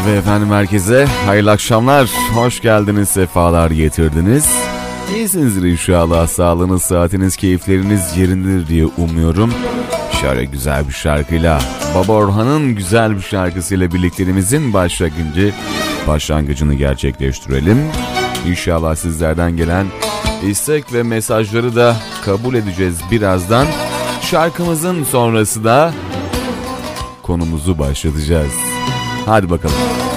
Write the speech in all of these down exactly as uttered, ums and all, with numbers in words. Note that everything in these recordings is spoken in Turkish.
Ve efendim herkese hayırlı akşamlar. Hoş geldiniz, sefalar getirdiniz. İyisinizdir inşallah. Sağlığınız, saatiniz, keyifleriniz yerindedir diye umuyorum. Şöyle güzel bir şarkıyla, Baba Orhan'ın güzel bir şarkısıyla birlikteliğimizin başlangıcı, başlangıcını gerçekleştirelim. İnşallah sizlerden gelen istek ve mesajları da kabul edeceğiz birazdan. Şarkımızın sonrası da konumuzu başlatacağız. Hadi bakalım.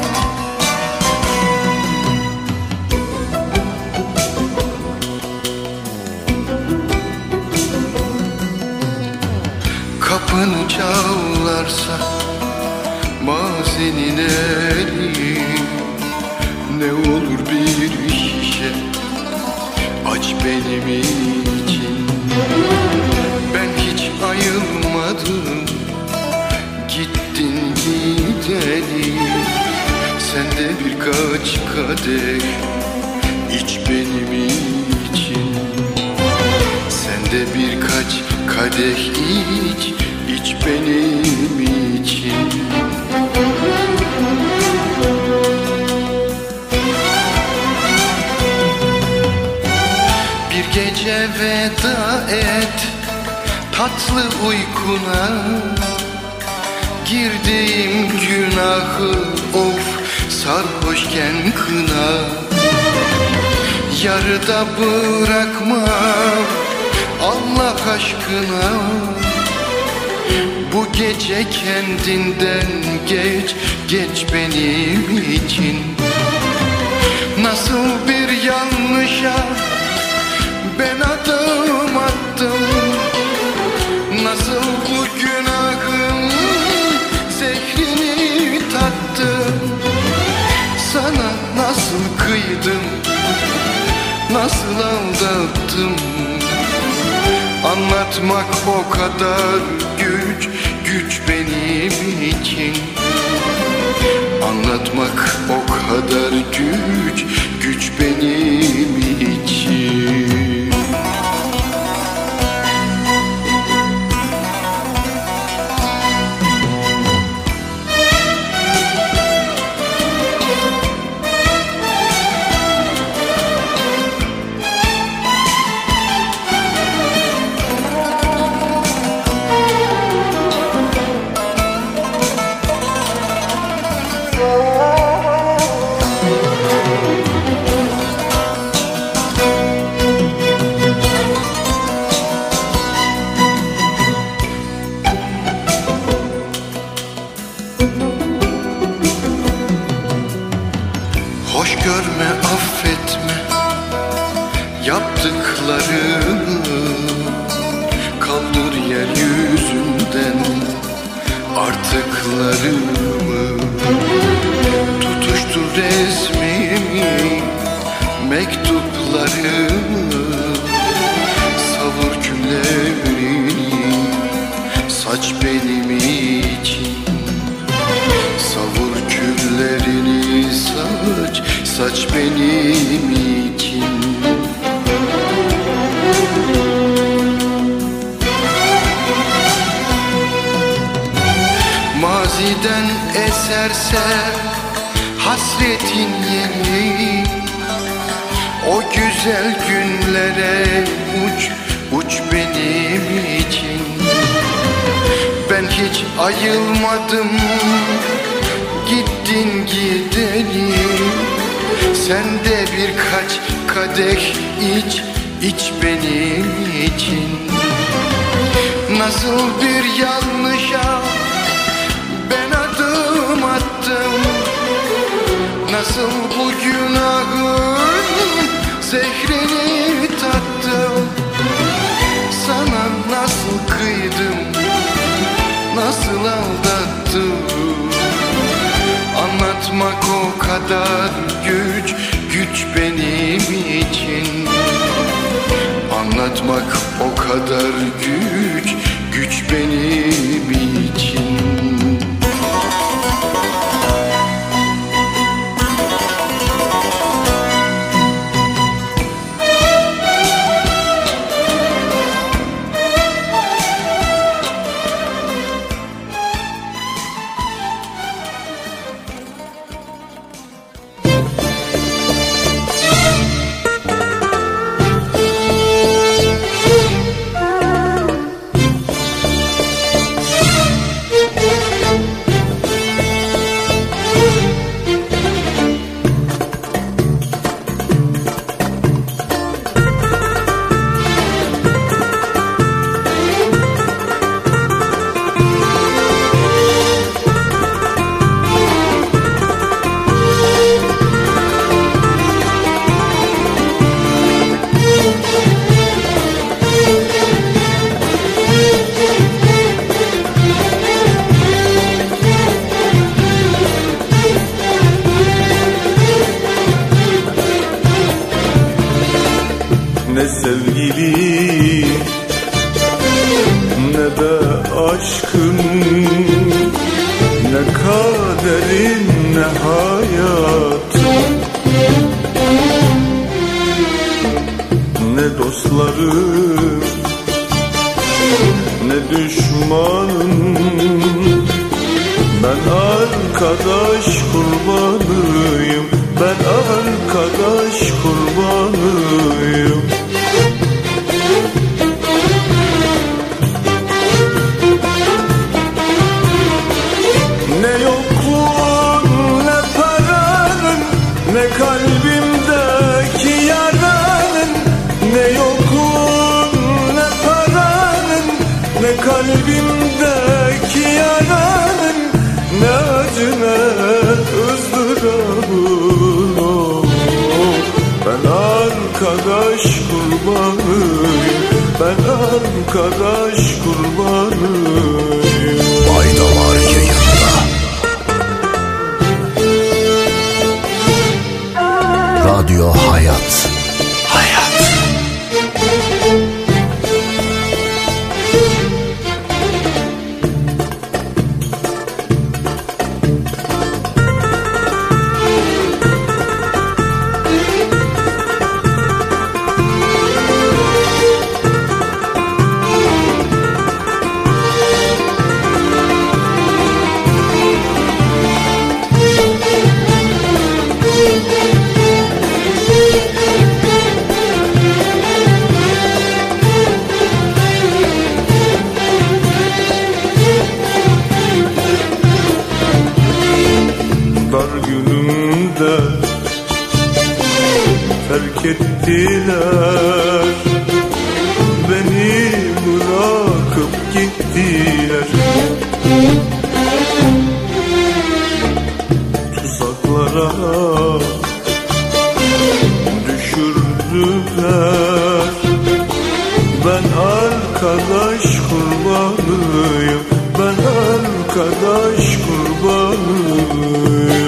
Kapını çalarsa mazinin eli, ne olur bir şişe aç benim için. Ben hiç ayılmadım, gittin gideli. Sen de birkaç kadeh iç benim için. Sen de birkaç kadeh iç, iç benim için. Bir gece veda et tatlı uykuna, girdiğim günahı of sarhoşken kına. Yarıda bırakma Allah aşkına, bu gece kendinden geç, geç benim için. Nasıl bir yanlışa ben adım attım, nasıl bu günahın zehrini tattım. Sana nasıl kıydım, nasıl aldattım. Anlatmak o kadar güç, güç benim için. Anlatmak o kadar güç, güç benim için. Hoş görme, affetme yaptıklarımı, kaldır yeryüzünden artıklarımı. Tutuştur resmimi, mektuplarımı, savur küllerini, saç benim için. Savur küllerini, saç, saç benim için. Maziden eserse hasretin yeli, o güzel günlere uç, uç benim için. Ben hiç ayılmadım, gittin gideli. Sen de birkaç kadeh iç, iç benim için. Nasıl bir yanlışa ben adım attım, nasıl bu günahın zehrini tattım. Sana nasıl kıydım, nasıl aldattım. Anlatmak o kadar güç, güç benim için. Anlatmak o kadar güç, güç benim için. ne hayatım, ne dostlarım, ne düşmanım. Ben arkadaş kurbanıyım, ben arkadaş kurbanıyım. Ne yokluğun ne paranın, ne kalbimdeki yaranın. Ne yokluğun ne paranın, ne kalbimdeki yaranın. Ne acı ne ızdırabın. Oh, ben arkadaş kurbanıyım, ben arkadaş kurbanıyım. Baydamar yayında. Radyo Hayat. Hayat. Terk ettiler, beni bırakıp gittiler. Tuzaklara düşürdüler. Ben arkadaş kurbanıyım, ben arkadaş kurbanıyım.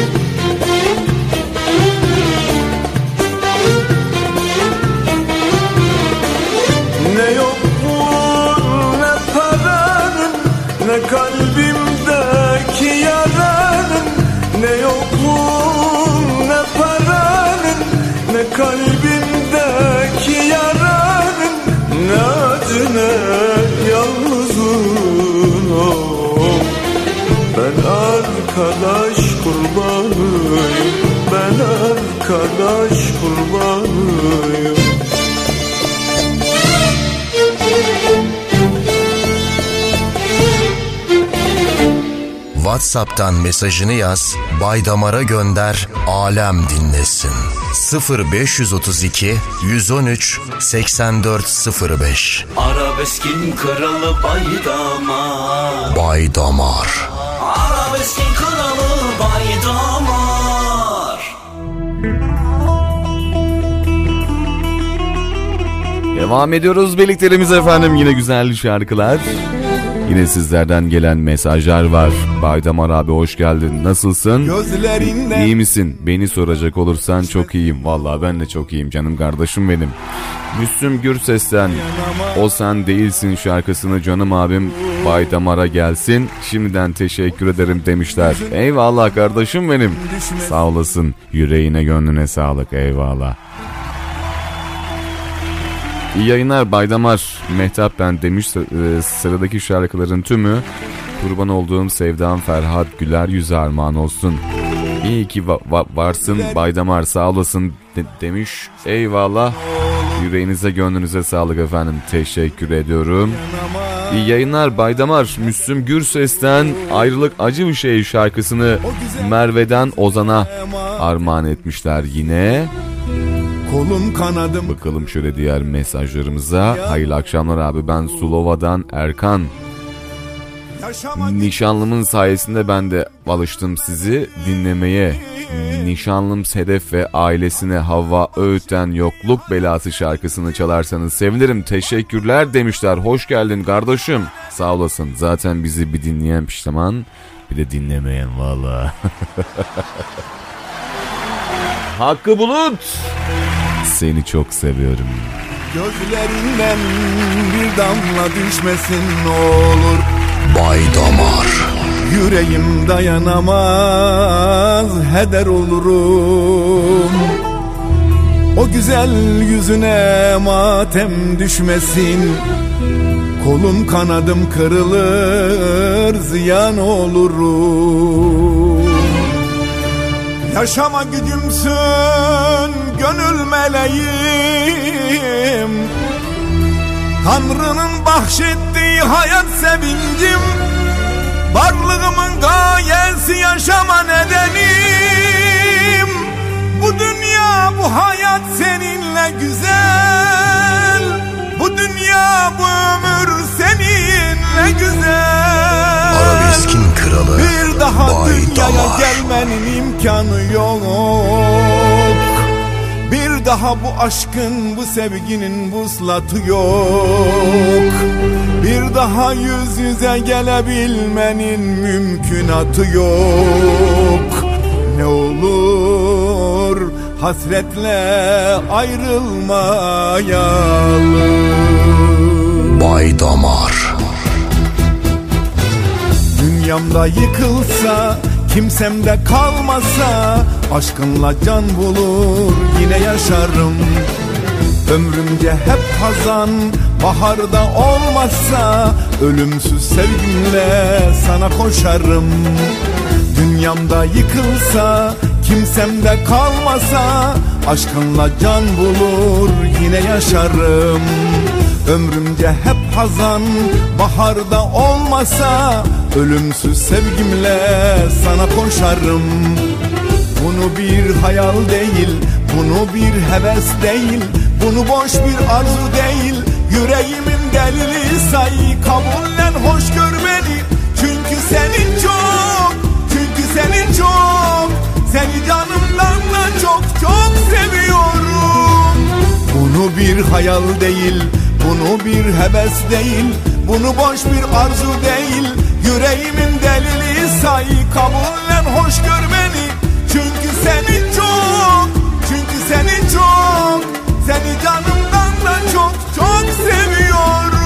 Ne yokluğun ne paranın, ne kalbimdeki yaranın. Ne yokluğun ne paranın, ne kalbimdeki yaranın. Ne acı ne yalnızlığın. Oh, ben arkadaş kurbanıyım, ben arkadaş kurbanıyım. WhatsApp'tan mesajını yaz, Baydamar'a gönder, alem dinlesin. sıfır beş otuz iki yüz on üç seksen dört sıfır beş. Arabeskin kralı Baydamar. Baydamar. Arabeskin kralı Baydamar. Devam ediyoruz birliklerimiz efendim, yine güzel şarkılar. Yine sizlerden gelen mesajlar var. Baydamar abi hoş geldin. Nasılsın? Gözlerinden... İyi misin? Beni soracak olursan çok iyiyim. Vallahi ben de çok iyiyim canım kardeşim benim. Müslüm Gürses'ten O Sen Değilsin şarkısını canım abim Baydamar'a gelsin. Şimdiden teşekkür ederim demişler. Eyvallah kardeşim benim. Sağ olasın. Yüreğine gönlüne sağlık. Eyvallah. İyi yayınlar Baydamar. Mehtap ben demiş. Sıradaki şarkıların tümü kurban olduğum sevdam Ferhat Güler yüze armağan olsun. İyi ki va- va- varsın Baydamar, sağ olasın de- demiş. Eyvallah. Yüreğinize gönlünüze sağlık efendim. Teşekkür ediyorum. İyi yayınlar Baydamar. Müslüm Gürses'ten Ayrılık Acı Bir Şey şarkısını Merve'den Ozan'a armağan etmişler yine. Kolum kanadım. Bakalım şöyle diğer mesajlarımıza. Hayırlı akşamlar abi, ben Sulova'dan Erkan. Nişanlımın sayesinde ben de alıştım sizi dinlemeye. Nişanlım Sedef ve ailesine Havva Öğüt'ten Yokluk Belası şarkısını çalarsanız sevinirim. Teşekkürler demişler. Hoş geldin kardeşim. Sağ olasın. Zaten bizi bir dinleyen pişman, bir de dinlemeyen valla. Hakkı Bulut. Seni çok seviyorum. Gözlerinden bir damla düşmesin ne olur. Baydamar. Yüreğim dayanamaz, heder olurum. O güzel yüzüne matem düşmesin. Kolum kanadım kırılır, ziyan olurum. Yaşama gücümsün gönül meleğim, Tanrı'nın bahşettiği hayat sevincim. Varlığımın gayesi, yaşama nedenim. Bu dünya, bu hayat seninle güzel. Bu dünya, bu ömür seninle güzel. Arabeskin kralı bir daha Bay dünyaya Damar. gelmenin imkanı yok. Bir daha bu aşkın, bu sevginin vuslatı yok. Bir daha yüz yüze gelebilmenin mümkünatı yok. Ne olur hasretle ayrılmayalım. Bay Damar. Dünyamda yıkılsa, kimsemde kalmasa, aşkınla can bulur yine yaşarım. Ömrümce hep hazan, baharda olmazsa, ölümsüz sevgimle sana koşarım. Dünyamda yıkılsa, kimsemde kalmasa, aşkınla can bulur yine yaşarım. Ömrümce hep hazan, baharda olmasa, ölümsüz sevgimle sana koşarım. Bunu bir hayal değil, bunu bir heves değil, bunu boş bir arzu değil. Yüreğimin delili say, kabullen, hoş gör beni. Çünkü senin çok, çünkü senin çok, seni canımdan da çok çok seviyorum. Bunu bir hayal değil, bunu bir heves değil, bunu boş bir arzu değil. Yüreğimin delili say, kabullen, hoş gör beni. Çünkü seni çok, çünkü seni çok, seni canımdan da çok çok seviyorum.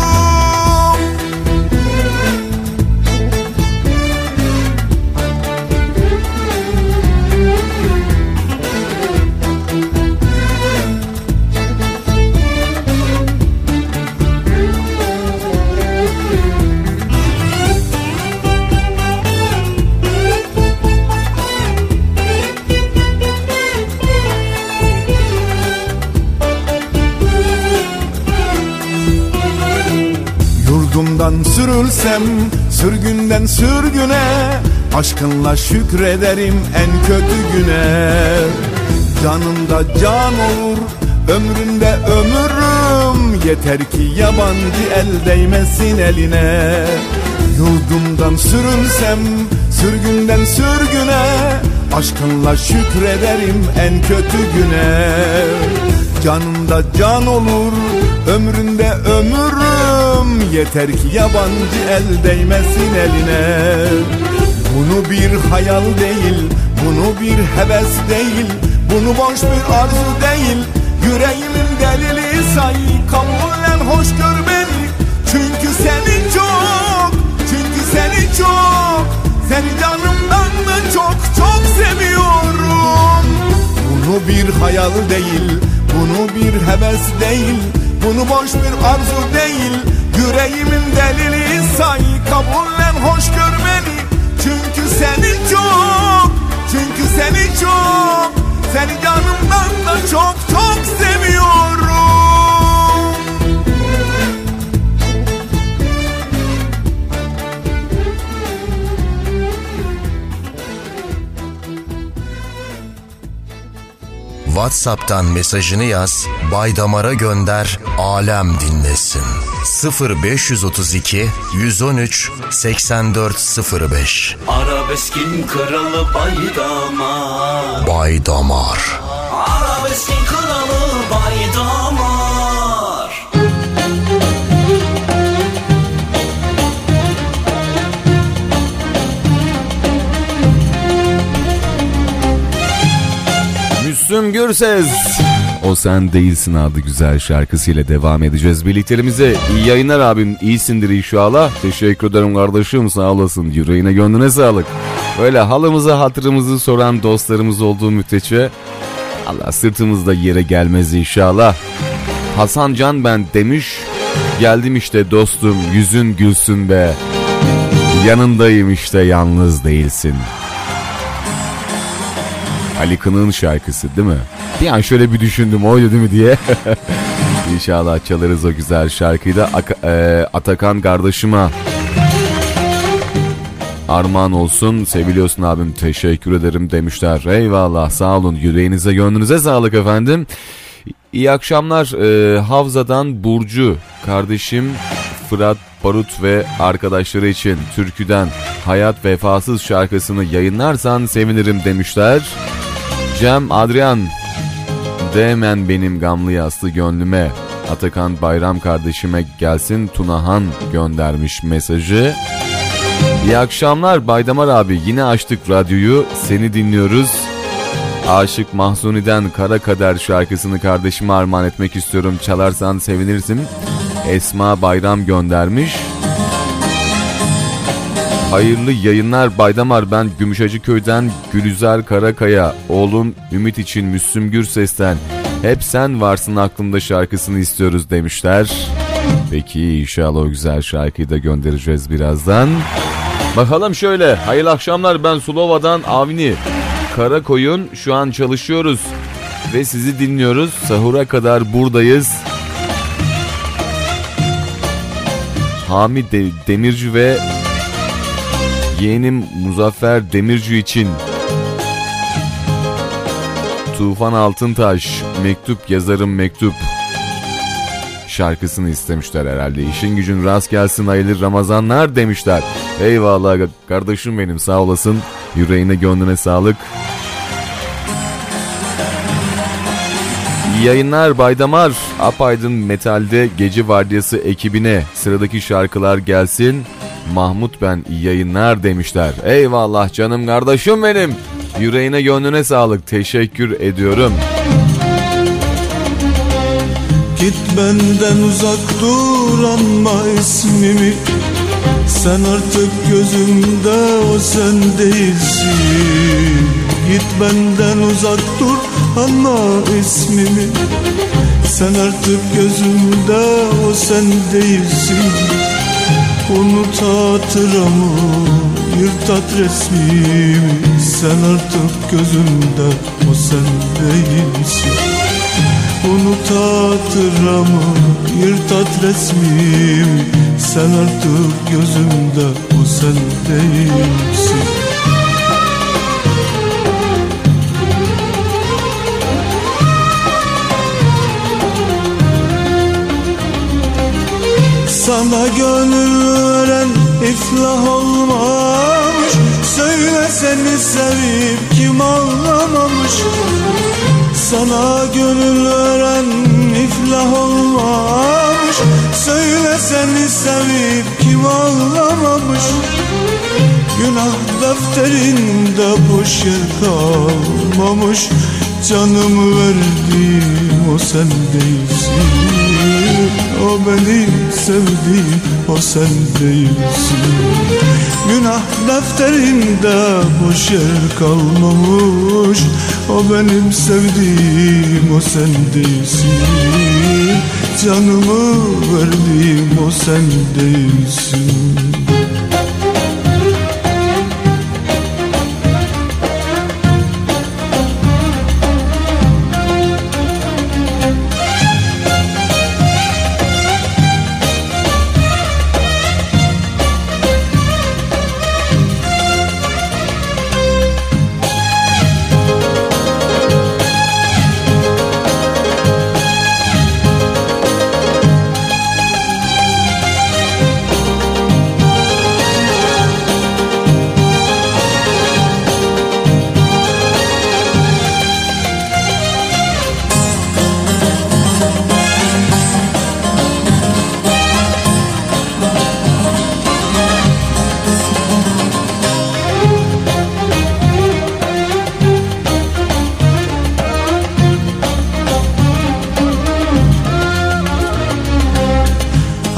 Yurdumdan sürülsem, sürgünden sürgüne, aşkınla şükrederim en kötü güne. Canında can olur, ömründe ömürüm, yeter ki yabancı el değmesin eline. Yurdumdan sürülsem, sürgünden sürgüne, aşkınla şükrederim en kötü güne. Canında can olur, ömründe ömürüm, yeter ki yabancı el değmesin eline. Bunu bir hayal değil, bunu bir heves değil, bunu boş bir arzu değil. Yüreğimin delili say, kabullen, hoş gör beni. Çünkü seni çok, çünkü seni çok, seni canımdan da çok çok seviyorum. Bunu bir hayal değil, bunu bir heves değil, bunu boş bir arzu değil. Yüreğimin delili say, kabullen, hoş gör beni. Çünkü seni çok, çünkü seni çok, seni canımdan da çok çok seviyorum. WhatsApp'tan mesajını yaz, Bay Damar'a gönder, alem dinlesin. sıfır beş otuz iki yüz on üç seksen dört sıfır beş. Arabeskin kralı Bay Damar. Bay Damar. Arabeskin kralı Bay Damar. Müslüm Gürses O Sen Değilsin adlı güzel şarkısıyla devam edeceğiz birliklerimize. İyi yayınlar abim, iyisindir inşallah. Teşekkür ederim kardeşim, sağ olasın. Yüreğine gönlüne sağlık. Böyle halımıza hatırımızı soran dostlarımız olduğu müddetçe Allah sırtımızda yere gelmez inşallah. Hasan Can ben demiş, geldim işte dostum, yüzün gülsün be. Yanındayım işte, yalnız değilsin. Ali Kınık'ın şarkısı değil mi? Bir an şöyle bir düşündüm, oydu değil mi diye. İnşallah çalarız o güzel şarkıyı da. Atakan kardeşime armağan olsun. Seviliyorsun abim, teşekkür ederim demişler. Eyvallah, sağ olun, yüreğinize gönlünüze sağlık efendim. İyi akşamlar. Ee, Havza'dan Burcu kardeşim Fırat Barut ve arkadaşları için türküden Hayat Vefasız şarkısını yayınlarsan sevinirim demişler. Cem Adrian, değmen benim gamlı yaslı gönlüme, Atakan Bayram kardeşime gelsin Tunahan göndermiş mesajı. İyi akşamlar Baydamar abi, yine açtık radyoyu, seni dinliyoruz. Aşık Mahzuni'den Kara Kader şarkısını kardeşime armağan etmek istiyorum, çalarsan sevinirsin. Esma Bayram göndermiş. Hayırlı yayınlar Baydamar, ben Gümüşhacıköy'den Gülüzer Karakaya, oğlum Ümit için Müslüm Gürses'ten Hep Sen Varsın Aklımda şarkısını istiyoruz demişler. Peki inşallah o güzel şarkıyı da göndereceğiz birazdan. Bakalım şöyle, hayırlı akşamlar, ben Sulova'dan Avni Karakoyun, şu an çalışıyoruz ve sizi dinliyoruz, sahura kadar buradayız. Hamid Demirci ve yeğenim Muzaffer Demirci için Tufan Altıntaş mektup yazarım mektup şarkısını istemişler herhalde. İşin gücün rast gelsin, hayırlı Ramazanlar demişler. Eyvallah kardeşim benim, sağ olasın, yüreğine gönlüne sağlık. İyi yayınlar Baydamar. Apaydın Metal'de Gece Vardiyası ekibine sıradaki şarkılar gelsin. Mahmut ben, iyi yayınlar demişler. Eyvallah canım kardeşim benim, yüreğine gönlüne sağlık, teşekkür ediyorum. Git benden uzak dur, anma ismimi. Sen artık gözümde, o sen değilsin. Git benden uzak dur, anma ismimi. Sen artık gözümde, o sen değilsin. Unut hatıramı, yırt at resmimi. Sen artık gözümde, o sen değilsin. Unut hatıramı, yırt at resmimi. Sen artık gözümde, o sen değilsin. Sana gönül veren iflah olmamış. Söyle seni sevip kim ağlamamış. Sana gönül veren iflah olmamış. Söyle seni sevip kim ağlamamış. Günah defterinde boş yer kalmamış. Canımı verdim, o sen değilsin. O benim sevdiğim, o sen değilsin. Günah defterinde boş yer kalmamış. O benim sevdiğim, o sen değilsin. Canımı verdim, o sen değilsin.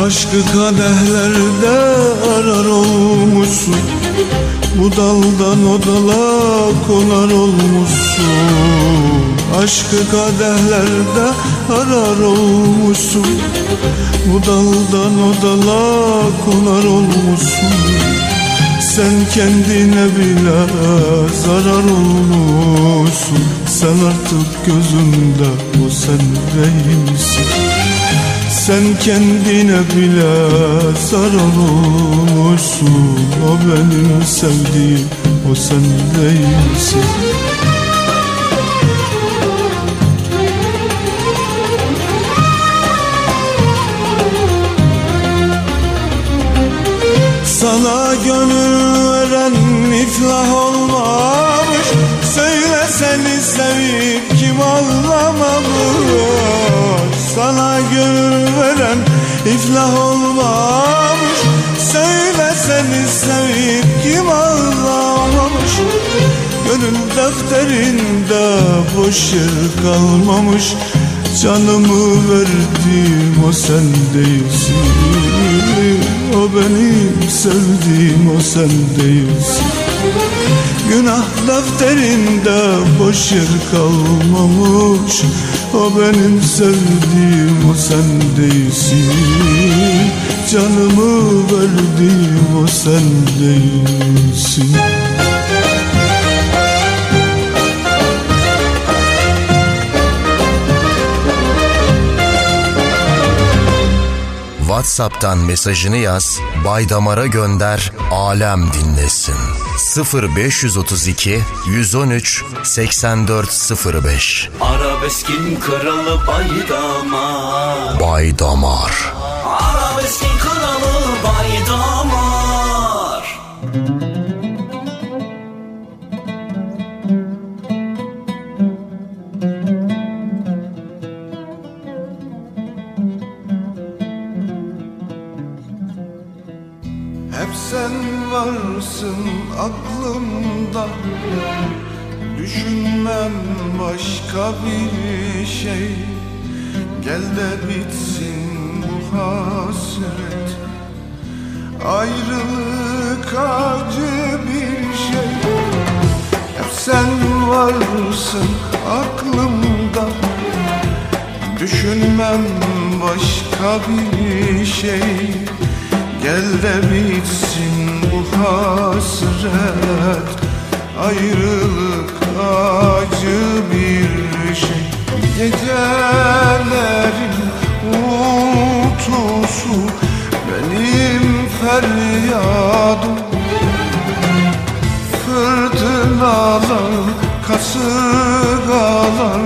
Aşkı kadehlerde arar olmuşsun, bu daldan o dala konar olmuşsun. Aşkı kadehlerde arar olmuşsun, bu daldan o dala konar olmuşsun. Sen kendine bile zarar olmuşsun. Sen artık gözümde o sen değilsin. Sen kendine bile zarar olmuşsun. O benim sevdiğim, o sen değilsin. Sana gönül veren iflah olmamış. Söyle seni sevip kim ağlamamış. Sana gönül veren iflah olmamış. Söyle seni sevip kim ağlamamış. Gönül defterinde boş yer kalmamış. Canımı verdim o sen değilsin. O benim sevdiğim o sen değilsin. Günah defterinde boş yer kalmamış. O benim sevdiğim o sen değilsin. Canımı verdim o sen değilsin. WhatsApp'tan mesajını yaz, Baydamar'a gönder, alem dinlesin. sıfır beş otuz iki yüz on üç seksen dört sıfır beş. Arabeskin kralı Baydamar. Baydamar. Arabeskin kralı Baydamar. Hep sen varsın aklımda, düşünmem başka bir şey. Gel de bitsin bu hasret, ayrılık acı bir şey. Hep sen varsın aklımda, düşünmem başka bir şey. Gel de bitsin bu hasret, ayrılık acı bir şey. Gecelerin uğultusu benim feryadım. Fırtınalar, kasırgalar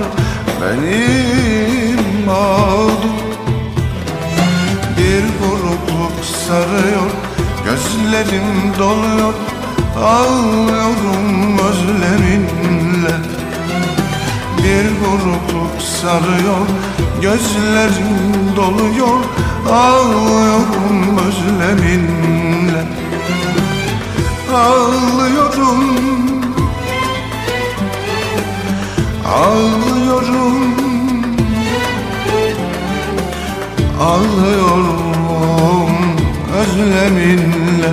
benim ağdım. Bir burukluk sarıyor, gözlerim doluyor, ağlıyorum özlerinle. Bir burukluk sarıyor, gözlerim doluyor, ağlıyorum özlerinle. Ağlıyorum, ağlıyorum, ağlıyorum özleminle.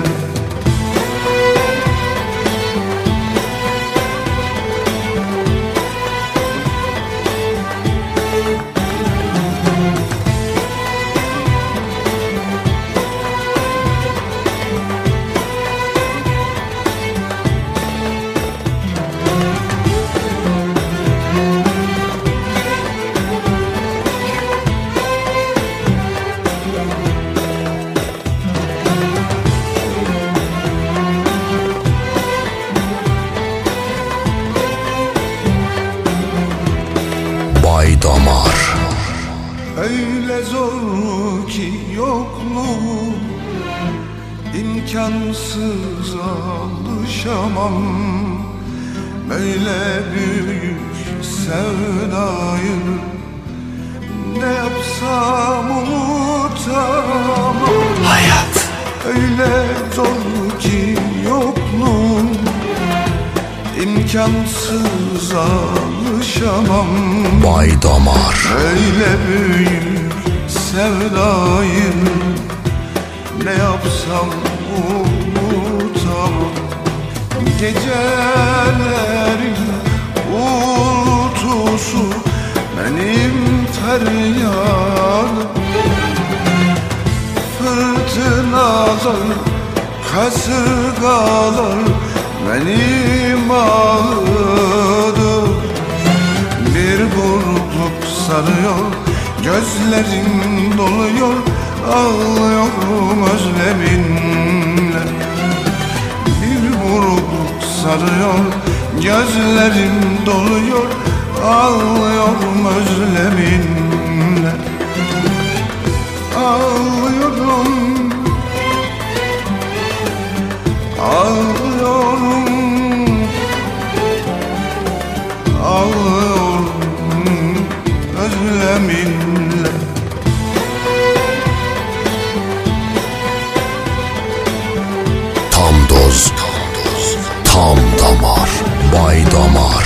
Baydamar. Öyle zor ki yokluğum, imkansız alışamam. Böyle büyük sevdayı ne yapsam unutamam. Hayat. Öyle zor ki yokluğum, imkansız alışamam. Baydamar. Öyle büyük sevdayı ne yapsam unutamam. Gecelerin uğultusu benim feryadım. Fırtınalar, kasırgalar benim ağladım. Bir burukluk sarıyor, gözlerim doluyor, ağlıyorum özleminle. Bir burukluk sarıyor, gözlerim doluyor, ağlıyorum özleminle. Ağlıyorum, ağlıyorum, ağlıyorum özleminle. Tam doz, tam damar, Bay Damar.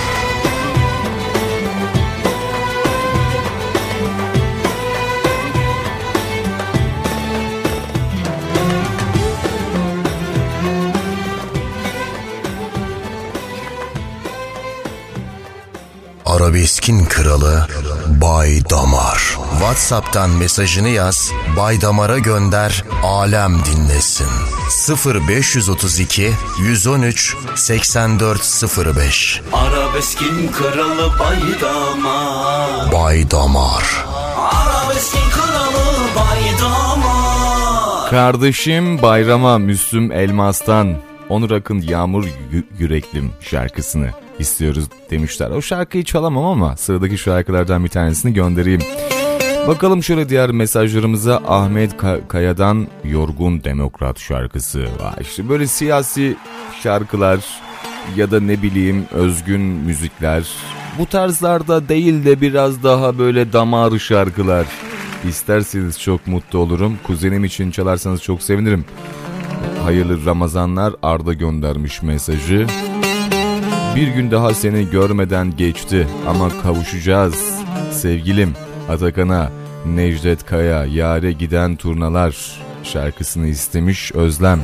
Arabeskin kralı Bay Damar. WhatsApp'tan mesajını yaz, Bay Damar'a gönder, alem dinlesin. sıfır beş otuz iki yüz on üç seksen dört sıfır beş. Arabeskin kralı Bay Damar. Bay Damar. Arabeskin kralı Bay Damar. Kardeşim bayrama Müslüm Elmas'tan Onur Akın Yağmur y- Yüreklim şarkısını istiyoruz demişler. O şarkıyı çalamam ama sıradaki şarkılardan bir tanesini göndereyim. Bakalım şöyle diğer mesajlarımıza. Ahmet Ka- Kaya'dan Yorgun Demokrat şarkısı. Vay işte böyle siyasi şarkılar ya da ne bileyim özgün müzikler. Bu tarzlarda değil de biraz daha böyle damar şarkılar. İsterseniz çok mutlu olurum. Kuzenim için çalarsanız çok sevinirim. Hayırlı Ramazanlar, Arda göndermiş mesajı. Bir gün daha seni görmeden geçti ama kavuşacağız. Sevgilim Atakan'a Necdet Kaya Yare Giden Turnalar şarkısını istemiş Özlem.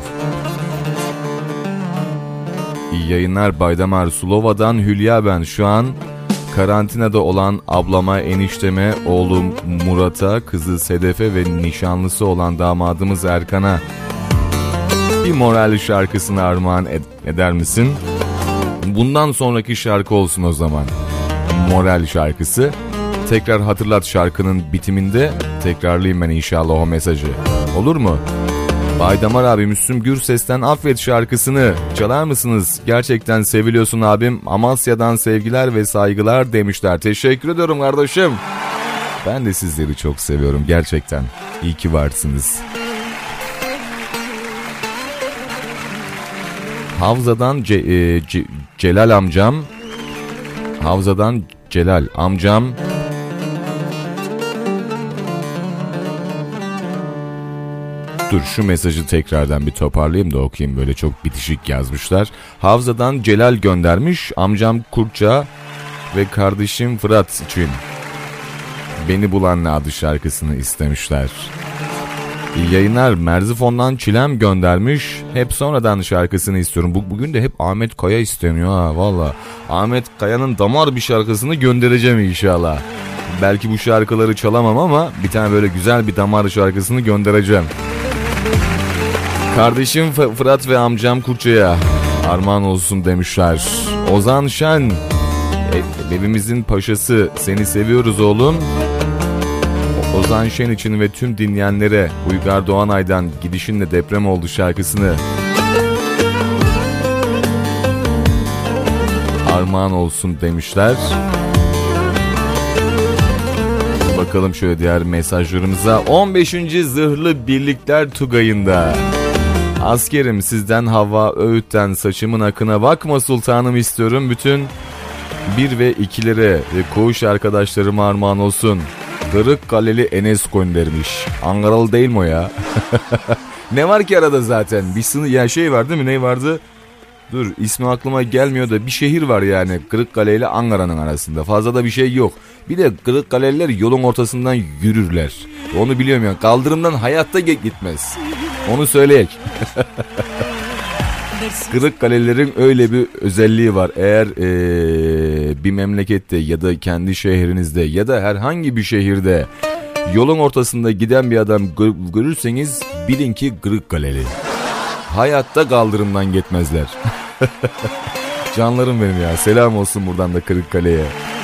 İyi yayınlar Bay Damar. Sulova'dan Hülya ben. Şu an karantinada olan ablama, enişteme, oğlum Murat'a, kızı Sedef'e ve nişanlısı olan damadımız Erkan'a bir moral şarkısını armağan ed- eder misin? Bundan sonraki şarkı olsun o zaman. Moral şarkısı. Tekrar hatırlat şarkının bitiminde. Tekrarlayayım ben inşallah o mesajı. Olur mu? Bay Damar abi, Müslüm Gürses'ten Affet şarkısını çalar mısınız? Gerçekten seviliyorsun abim. Amasya'dan sevgiler ve saygılar demişler. Teşekkür ediyorum kardeşim. Ben de sizleri çok seviyorum gerçekten. İyi ki varsınız. Havza'dan Ce- e, Ce- Celal amcam. Havza'dan Celal amcam. Dur şu mesajı tekrardan bir toparlayayım da okuyayım, böyle çok bitişik yazmışlar. Havza'dan Celal göndermiş, amcam Kurtça ve kardeşim Fırat için Beni Bulan Ne adı şarkısını istemişler. İyi yayınlar. Merzifon'dan Çilem göndermiş. Hep sonradan şarkısını istiyorum. Bu, bugün de hep Ahmet Kaya isteniyor ha valla. Ahmet Kaya'nın damar bir şarkısını göndereceğim inşallah. Belki bu şarkıları çalamam ama bir tane böyle güzel bir damar şarkısını göndereceğim. Kardeşim F- Fırat ve amcam Kurtça'ya armağan olsun demişler. Ozan Şen, e, evimizin paşası, seni seviyoruz oğlum. Ozan Şen için ve tüm dinleyenlere Uygar Doğanay'dan Gidişinle Deprem Oldu şarkısını armağan olsun demişler. Bakalım şöyle diğer mesajlarımıza. on beşinci Zırhlı Birlikler Tugayı'nda. Askerim sizden hava, öğütten saçımın akına bakma sultanım istiyorum. Bütün bir ve ikilere ve koğuş arkadaşlarıma armağan olsun. Kırıkkaleli Enes göndermiş. Ankaralı değil mi o ya? Ne var ki arada zaten? Bir sınır ya şey var değil mi? Ne vardı? Dur, ismi aklıma gelmiyor da bir şehir var yani Kırıkkale ile Ankara'nın arasında. Fazla da bir şey yok. Bir de Kırıkkaleliler yolun ortasından yürürler. Onu biliyorum yani. Kaldırımdan hayatta gitmez. Onu söyleyek. Kırıkkalelilerin öyle bir özelliği var. Eğer ee, bir memlekette ya da kendi şehrinizde ya da herhangi bir şehirde yolun ortasında giden bir adam gör- görürseniz bilin ki Kırıkkaleli. Hayatta kaldırımdan gitmezler. Canlarım benim ya. Selam olsun buradan da Kırıkkale'ye.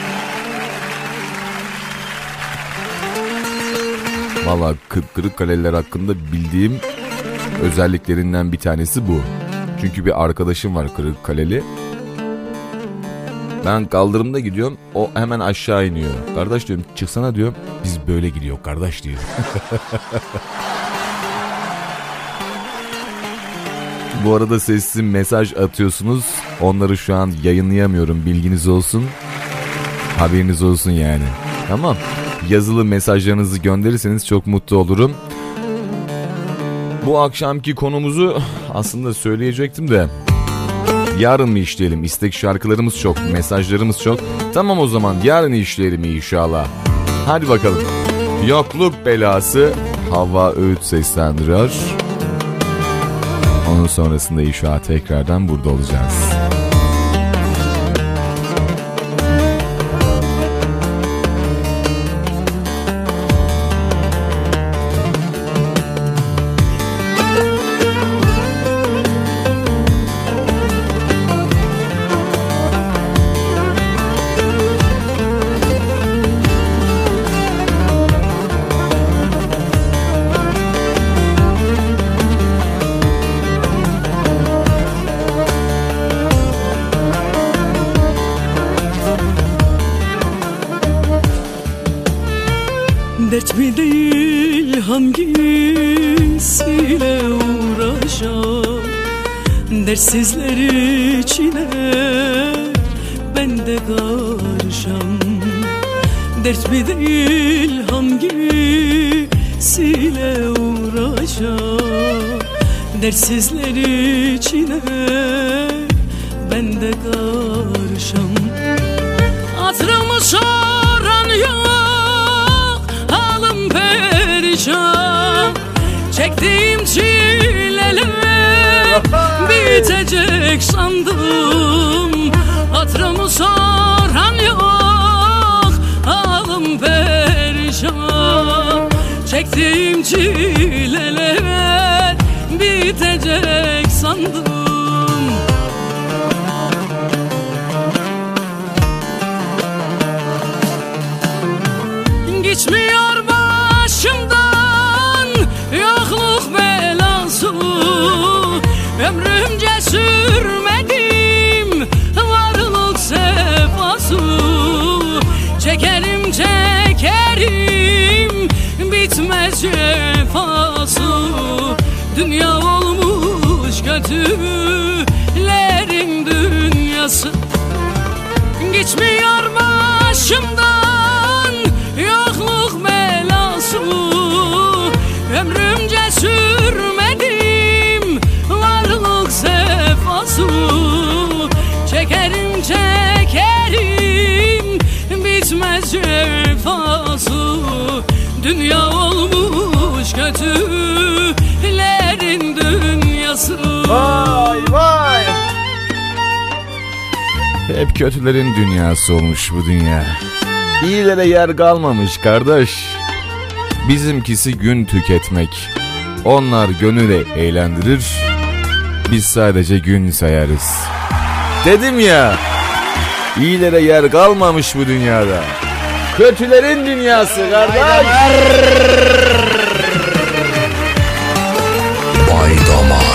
Vallahi Kırıkkaleliler hakkında bildiğim özelliklerinden bir tanesi bu. Çünkü bir arkadaşım var Kırıkkaleli. Ben kaldırımda gidiyorum, o hemen aşağı iniyor. Kardeş diyorum, çıksana diyorum. Biz böyle gidiyor kardeş diyor. Bu arada sesli mesaj atıyorsunuz. Onları şu an yayınlayamıyorum, bilginiz olsun. Haberiniz olsun yani. Tamam. Yazılı mesajlarınızı gönderirseniz çok mutlu olurum. Bu akşamki konumuzu aslında söyleyecektim de yarın mı işleyelim? İstek şarkılarımız çok, mesajlarımız çok. Tamam, o zaman yarın işleyelim inşallah. Hadi bakalım. Yokluk belası Havva Öğüt seslendiriyor. Onun sonrasında inşallah tekrardan burada olacağız. Dert mi değil hangisiyle uğraşam, dertsizler içine ben de karışam. Dert mi değil hangisiyle uğraşam, dertsizler içine ben de karışam. Hatırımı soran yok, halim perişan. Çektiğim çileler bitecek sandım. Hatırımı soran yok, halim perişan. Çektiğim çileler bitecek sandım. Geçmiyor başımdan yokluk belası, ömrümce sürmedim varlık sefası. Çekerim çekerim bitmez cefası. Dünya olmuş kötülerin dünyası. Geçmiyor başımdan yokluk belası, ömrümce sürmedim varlık sefası. Çekerim çekerim bitmez cefası. Dünya olmuş kötülerin dünyası. Vay vay. Hep kötülerin dünyası olmuş bu dünya. İyilere yer kalmamış kardeş. Bizimkisi gün tüketmek. Onlar gönüle eğlendirir. Biz sadece gün sayarız. Dedim ya, iyilere yer kalmamış bu dünyada. Kötülerin dünyası kardeş. Bay Damar.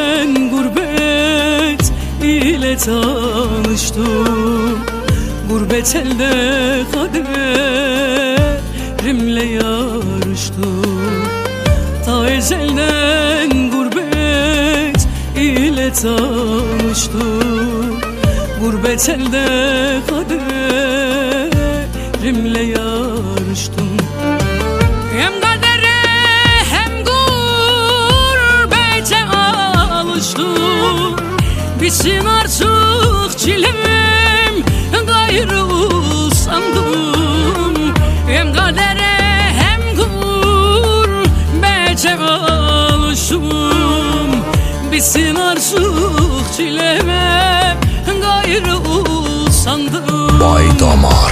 Ezelden gurbet ile tanıştım. Gurbet Gurbet elde kaderimle yarıştık. Ta ezelden gurbet ile tanıştık. Gurbet elde kaderimle yarıştım. Hem kadere hem gurbete alıştım. Bitsin artık çilem, gayrı usandım. Hem kadere hem gurbete alıştım. Bitsin artık çileme, gayrı usandım. Bay Damar.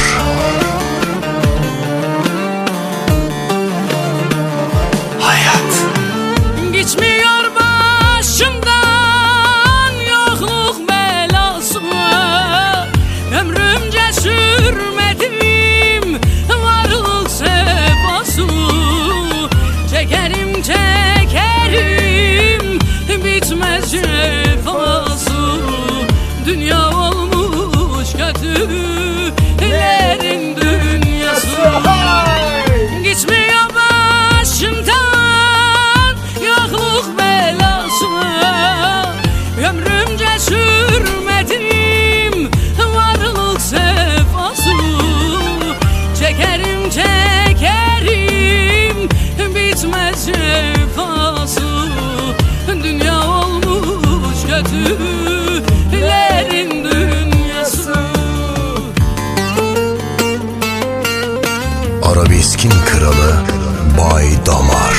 Hayat Geçmiyor başımdan yokluk belası. Ömrümce sürmedim varlık sefası. Çekerim çekerim bitmez cefası. Dünya olmuş kötülerin dünyası. Gitmiyor başımdan yokluk belası. Ömrümce sürmedim varlık sefası. Çekerim çekerim bitmez cefası. Dünya olmuş kötülerin dünyası. Arabeskin kralı Bay Damar.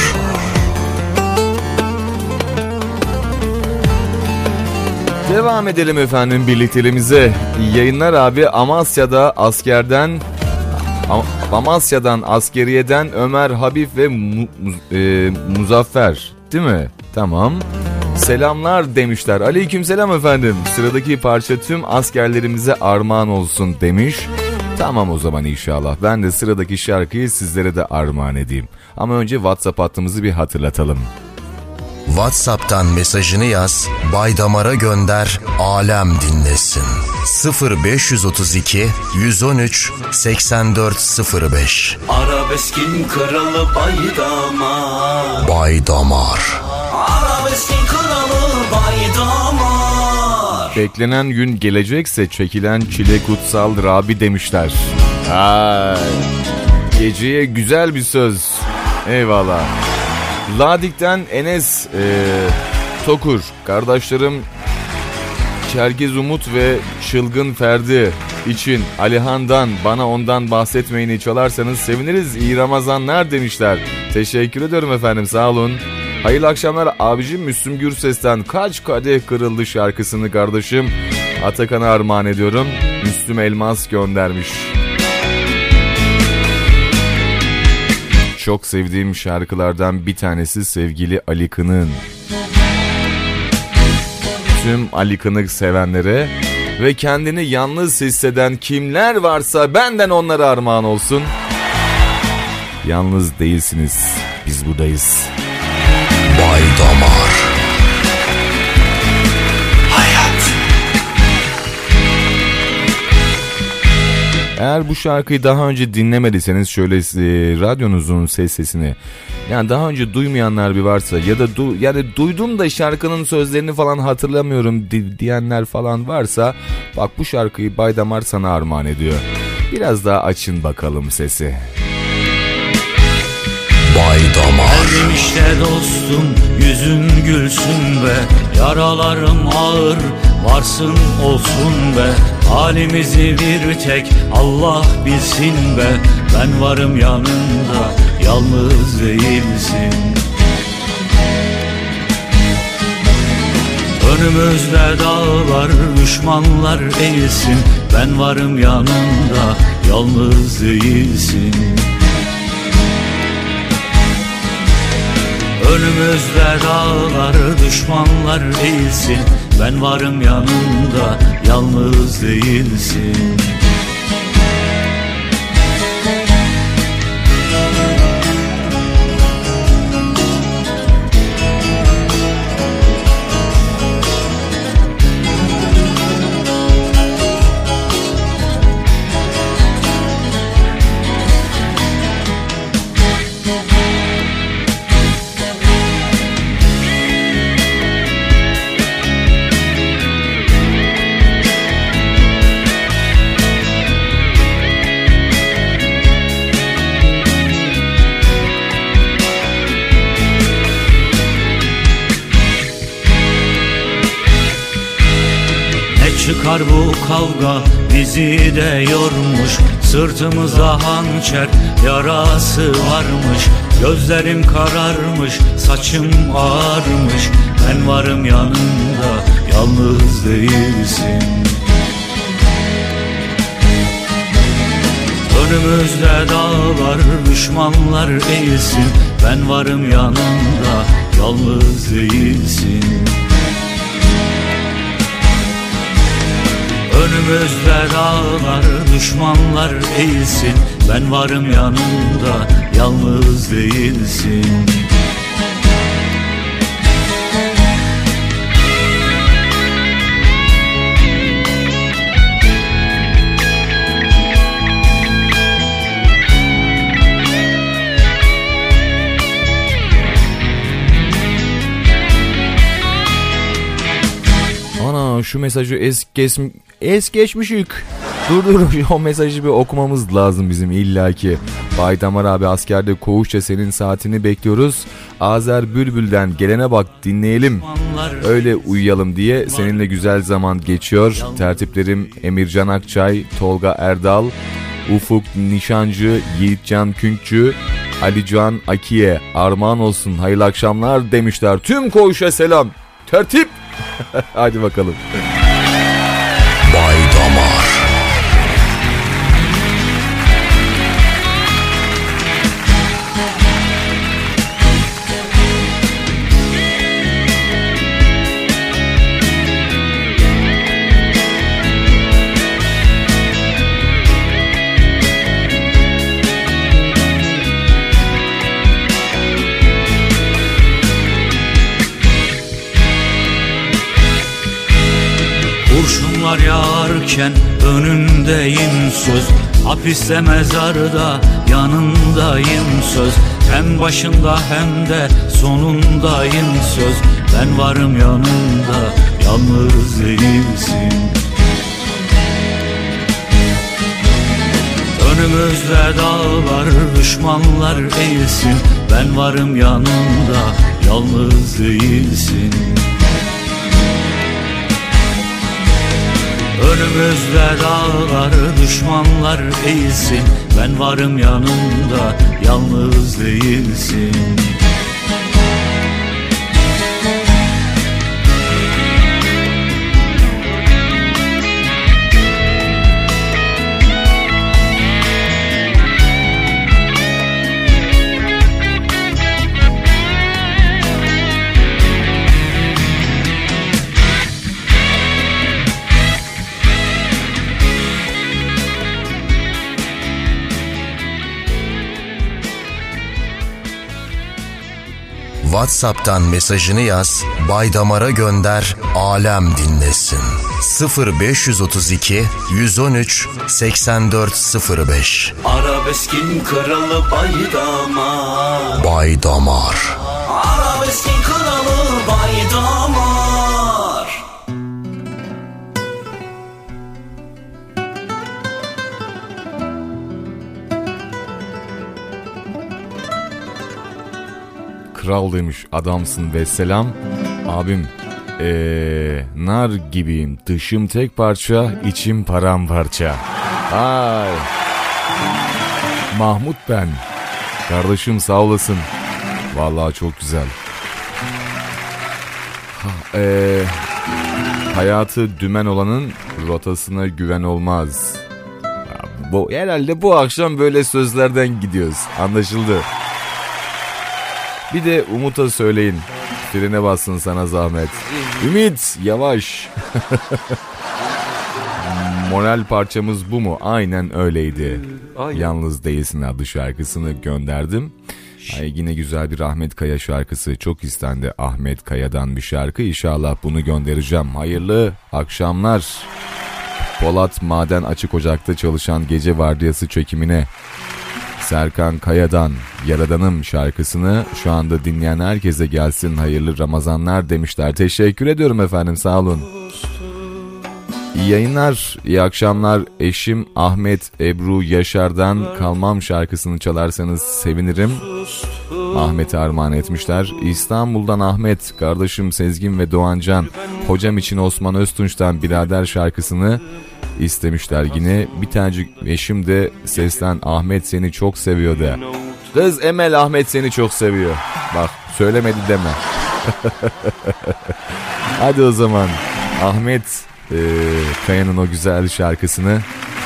Devam edelim efendim birlikteliğimize. İyi yayınlar abi. Amasya'da askerden Amasya'dan askeriyeden Ömer, Habib ve Mu, e, Muzaffer değil mi? Tamam. Selamlar demişler. Aleykümselam efendim. Sıradaki parça tüm askerlerimize armağan olsun demiş. Tamam o zaman inşallah. Ben de sıradaki şarkıyı sizlere de armağan edeyim. Ama önce WhatsApp hattımızı bir hatırlatalım. WhatsApp'tan mesajını yaz, Bay Damar'a gönder, alem dinlesin. sıfır beş otuz iki yüz on üç seksen dört sıfır beş. Arabeskin kralı Bay Damar. Bay Damar. Arabeskin kralı Bay Damar. Beklenen gün gelecekse çekilen çile kutsal Rabi demişler. Ay, geceye güzel bir söz. Eyvallah. Ladik'ten Enes e, Tokur, kardeşlerim Çerkez Umut ve Çılgın Ferdi için Alihan'dan bana ondan bahsetmeyini çalarsanız seviniriz. İyi Ramazanlar demişler. Teşekkür ediyorum efendim, sağ olun. Hayırlı akşamlar abicim. Müslüm Gürses'ten Kaç Kadeh Kırıldı şarkısını kardeşim Atakan'a armağan ediyorum. Müslüm Elmas göndermiş. Çok sevdiğim şarkılardan bir tanesi sevgili Ali Kınık'ın. Tüm Ali Kınık sevenlere ve kendini yalnız hisseden kimler varsa benden onlara armağan olsun. Yalnız değilsiniz, biz buradayız. Bay Damar. Hayat. Eğer bu şarkıyı daha önce dinlemediyseniz şöyle e, radyonuzun ses sesini, yani daha önce duymayanlar bir varsa ya da du, yani duydum da şarkının sözlerini falan hatırlamıyorum di, diyenler falan varsa, bak bu şarkıyı Bay Damar sana armağan ediyor. Biraz daha açın bakalım sesi. Bay Damar. Geldim işte dostum, yüzün gülsün be. Yaralarım ağır, varsın olsun be. Halimizi bir tek Allah bilsin be. Ben varım yanında, yalnız değilsin. Önümüzde dağlar, düşmanlar eğilsin. Ben varım yanında, yalnız değilsin. Önümüzde dağlar, düşmanlar eğilsin. Ben varım yanında, yalnız değilsin. Çıkar bu kavga bizi de yormuş, sırtımıza hançer yarası varmış. Gözlerim kararmış, saçım ağarmış, ben varım yanında, yalnız değilsin. Önümüzde dağlar, düşmanlar eğilsin, ben varım yanında, yalnız değilsin. Önümüzde dağlar, düşmanlar eğilsin, ben varım yanında, yalnız değilsin. Ana şu mesajı es, kes, es geçmişik. Dur dur o mesajı bir okumamız lazım bizim illaki. Bay Damar abi askerde koğuşça senin saatini bekliyoruz. Azer Bülbül'den gelene bak dinleyelim. Öyle uyuyalım diye seninle güzel zaman geçiyor. Tertiplerim Emircan Akçay, Tolga Erdal, Ufuk Nişancı, Yiğitcan Künkçü, Alican Akiye. Armağan olsun hayırlı akşamlar demişler. Tüm koğuşa selam. Tertip. Hadi bakalım. Bay Damar. Kurşunlar yağarken önündeyim söz, hapiste mezarda yanındayım söz. Hem başında hem de sonundayım söz, ben varım yanında, yalnız değilsin. Önümüzde dağlar, düşmanlar eğilsin, ben varım yanında, yalnız değilsin. Önümüzde dağlar, düşmanlar eğilsin, ben varım yanında, yalnız değilsin. WhatsApp'tan mesajını yaz, Bay Damar'a gönder, alem dinlesin. sıfır beş otuz iki yüz on üç seksen dört sıfır beş. Arabeskin kralı Bay Damar. Bay Damar. Arabeskin kralı Bay Damar. Kral demiş adamsın ve selam. Abim ee, nar gibiyim, dışım tek parça, içim paramparça. Ay. Mahmut ben. Kardeşim sağ olasın. Vallahi çok güzel. Ha, ee, hayatı dümen olanın rotasına güven olmaz. Ya, bu, herhalde bu akşam böyle sözlerden gidiyoruz. Anlaşıldı. Bir de Umut'a söyleyin. Frene bassın sana zahmet. Ümit yavaş. Moral parçamız bu mu? Aynen öyleydi. Aynen. Yalnız Değilsin adlı şarkısını gönderdim. Ay, yine güzel bir Ahmet Kaya şarkısı. Çok istendi Ahmet Kaya'dan bir şarkı. İnşallah bunu göndereceğim. Hayırlı akşamlar. Polat Maden Açık Ocak'ta çalışan gece vardiyası çekimine Serkan Kaya'dan Yaradanım şarkısını şu anda dinleyen herkese gelsin hayırlı Ramazanlar demişler. Teşekkür ediyorum efendim, sağ olun. İyi yayınlar, iyi akşamlar. Eşim Ahmet Ebru Yaşar'dan Kalmam şarkısını çalarsanız sevinirim. Ahmet'e armağan etmişler. İstanbul'dan Ahmet, kardeşim Sezgin ve Doğancan. Hocam için Osman Öztunç'tan Birader şarkısını istemişler yine. Bir tanecik eşim de sesten Ahmet seni çok seviyor de. Kız Emel Ahmet seni çok seviyor. Bak söylemedi deme. Hadi o zaman Ahmet e, Kaya'nın o güzel şarkısını.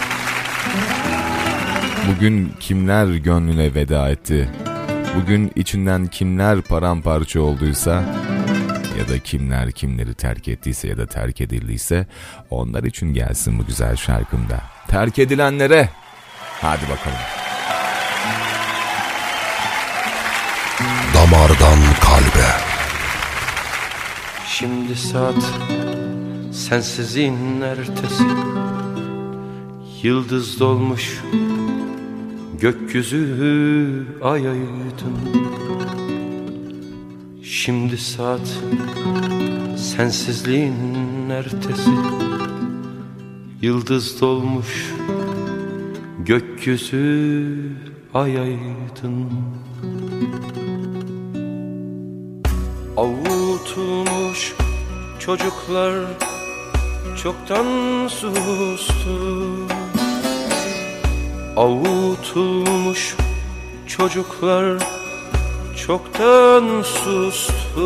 Bugün kimler gönlüne veda etti? Bugün içinden kimler paramparça olduysa ya da kimler kimleri terk ettiyse ya da terk edildiyse onlar için gelsin bu güzel şarkımda. Terk edilenlere hadi bakalım. Damardan kalbe. Şimdi saat sensizliğin ertesi, yıldız dolmuş gökyüzü ay aydın. Şimdi saat sensizliğin ertesi, yıldız dolmuş gökyüzü ay aydın. Avutulmuş çocuklar çoktan sustu. Avutulmuş çocuklar çoktan sustu.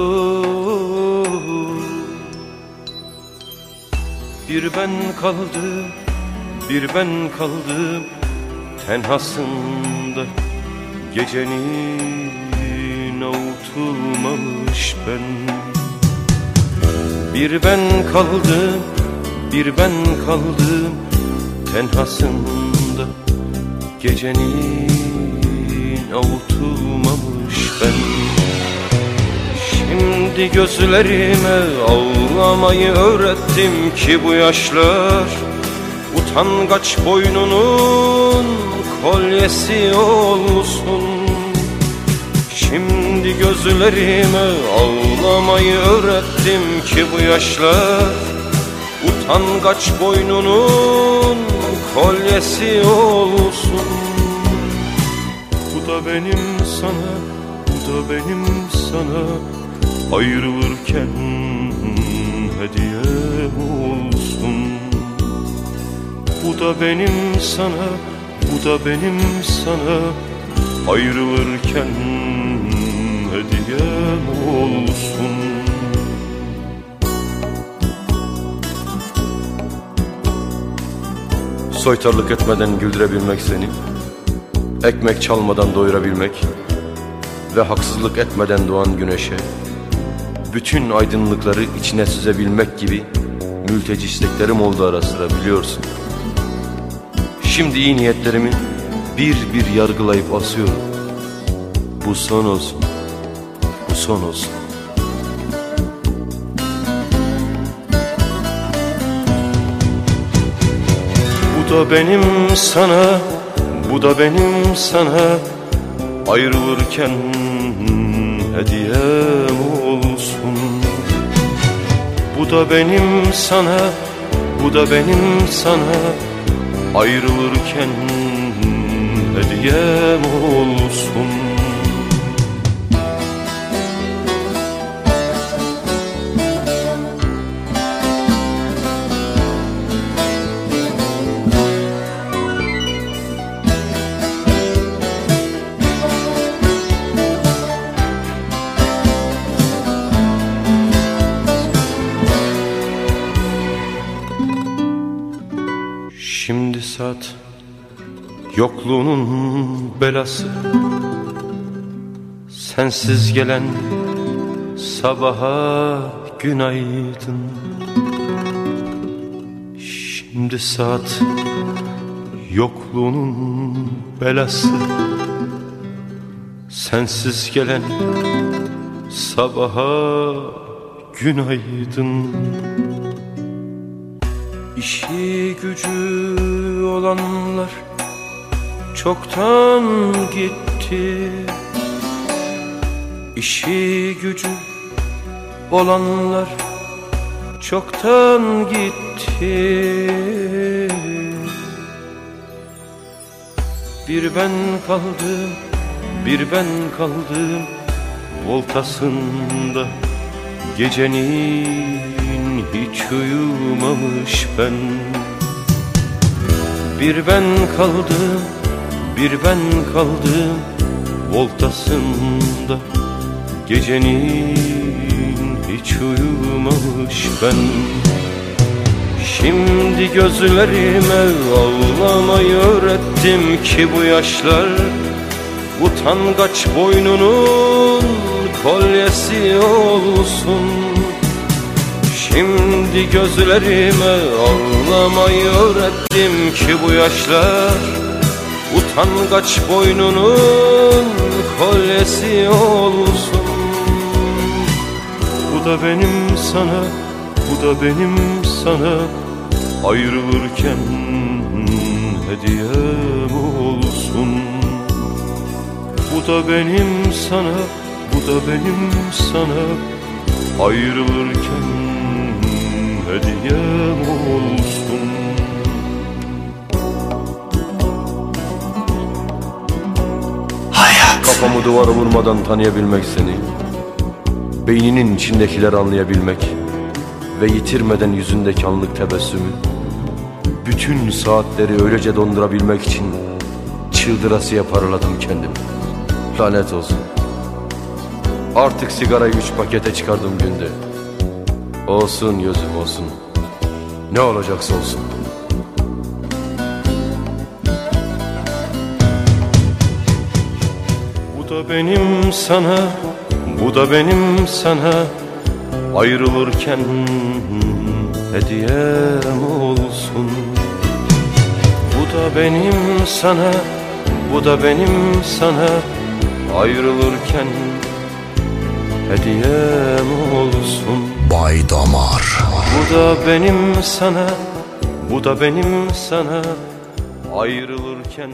Bir ben kaldım, bir ben kaldım tenhasında gecenin avutulmamış ben. Bir ben kaldım, bir ben kaldım tenhasında gecenin avutulmamış ben. Şimdi gözlerime ağlamayı öğrettim ki bu yaşlar utangaç boynunun kolyesi olsun. Şimdi gözlerime ağlamayı öğrettim ki bu yaşlar utangaç boynunun kolyesi olsun. Bu da benim sana, bu da benim sana ayrılırken hediye olsun. Bu da benim sana, bu da benim sana ayrılırken hediye olsun. Soytarlık etmeden güldürebilmek seni, ekmek çalmadan doyurabilmek ve haksızlık etmeden doğan güneşe bütün aydınlıkları içine süzebilmek gibi mülteci isteklerim oldu ara sıra, biliyorsun. Şimdi iyi niyetlerimi bir bir yargılayıp asıyorum. Bu son olsun, bu son olsun. Bu da benim sana, bu da benim sana ayrılırken hediyem olsun. Bu da benim sana, bu da benim sana ayrılırken hediyem olsun. Şimdi saat yokluğunun belası, sensiz gelen sabaha günaydın. Şimdi saat yokluğunun belası, sensiz gelen sabaha günaydın. İşi gücü olanlar çoktan gitti. İşi gücü olanlar çoktan gitti. Bir ben kaldım, bir ben kaldım voltasında gecenin hiç uyumamış ben. Bir ben kaldım, bir ben kaldım voltasında. Gecenin hiç uyumamış ben. Şimdi gözlerime ağlamayı öğrettim ki bu yaşlar utangaç boynunun kolyesi olsun. Şimdi gözlerime ağlamayı öğrettim ki bu yaşlar utangaç boynunun kolyesi olsun. Bu da benim sana, bu da benim sana ayrılırken hediyem olsun. Bu da benim sana, bu da benim sana ayrılırken hediyem olsun. Hayat. Kafamı duvara vurmadan tanıyabilmek seni, beyninin içindekileri anlayabilmek ve yitirmeden yüzündeki anlık tebessümü, bütün saatleri öylece dondurabilmek için çıldırasıya paraladım kendimi. Lanet olsun. Artık sigarayı üç pakete çıkardım günde. Olsun gözüm olsun. Ne olacaksa olsun. Bu da benim sana, bu da benim sana ayrılırken hediyem olsun. Bu da benim sana, bu da benim sana ayrılırken hediyem olsun. Bay Damar. Bu da benim sana, bu da benim sana ayrılırken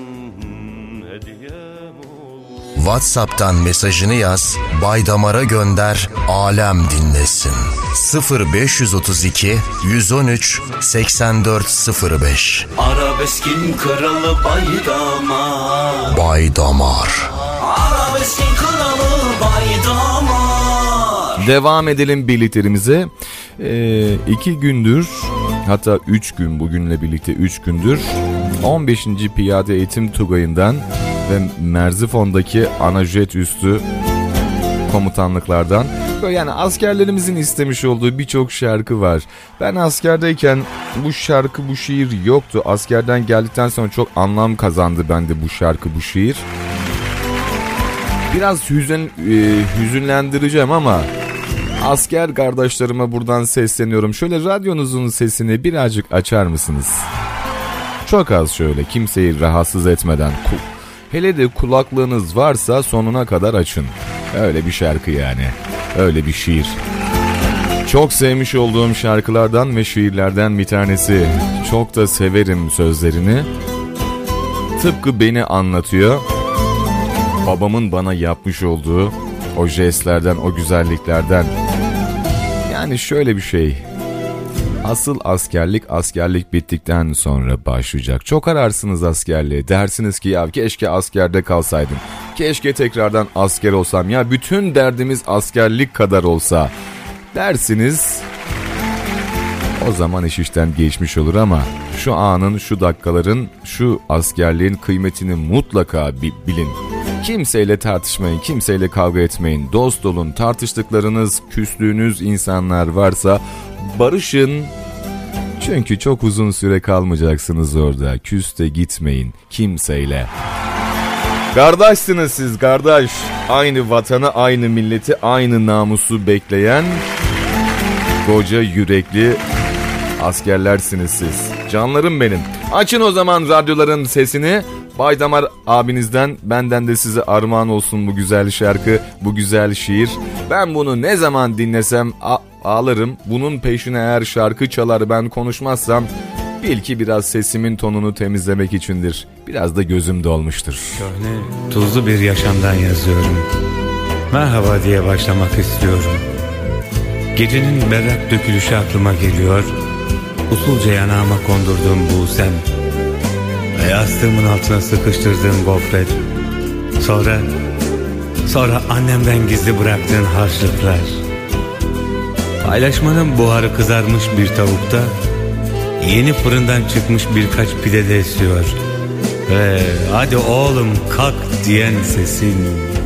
hediyem olsun. WhatsApp'tan mesajını yaz, Bay Damar'a gönder, alem dinlesin. sıfır beş otuz iki yüz on üç seksen dört sıfır beş. Arabeskin kralı Bay Damar. Bay Damar. Arabeskin kralı Bay Damar. Devam edelim birliklerimize. Ee, iki gündür, hatta üç gün, bugünle birlikte üç gündür on beşinci Piyade Eğitim Tugayı'ndan ve Merzifon'daki Anajet Üstü komutanlıklardan, yani askerlerimizin istemiş olduğu birçok şarkı var. Ben askerdeyken bu şarkı, bu şiir yoktu. Askerden geldikten sonra çok anlam kazandı bende bu şarkı, bu şiir. Biraz hüzün, e, hüzünlendireceğim ama asker kardeşlerime buradan sesleniyorum. Şöyle radyonuzun sesini birazcık açar mısınız? Çok az, şöyle kimseyi rahatsız etmeden. Hele de kulaklığınız varsa sonuna kadar açın. Öyle bir şarkı yani. Öyle bir şiir. Çok sevmiş olduğum şarkılardan ve şiirlerden bir tanesi. Çok da severim sözlerini. Tıpkı beni anlatıyor. Babamın bana yapmış olduğu o jestlerden, o güzelliklerden. Yani şöyle bir şey. Asıl askerlik askerlik bittikten sonra başlayacak. Çok ararsınız askerliği. Dersiniz ki ya keşke askerde kalsaydım. Keşke tekrardan asker olsam. Ya bütün derdimiz askerlik kadar olsa dersiniz. O zaman iş işten geçmiş olur ama şu anın, şu dakikaların, şu askerliğin kıymetini mutlaka bilin. Kimseyle tartışmayın, kimseyle kavga etmeyin. Dost olun, tartıştıklarınız, küstüğünüz insanlar varsa barışın. Çünkü çok uzun süre kalmayacaksınız orada. Küste gitmeyin kimseyle. Kardeşsiniz siz, kardeş. Aynı vatanı, aynı milleti, aynı namusu bekleyen koca yürekli askerlersiniz siz. Canlarım benim. Açın o zaman radyoların sesini. Bay Damar abinizden, benden de size armağan olsun bu güzel şarkı, bu güzel şiir. Ben bunu ne zaman dinlesem a- ağlarım. Bunun peşine eğer şarkı çalar ben konuşmazsam bil ki biraz sesimin tonunu temizlemek içindir. Biraz da gözüm dolmuştur. Köhne, tuzlu bir yaşamdan yazıyorum. Merhaba diye başlamak istiyorum. Gecenin berrak dökülüşü aklıma geliyor. Usulca yanağıma kondurduğum buğsem ve yastığımın altına sıkıştırdığım gofret. Sonra, sonra annemden gizli bıraktığın harçlıklar. Paylaşmanın buharı kızarmış bir tavukta, yeni fırından çıkmış birkaç pidede esiyor. Ve hadi oğlum kalk diyen sesin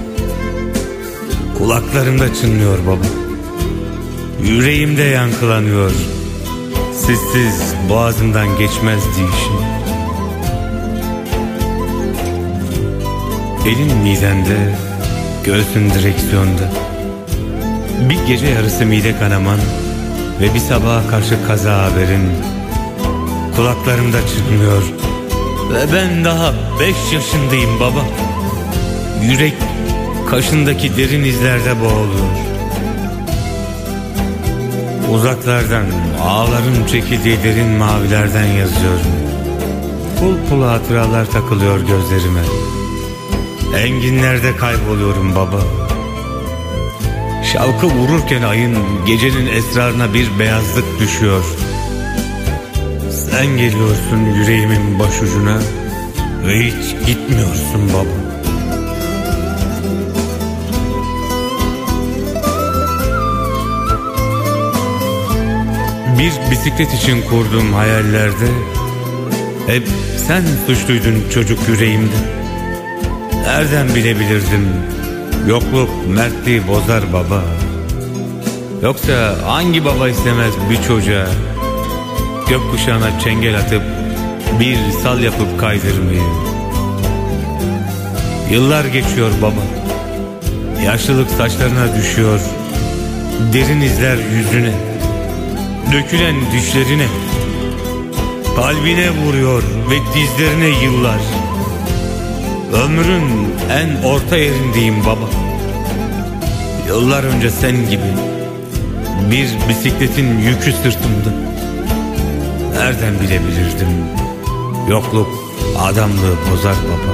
kulaklarımda çınlıyor baba. Yüreğimde yankılanıyor. Sizsiz boğazımdan geçmez dişin. Elin midende, göğsün direksiyonda. Bir gece yarısı mide kanaman ve bir sabaha karşı kaza haberin kulaklarımda çınlıyor. Ve ben daha beş yaşındayım baba. Yürek kaşındaki derin izlerde boğuluyor. Uzaklardan ağların çekildiği derin mavilerden yazıyorum. Pul pul hatıralar takılıyor gözlerime. Enginlerde kayboluyorum baba. Şavkı vururken ayın gecenin esrarına bir beyazlık düşüyor. Sen geliyorsun yüreğimin başucuna ve hiç gitmiyorsun baba. Bir bisiklet için kurduğum hayallerde hep sen suçluydun çocuk yüreğimde. Nereden bilebilirdim yokluk mertliği bozar baba. Yoksa hangi baba istemez bir çocuğa gökkuşağına çengel atıp bir sal yapıp kaydırmayı. Yıllar geçiyor baba. Yaşlılık saçlarına düşüyor. Derin izler yüzüne. Dökülen dişlerine. Kalbine vuruyor ve dizlerine yıllar. Ömrün en orta yerindeyim baba. Yıllar önce sen gibi bir bisikletin yükü sırtımda. Nereden bilebilirdim yokluk adamlığı bozar baba.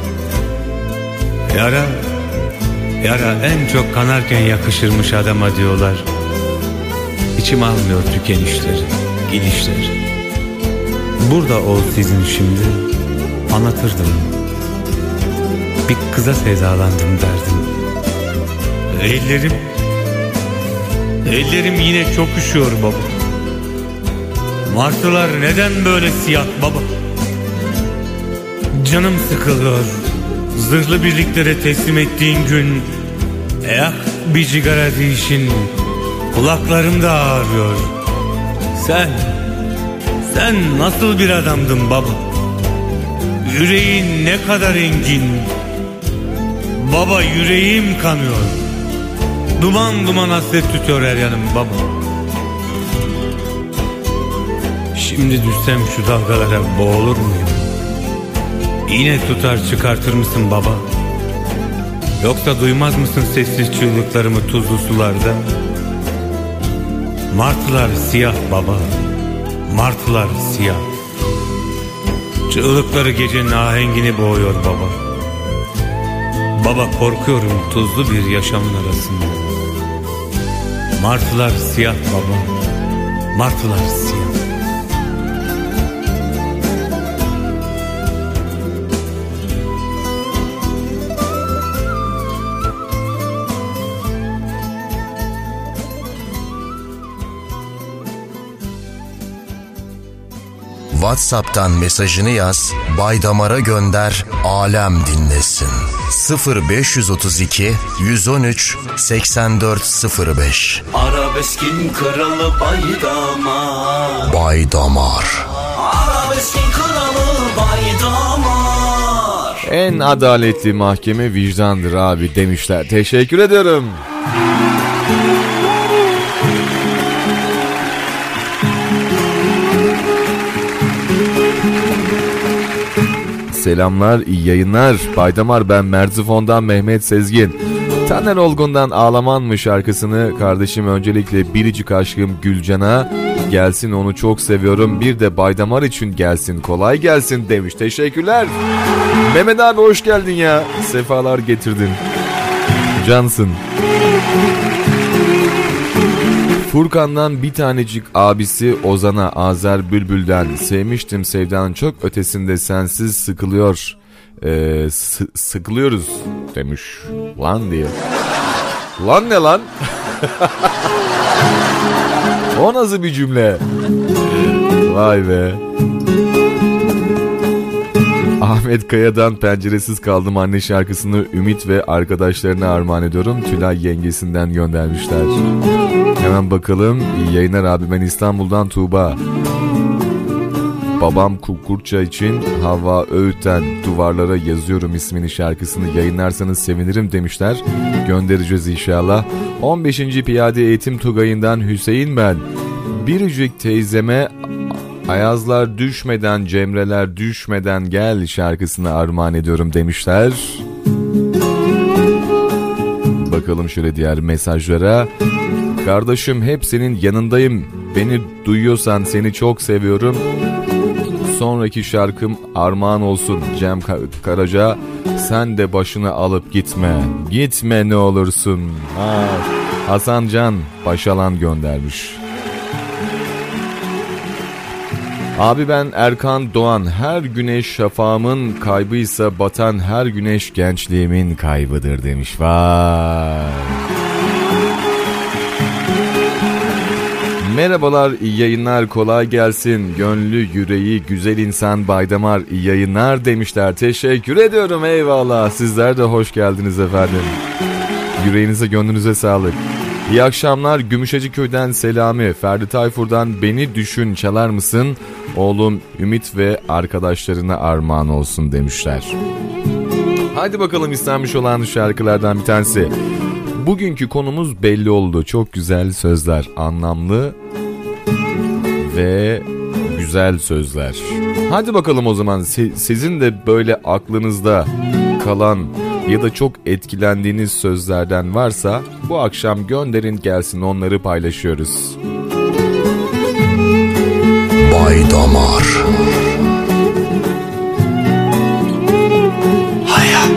Yara, yara en çok kanarken yakışırmış adama diyorlar. İçim almıyor tükenişleri, gidişleri. Burada ol sizin şimdi, anlatırdım. Bir kıza sevdalandım derdim. Ellerim, ellerim yine çok üşüyor baba. Martılar neden böyle siyah baba? Canım sıkılıyor. Zırhlı birliklere teslim ettiğin gün yak bir cigara değişin. Kulaklarımda ağrıyor. Sen, sen nasıl bir adamdın baba? Yüreğin ne kadar engin. Baba yüreğim kanıyor. Duman duman hasret tutuyor her yanım baba. Şimdi düşsem şu dalgalara boğulur muyum? Yine tutar çıkartır mısın baba? Yoksa duymaz mısın sessiz çığlıklarımı tuzlu sularda? Martılar siyah baba. Martılar siyah. Çığlıkları gecenin ahengini boğuyor baba. Baba korkuyorum tuzlu bir yaşamın arasında. Martılar siyah baba. Martılar siyah. WhatsApp'tan mesajını yaz, Bay Damar'a gönder, alem dinlesin. sıfır beş otuz iki yüz on üç seksen dört sıfır beş. Arabeskin kralı Bay Damar. Bay Damar. Arabeskin kralı Bay Damar. En adaletli mahkeme vicdandır abi demişler. Teşekkür ediyorum. Selamlar, iyi yayınlar. Baydamar, ben Merzifon'dan Mehmet Sezgin. Taner Olgun'dan Ağlaman mı şarkısını kardeşim öncelikle biricik aşkım Gülcan'a gelsin, onu çok seviyorum. Bir de Baydamar için gelsin, kolay gelsin demiş. Teşekkürler. Mehmet abi hoş geldin ya. Sefalar getirdin. Cansın. Furkan'dan bir tanecik abisi Ozan'a, Azer Bülbül'den sevmiştim sevdanın çok ötesinde sensiz sıkılıyor ee, s- sıkılıyoruz demiş. Lan diye. Lan ne lan? O nasıl bir cümle? Vay be. Ahmet Kaya'dan Penceresiz Kaldım Anne şarkısını Ümit ve arkadaşlarına armağan ediyorum. Tülay yengesinden göndermişler. Hemen bakalım. İyi yayınlar abi, ben İstanbul'dan Tuğba. Babam Kukurça için Havva Öğüt'ten Duvarlara Yazıyorum ismini şarkısını yayınlarsanız sevinirim demişler. Göndereceğiz inşallah. on beşinci Piyade Eğitim Tugayı'ndan Hüseyin ben. Biricik teyzeme Ayazlar düşmeden, Cemreler düşmeden gel şarkısını armağan ediyorum demişler. Bakalım şöyle diğer mesajlara. Kardeşim hep senin yanındayım. Beni duyuyorsan seni çok seviyorum. Sonraki şarkım armağan olsun Cem Karaca. Sen de başını alıp gitme. Gitme ne olursun. Ha, Hasan Can Başalan göndermiş. Abi ben Erkan Doğan. Her güneş şafağımın kaybıysa batan her güneş gençliğimin kaybıdır demiş. Vay. Merhabalar, iyi yayınlar, kolay gelsin. Gönlü yüreği güzel insan Baydamar, iyi yayınlar demişler. Teşekkür ediyorum, eyvallah. Sizler de hoş geldiniz efendim. Yüreğinize gönlünüze sağlık. İyi akşamlar, Gümüşhacıköy'den Selami. Ferdi Tayfur'dan Beni Düşün çalar mısın? Oğlum Ümit ve arkadaşlarına armağan olsun demişler. Hadi bakalım istenmiş olan şarkılardan bir tanesi. Bugünkü konumuz belli oldu. Çok güzel sözler, anlamlı ve güzel sözler. Hadi bakalım o zaman, sizin de böyle aklınızda kalan ya da çok etkilendiğiniz sözlerden varsa bu akşam gönderin gelsin, onları paylaşıyoruz. Bay Damar. Hayat.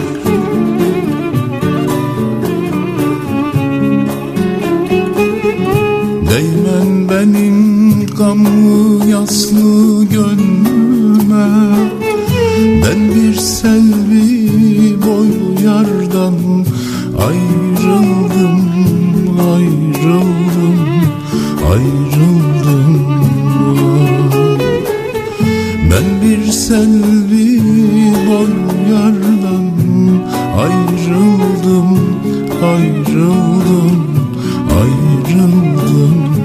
Değmen benim gamlı yaslı gönlüme. Ben bir selvi boylu yardan ayrıldım, ayrıldım, ayrıldım. Ben bir selvi boylu yardan ayrıldım, ayrıldım, ayrıldım.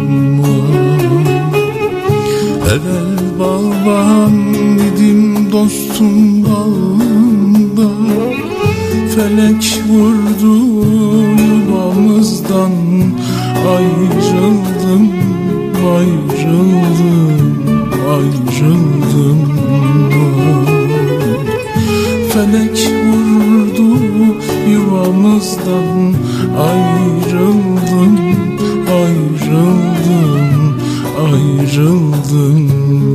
Evvel bağban idim dostum bağında, felek vurdu yuvamızdan, ayrıldım, ayrıldım, ayrıldım. Felek vurdu yuvamızdan, ayrıldım, ayrıldım, ayrıldım.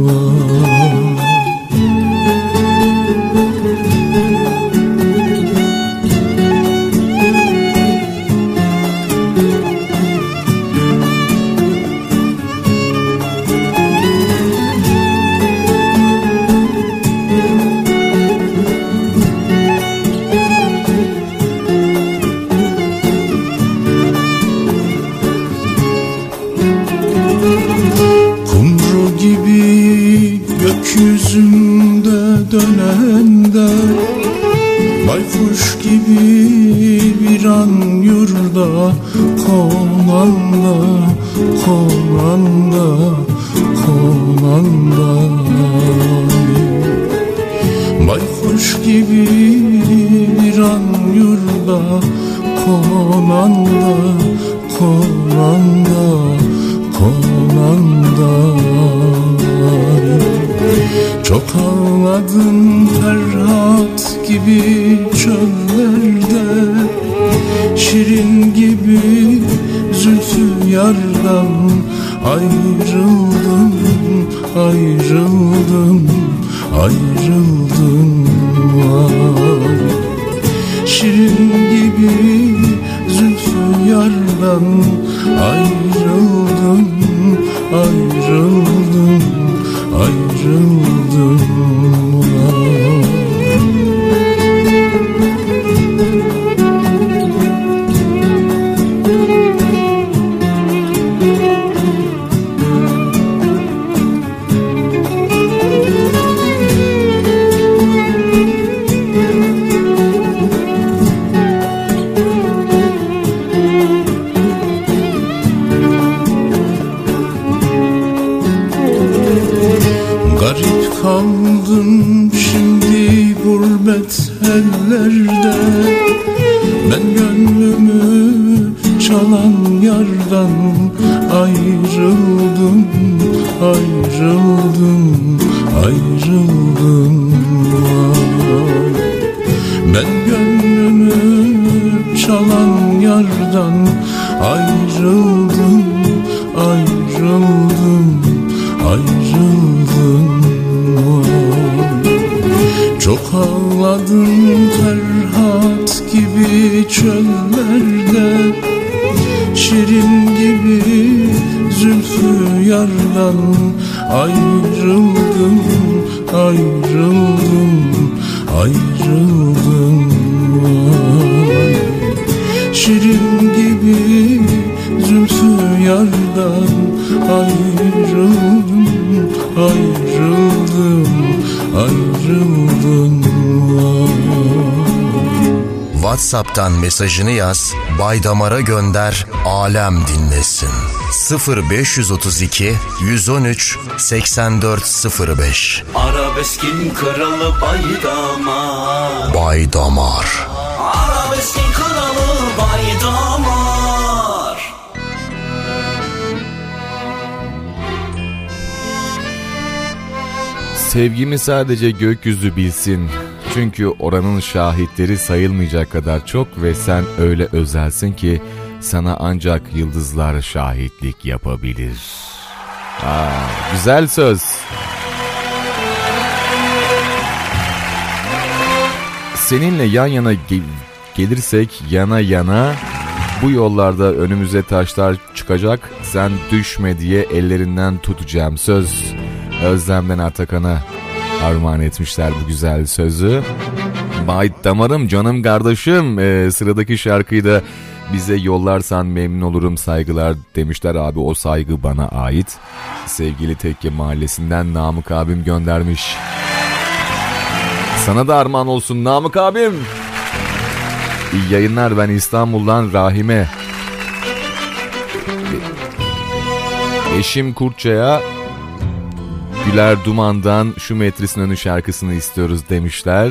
Gökyüzünde dönende, baykuş gibi bir an yurda konanda, konanda, konanda. Baykuş gibi bir an yurda konanda, konanda, konanda. Çok ağladım Ferhat gibi çöllerde, şirin gibi zülfü yardan ayrıldım, ayrıldım, ayrıldım. Ay. Şirin gibi zülfü yardan ayrıldım, ayrıldım, ayrıldım. gönlümü çalan yardan ayrıldım, ayrıldım, ayrıldım. Ben gönlümü çalan yardan ayrıldım, ayrıldım, ayrıldım. Çok ağladım Ferhat gibi çöllerde, şirin gibi zülfü yardan ayrıldım, ayrıldım, ayrıldım. Şirin gibi zülfü yardan ayrıldım, ayrıldım, ayrıldım. WhatsApp'tan mesajını yaz, Baydamar'a gönder, alem dinlesin. sıfır beş otuz iki yüz on üç seksen dört sıfır beş. Arabeskin kralı Baydamar. Baydamar. Arabeskin kralı Baydamar. Sevgimi sadece gökyüzü bilsin. Çünkü oranın şahitleri sayılmayacak kadar çok ve sen öyle özelsin ki sana ancak yıldızlar şahitlik yapabilir. Aa, güzel söz. Seninle yan yana ge- gelirsek yana yana bu yollarda önümüze taşlar çıkacak. Sen düşme diye ellerinden tutacağım. Söz Özlem'den Atakan'a armağan etmişler bu güzel sözü. Baydamar'ım, canım kardeşim, ee, sıradaki şarkıyı da bize yollarsan memnun olurum, saygılar demişler. Abi o saygı bana ait. Sevgili Tekke Mahallesi'nden Namık abim göndermiş. Sana da armağan olsun Namık abim. İyi yayınlar, ben İstanbul'dan Rahime. Eşim Kurtça'ya Güler Duman'dan Şu Metrisin Önü şarkısını istiyoruz demişler.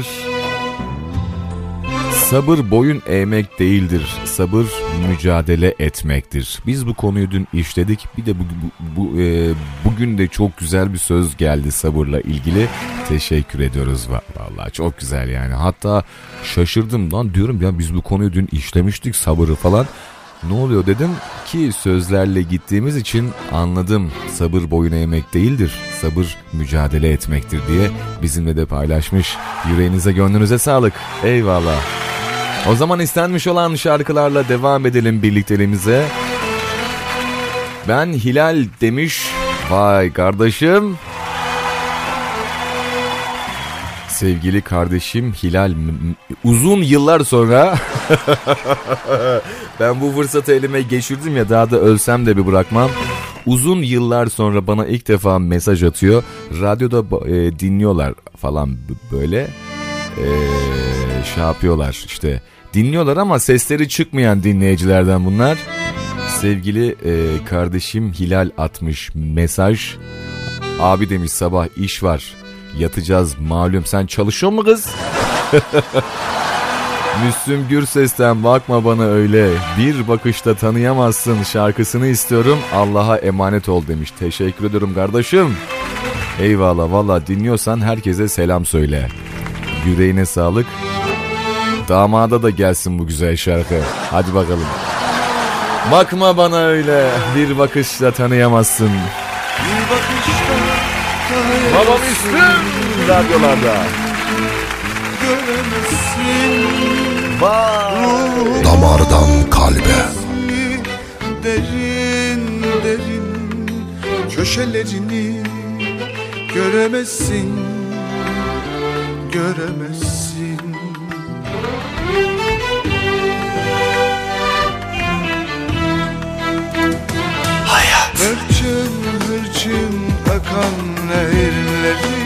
Sabır boyun eğmek değildir. Sabır mücadele etmektir. Biz bu konuyu dün işledik. Bir de bu, bu, bu, e, bugün de çok güzel bir söz geldi sabırla ilgili. Teşekkür ediyoruz. Vallahi çok güzel yani. Hatta şaşırdım lan, diyorum ya biz bu konuyu dün işlemiştik, sabırı falan. Ne oluyor dedim ki sözlerle gittiğimiz için anladım. Sabır boyun eğmek değildir. Sabır mücadele etmektir diye bizimle de paylaşmış. Yüreğinize gönlünüze sağlık. Eyvallah. O zaman istenmiş olan şarkılarla devam edelim birlikteliğimize. Ben Hilal demiş. Vay kardeşim. Sevgili kardeşim Hilal, uzun yıllar sonra ben bu fırsatı elime geçirdim ya, daha da ölsem de bir bırakmam. Uzun yıllar sonra bana ilk defa mesaj atıyor. Radyoda e, dinliyorlar falan böyle e, şey yapıyorlar işte, dinliyorlar ama sesleri çıkmayan dinleyicilerden bunlar. Sevgili e, kardeşim Hilal atmış mesaj. Abi demiş, sabah iş var, yatacağız malum, sen çalışıyor mu kız? Müslüm Gürses'ten bakma bana öyle, bir bakışta tanıyamazsın şarkısını istiyorum, Allah'a emanet ol demiş. Teşekkür ediyorum kardeşim. Eyvallah, valla dinliyorsan herkese selam söyle. Yüreğine sağlık. Damada da gelsin bu güzel şarkı. Hadi bakalım. Bakma bana öyle, bir bakışla tanıyamazsın. Bir bakışta Babam Müslüm radyolarda. göremezsin. Damardan kalbe. Derin derin köşelerini göremezsin, göremezsin. Hayat. Hırçın hırçın akan nehirleri,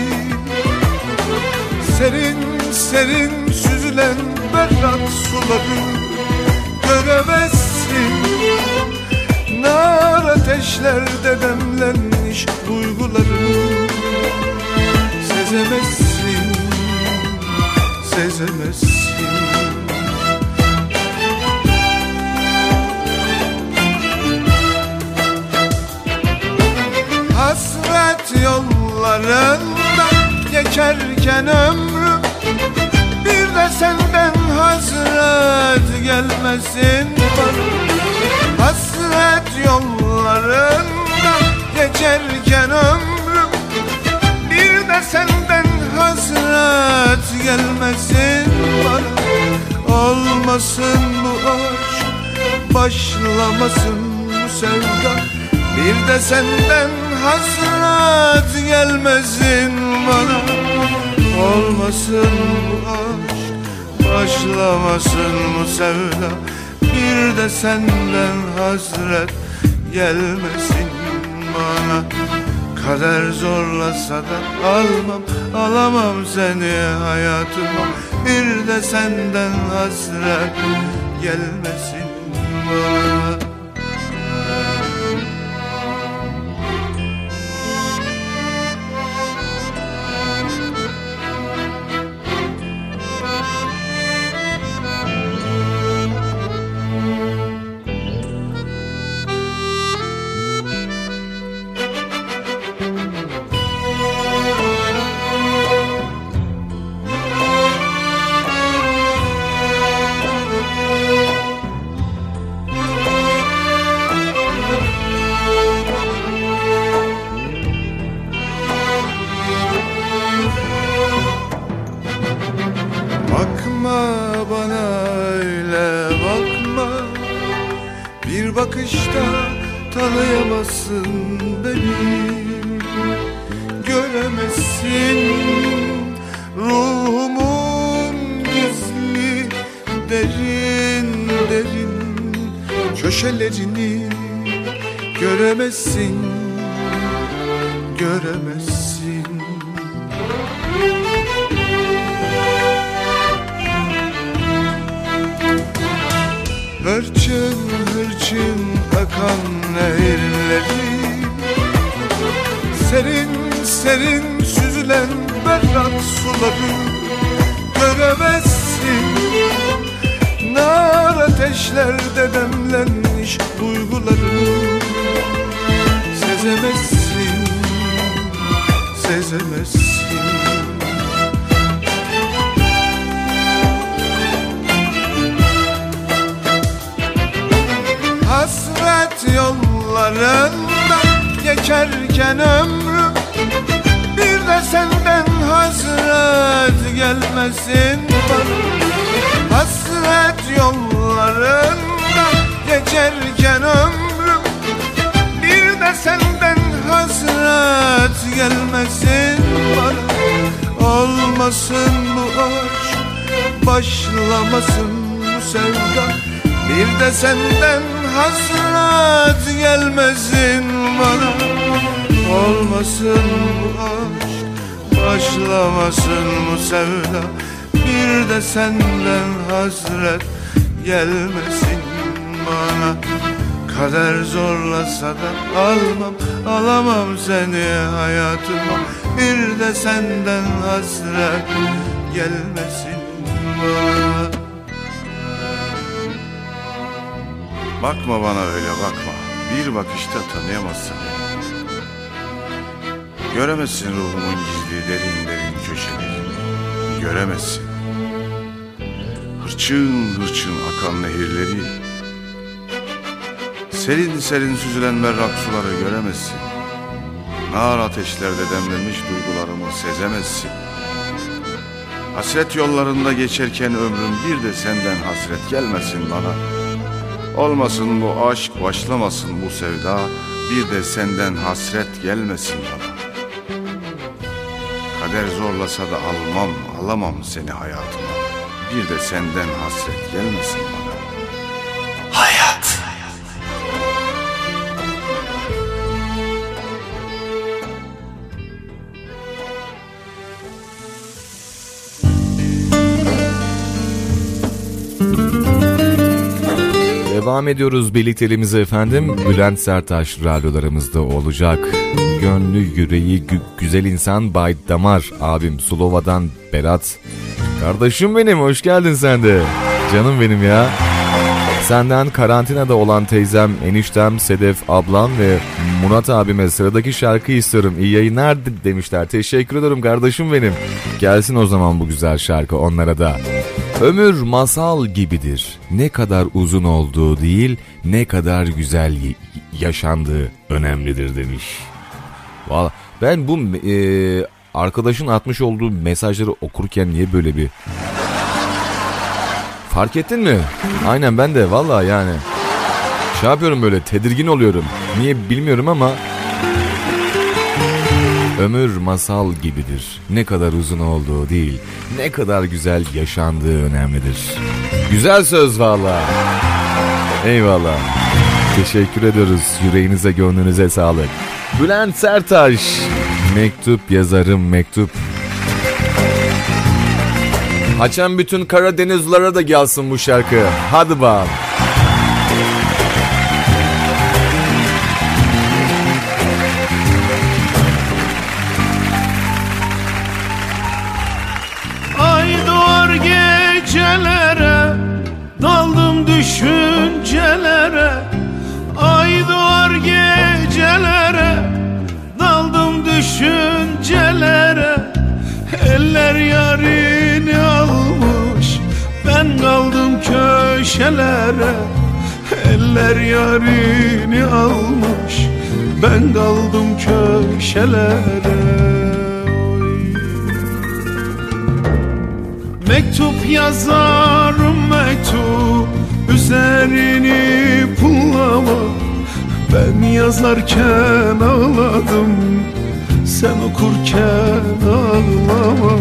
serin serin süzülen berrak suları göremezsin. Nar ateşlerde demlenmiş duyguları sezemezsin, sezemezsin. geçerken ömrüm, bir de senden hasret gelmesin bana. Hasret yollarında geçerken ömrüm, bir de senden hasret gelmesin bana. Olmasın bu aşk, başlamasın bu sevda, bir de senden hasret gelmesin bana. Olmasın bu aşk, başlamasın bu sevda, bir de senden hasret gelmesin bana. Kader zorlasa da almam, alamam seni hayatıma, bir de senden hasret gelmesin bana. Bakışta tanıyamazsın beni, göremezsin ruhumun gizli derin derin köşelerini, göremezsin, göremezsin. Hırçın hırçın akan nehirleri, serin serin süzülen berrak suları, göremezsin. Nar ateşlerde demlenmiş duyguları, sezemezsin, sezemezsin. Hasret yollarında geçerken ömrüm, bir de senden hasret gelmesin bana. Hasret yollarında geçerken ömrüm, bir de senden hasret gelmesin bana. Olmasın bu aşk, başlamasın bu sevda, bir de senden hasret gelmesin bana. Olmasın bu aşk, başlamasın bu sevda, bir de senden hasret gelmesin bana. Kader zorlasa da almam, alamam seni hayatıma, bir de senden hasret gelmesin bana. Bakma bana öyle, bakma. Bir bakışta tanıyamazsın beni. Göremezsin ruhumun gizli derin derin köşelerini, göremezsin. Hırçın hırçın akan nehirleri, serin serin süzülen berrak suları göremezsin. Nar ateşlerde demlenmiş duygularımı sezemezsin. Hasret yollarında geçerken ömrüm, bir de senden hasret gelmesin bana. Olmasın bu aşk, başlamasın bu sevda, bir de senden hasret gelmesin bana. Kader zorlasa da almam, alamam seni hayatıma, bir de senden hasret gelmesin bana. Hayat. Devam ediyoruz birlikteliğimize efendim. Bülent Serttaş radyolarımızda olacak. Gönlü yüreği gü- güzel insan Bay Damar abim Sulova'dan Berat. Kardeşim benim, hoş geldin sen de. Canım benim ya. Senden karantinada olan teyzem, eniştem, Sedef ablam ve Murat abime sıradaki şarkıyı istiyorum. İyi yayınlar demişler. Teşekkür ederim kardeşim benim. Gelsin o zaman bu güzel şarkı onlara da. Ömür masal gibidir. Ne kadar uzun olduğu değil, ne kadar güzel yaşandığı önemlidir demiş. Vallahi ben bu e, arkadaşın atmış olduğu mesajları okurken niye böyle bir... Fark ettin mi? Aynen ben de vallahi yani. Şey yapıyorum, böyle tedirgin oluyorum. Niye bilmiyorum ama... Ömür masal gibidir. Ne kadar uzun olduğu değil, ne kadar güzel yaşandığı önemlidir. Güzel söz vallahi. Eyvallah. Teşekkür ediyoruz. Yüreğinize, gönlünüze sağlık. Bülent Sertaş. Mektup yazarım mektup. Açan bütün Karadenizlilere de gelsin bu şarkı. Hadi bakalım. Ay doğar gecelere, daldım düşüncelere. Ay doğar gecelere, daldım düşüncelere. Eller yarini almış, ben kaldım köşelere. Eller yarini almış, ben kaldım köşelere. Mektup yazarım mektup, üzerini pullama. Ben yazarken ağladım, sen okurken ağlama.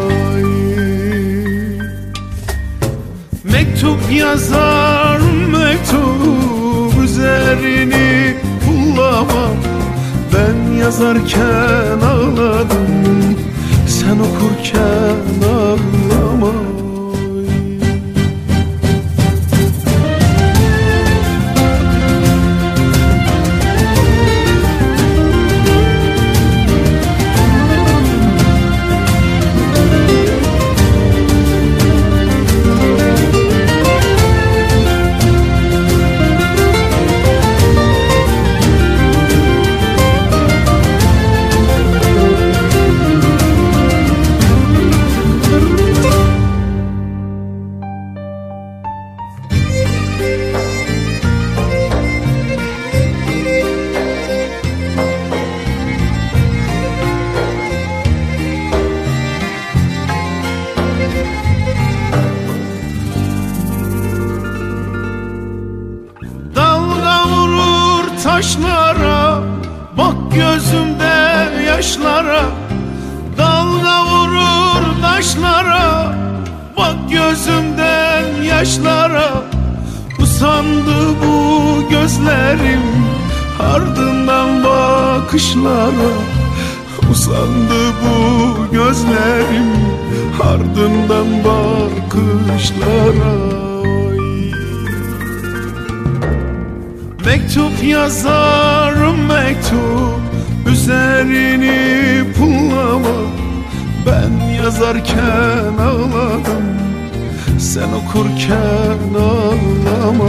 Mektup yazarım mektup, üzerini pullama. Ben yazarken ağladım, sen okurken ağlama. Taşlara, bak gözümde yaşlara. Dalga vurur taşlara, bak gözümden yaşlara. Usandı bu gözlerim, ardından bakışlara. Usandı bu gözlerim, ardından bakışlara. Mektup yazarım mektup, üzerini pullama. Ben yazarken ağladım, sen okurken ağlama.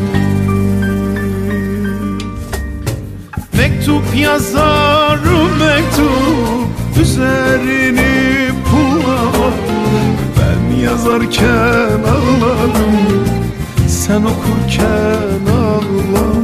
Mektup yazarım mektup, üzerini pullama. Ben yazarken ağladım, sen okurken ağlama.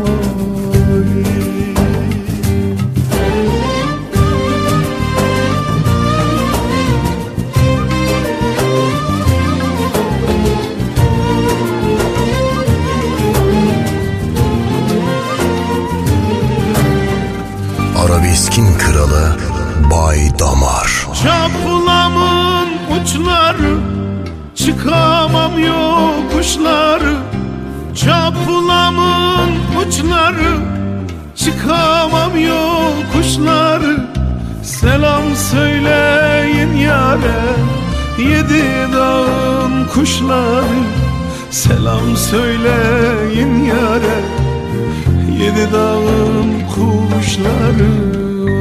Arabeskin kralı Bay Damar. Çapulamın uçları, çıkamam yokuşları. Çapulamın uçları, çıkamam yokuşları. Selam söyleyin yâre, yedi dağın kuşları. Selam söyleyin yâre, yedi dağın kuşları.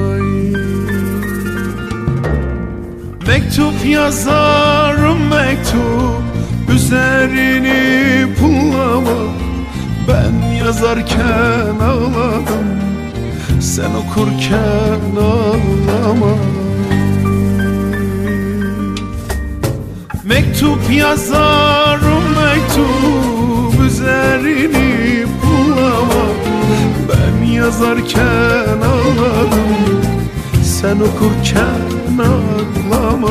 Mektup yazarım mektup, üzerini pullama. yazarken ağladım, sen okurken ağlama. Mektup yazarım mektup üzerini bulama. Ben yazarken ağladım, sen okurken ağlama.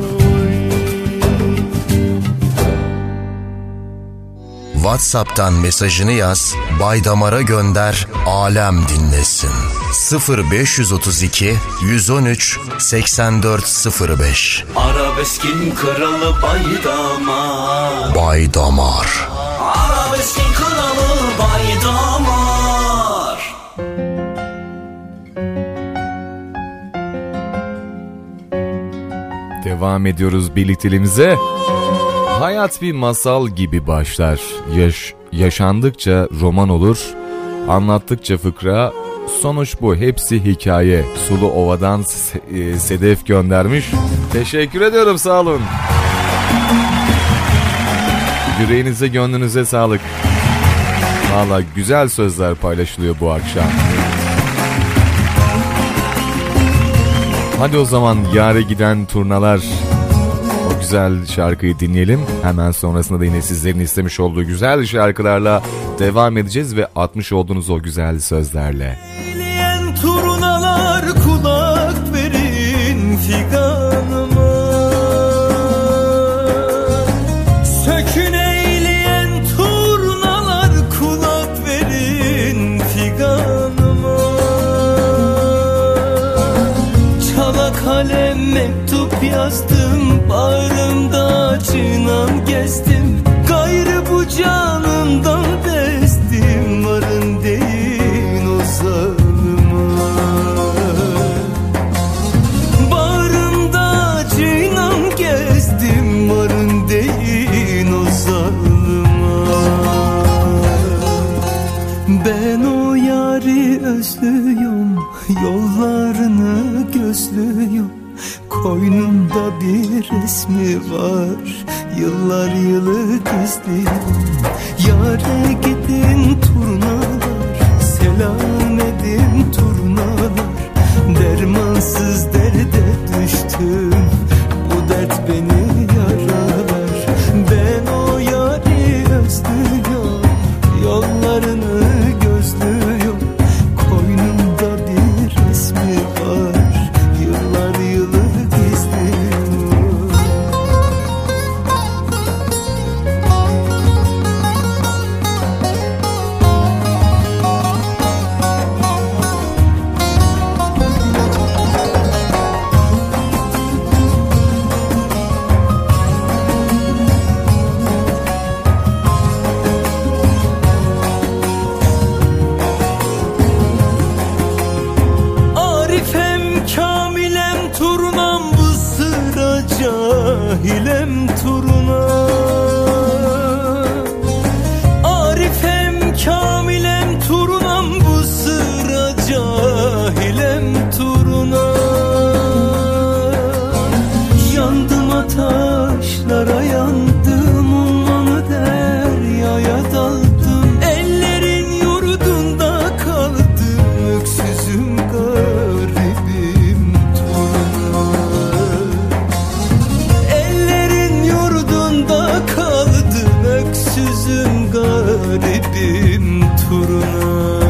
WhatsApp'tan mesajını yaz, Baydamar'a gönder, alem dinlesin. sıfır beş otuz iki yüz on üç seksen dört sıfır beş. Arabeskin kralı Baydamar. Baydamar. Arabeskin kralı Baydamar. Devam ediyoruz birlikteliğimize. Hayat bir masal gibi başlar. Yaş, yaşandıkça roman olur. Anlattıkça fıkra. Sonuç bu. Hepsi hikaye. Sulu Ova'dan e, Sedef göndermiş. Teşekkür ediyorum. Sağ olun. Yüreğinize, gönlünüze sağlık. Valla güzel sözler paylaşılıyor bu akşam. Hadi o zaman yâre giden turnalar. O güzel şarkıyı dinleyelim. Hemen sonrasında da yine sizlerin istemiş olduğu güzel şarkılarla devam edeceğiz ve atmış olduğunuz o güzel sözlerle. Eyleyen turnalar kulak verin figanıma. Sökün eyleyen turnalar kulak verin figanıma. Çala kalem mektup yazdım, bağrımda çınan gezdim. Gayrı bu canımdan bezdim, varın değil o zalıma. Bağrımda çınan gezdim, varın değil o zalıma. Ben o yâri özlüyorum, yollarını gözlüyorum. Koynumda bir resmi var, yıllar yılı gizliyorum. Yâre gidin turnalar, selam edin turnalar. Dermansız derde düştüm, bu dert beni yaralar. Ben o yâri özlüyorum, yollarını gözlüyorum. Koynumda bir resmi var, yıllar yılı cahilem turuna. Arifem kamilem turunam, bu sıra cahilem turuna. Yandım ataşlara yandım, ummanı deryaya daldım. Ellerin yurdunda kaldım, öksüzüm garibim turuna. Kaldım öksüzüm garibim turuna.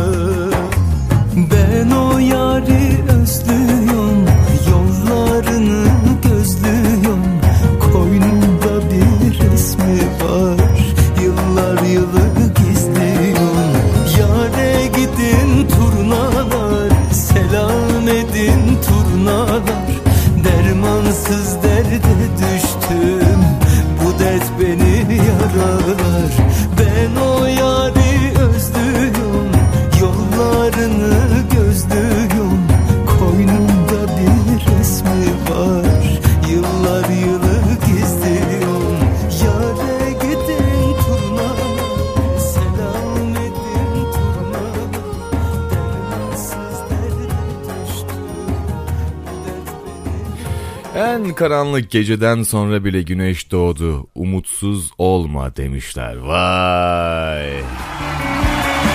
Ben o yâri özlüyorum, yollarını gözlüyorum. Koynumda bir resmi var, yıllar yılı gizliyorum. Yâre gidin turnalar, selam edin turnalar. Dermansız derde düştüm, bu dert beni yaralar. Ben o yâri özlüyorum, yollarını gözlüyorum. Koynumda bir resmi var, yıllar yılı gizliyorum. Yâre gidin turnalar, selam edin turnalar. Dermansız derde düştüm, bu dert beni... En karanlık geceden sonra bile güneş doğdu. Umutsuz olma demişler. Vay.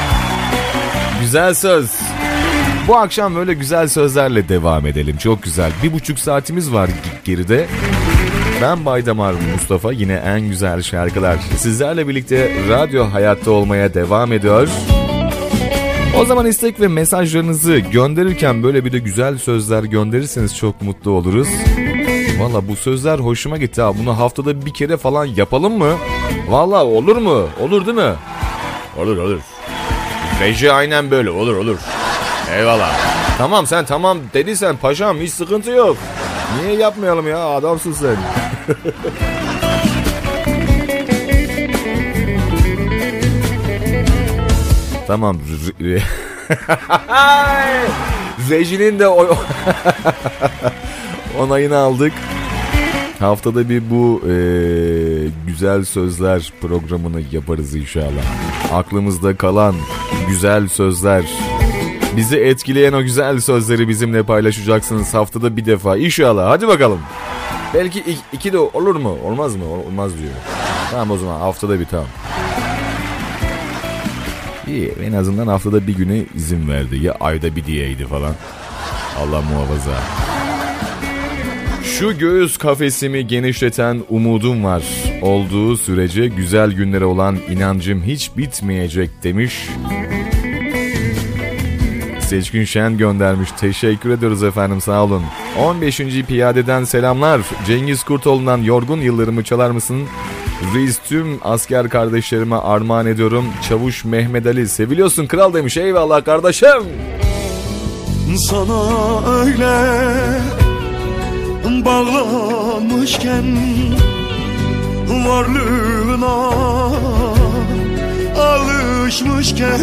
güzel söz. Bu akşam böyle güzel sözlerle devam edelim. Çok güzel. Bir buçuk saatimiz var geride. Ben Baydamar Mustafa. Yine en güzel şarkılar sizlerle birlikte radyo hayatta olmaya devam ediyor. O zaman istek ve mesajlarınızı gönderirken böyle bir de güzel sözler gönderirseniz çok mutlu oluruz. Valla bu sözler hoşuma gitti ha. Bunu haftada bir kere falan yapalım mı? Valla olur mu? Olur değil mi? Olur olur. Reji aynen böyle olur olur. Eyvallah. Tamam sen tamam dediysen paşam hiç sıkıntı yok. Niye yapmayalım ya, adamsın sen. Tamam. Rejinin de o... onayını aldık. Haftada bir bu e, güzel sözler programını yaparız inşallah. Aklımızda kalan güzel sözler, bizi etkileyen o güzel sözleri bizimle paylaşacaksınız haftada bir defa inşallah. Hadi bakalım. Belki iki, iki de olur mu? Olmaz mı? Olmaz diyor. Tamam o zaman haftada bir, tamam. İyi, en azından haftada bir güne izin verdi. Ya ayda bir diyeydi falan. Allah muhafaza. Şu göğüs kafesimi genişleten umudum var. Olduğu sürece güzel günlere olan inancım hiç bitmeyecek demiş. Seçkin Şen göndermiş. Teşekkür ediyoruz efendim, sağ olun. on beşinci piyadeden selamlar. Cengiz Kurtoğlu'ndan yorgun yıllarımı çalar mısın? Reis tüm asker kardeşlerime armağan ediyorum. Çavuş Mehmet Ali seviliyorsun kral demiş. Eyvallah kardeşim. Sana öyle bağlanmışken, varlığına alışmışken,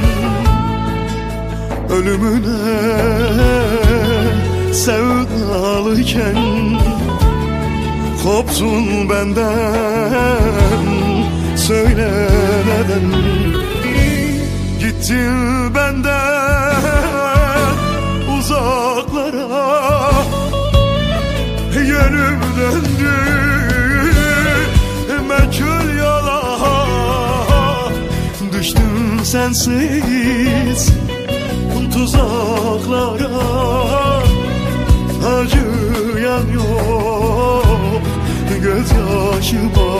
ölümüne sevdalıken, kopsun benden söyle neden gittin benden uzaklara, yönüm döndü meçhul yola, düştüm sensiz tuzaklara, acıyan yok gözyaşıma.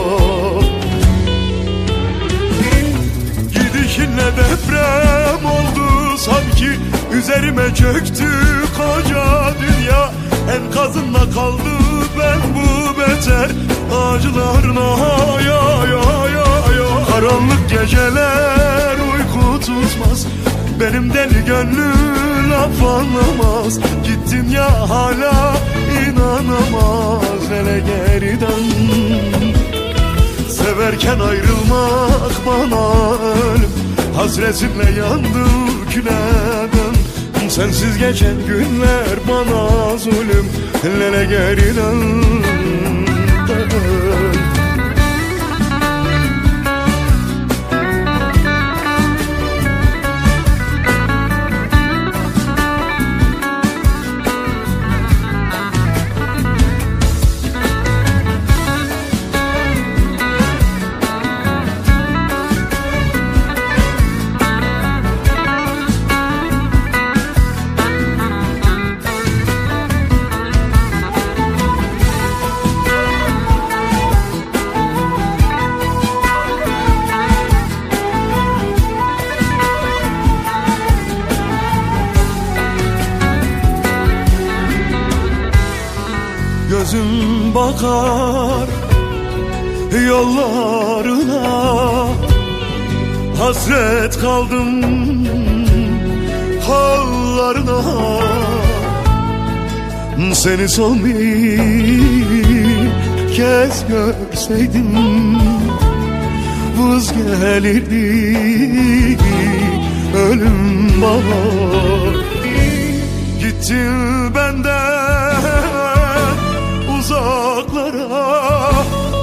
Gidişinle deprem oldu sanki, üzerime çöktü koca dünya. Enkazında kaldı ben bu beter acılarına, ya ya ya ya. Karanlık geceler uyku tutmaz, benim deli gönlüm laf anlamaz. Gittin ya hala inanamaz, hele geriden. Severken ayrılmak bana ölüm, hasretinle yandım küleden. Sensiz geçen günler bana zulüm, hele geriden. Gözüm bakar yollarına, hasret kaldım hallarına. Seni son bir kez görseydim, vız gelirdi ölüm bana. Gittin benden uzaklara,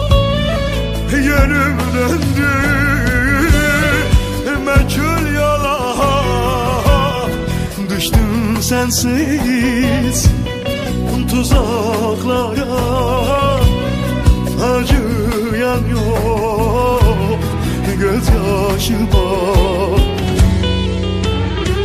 yönüm döndü meçhul yola, düştüm sensiz tuzaklara, acıyan yok gözyaşıma.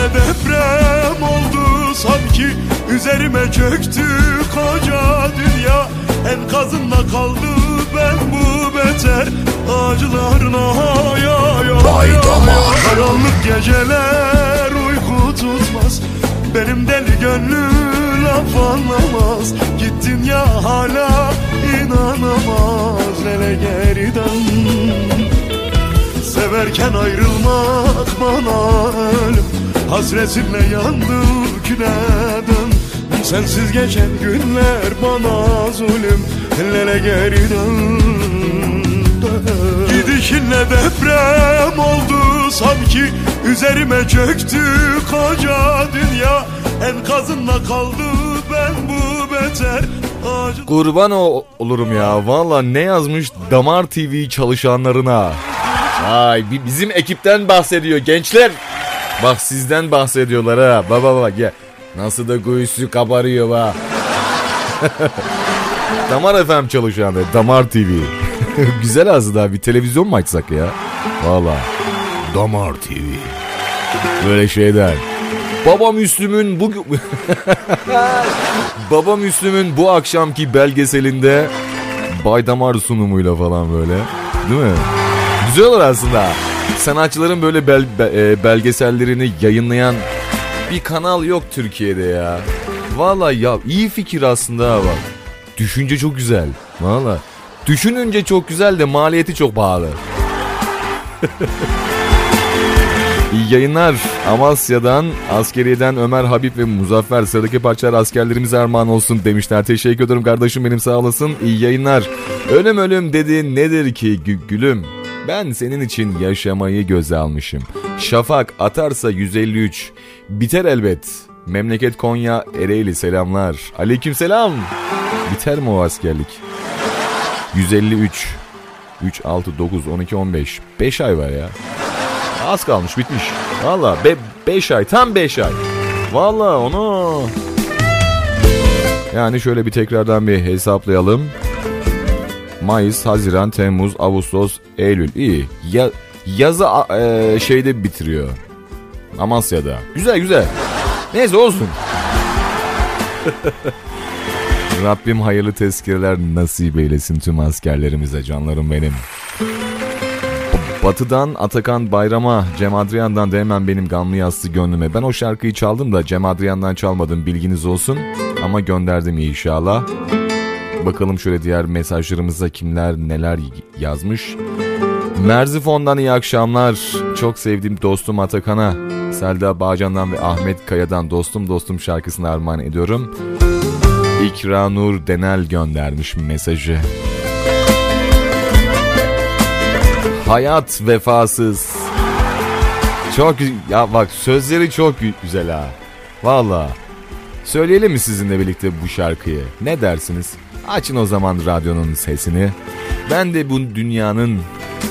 deprem oldu sanki, üzerime çöktü koca dünya. Enkazında kaldı ben bu beter acılarına ya ya. Bay Damar. Karanlık geceler uyku tutmaz, benim deli gönlüm laf anlamaz. Gittin ya hala inanamaz, lele geriden. Severken ayrılmak bana ölüm, hasretinle yandı küleden. Sensiz geçen günler bana zulüm, lele geriden. Gidişinle deprem oldu sanki, üzerime çöktü koca dünya. Enkazında kaldı ben bu beter acı... Kurban o- olurum ya. Valla ne yazmış Damar T V çalışanlarına. Ay bizim ekipten bahsediyor gençler. Bak sizden bahsediyorlar ha. Baba baba gel. Nasıl da göğüsü kabarıyor ha. Damar F M çalışanları. Damar T V. Güzel aslında, bir televizyon mu açsak ya? Valla. Damar T V. Böyle şeyler. Baba Müslüm'ün bu Baba Müslüm'ün bu akşamki belgeselinde Bay Damar sunumuyla falan böyle. Değil mi? Güzel olur aslında. Sanatçıların böyle bel, be, belgesellerini yayınlayan bir kanal yok Türkiye'de ya. Valla ya iyi fikir aslında ha bak. Düşünce çok güzel. Valla. Düşününce çok güzel de maliyeti çok pahalı. İyi yayınlar. Amasya'dan, askeriyeden Ömer, Habib ve Muzaffer, sıradaki parçalar askerlerimize armağan olsun demişler. Teşekkür ederim kardeşim benim, sağ olasın. İyi yayınlar. Ölüm ölüm dediğin nedir ki gü- gülüm? Ben senin için yaşamayı göze almışım. Şafak atarsa yüz elli üç. Biter elbet. Memleket Konya Ereğli, selamlar. Aleyküm selam. Biter mi o askerlik? yüz elli üç. üç, altı, dokuz, on iki, on beş. beş ay var ya. Az kalmış, bitmiş. Valla beş ay, tam beş ay. Valla onu. Yani şöyle bir tekrardan bir hesaplayalım. Mayıs, Haziran, Temmuz, Ağustos, Eylül. İyi. Ya, yazı e, şeyde bitiriyor. Amasya'da. Güzel güzel. Neyse olsun. Rabbim hayırlı tezkireler nasip eylesin tüm askerlerimize, canlarım benim. Batı'dan Atakan Bayram'a, Cem Adrian'dan da hemen benim gamlı yassı gönlüme. Ben o şarkıyı çaldım da Cem Adrian'dan çalmadım, bilginiz olsun. Ama gönderdim inşallah. Bakalım şöyle diğer mesajlarımıza kimler neler yazmış. Merzifon'dan iyi akşamlar. Çok sevdiğim dostum Atakan'a, Selda Bağcan'dan ve Ahmet Kaya'dan dostum dostum şarkısını armağan ediyorum. İkranur Denel göndermiş mesajı. Hayat vefasız. Çok ya bak, sözleri çok güzel ha. Vallahi. Söyleyelim mi sizinle birlikte bu şarkıyı? Ne dersiniz? Açın o zaman radyonun sesini. Ben de bu dünyanın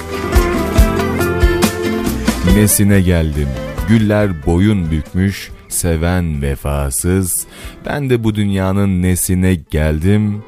nesine geldim. Güller boyun bükmüş, seven vefasız. Ben de bu dünyanın nesine geldim.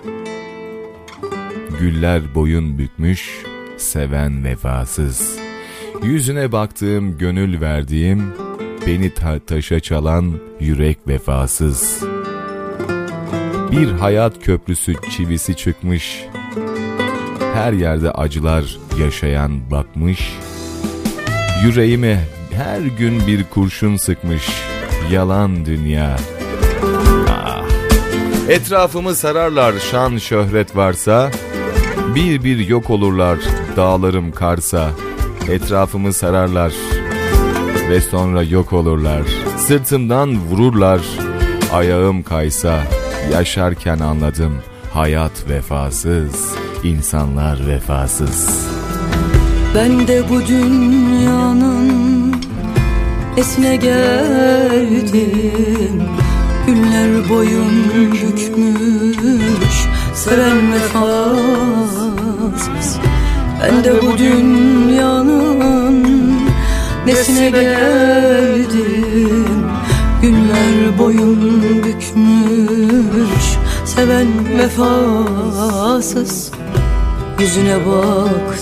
Güller boyun bükmüş, seven vefasız. Yüzüne baktığım, gönül verdiğim, beni ta- taşa çalan yürek vefasız. Bir hayat köprüsü çivisi çıkmış, her yerde acılar yaşayan bakmış. Yüreğime her gün bir kurşun sıkmış, yalan dünya. Ah. Etrafımı sararlar şan şöhret varsa, bir bir yok olurlar dağlarım karsa. Etrafımı sararlar ve sonra yok olurlar. Sırtımdan vururlar ayağım kaysa. Yaşarken anladım hayat vefasız, insanlar vefasız. Ben de bu dünyanın esine geldim. Güller boyun bükmüş, seven vefasız. Ben de bu dünyanın nesine geldim. Güller boyun bükmüş, seven vefasız. Yüzüne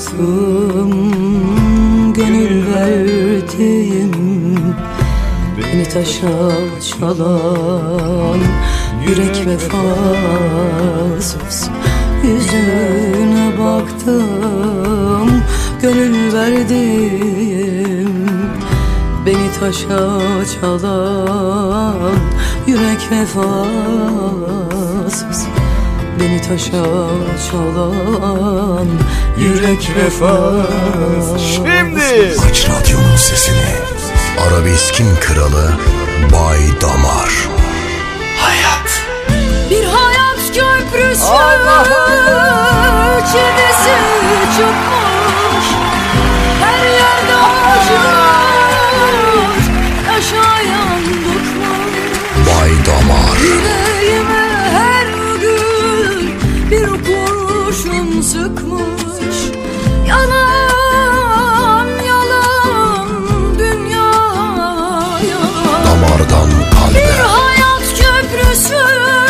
baktım, gönül verdim, beni taşa çalan yürek vefasız. Yüzüne baktım, gönül verdim, beni taşa çalan yürek vefasız. Beni taşa çalan yürek vefasız. Şimdi Aç radyonun sesini. Arabeskin kralı Bay Damar. Hayat. Bir hayat köprüsü çivisi çıkmış, her yerde acılar, yaşayan bıkmış. Bay Damar. Yüreğime her gün bir kurşun sıkmış. Yalan yalan dünya yalan. Damardan kalbe. Bir hayat köprüsü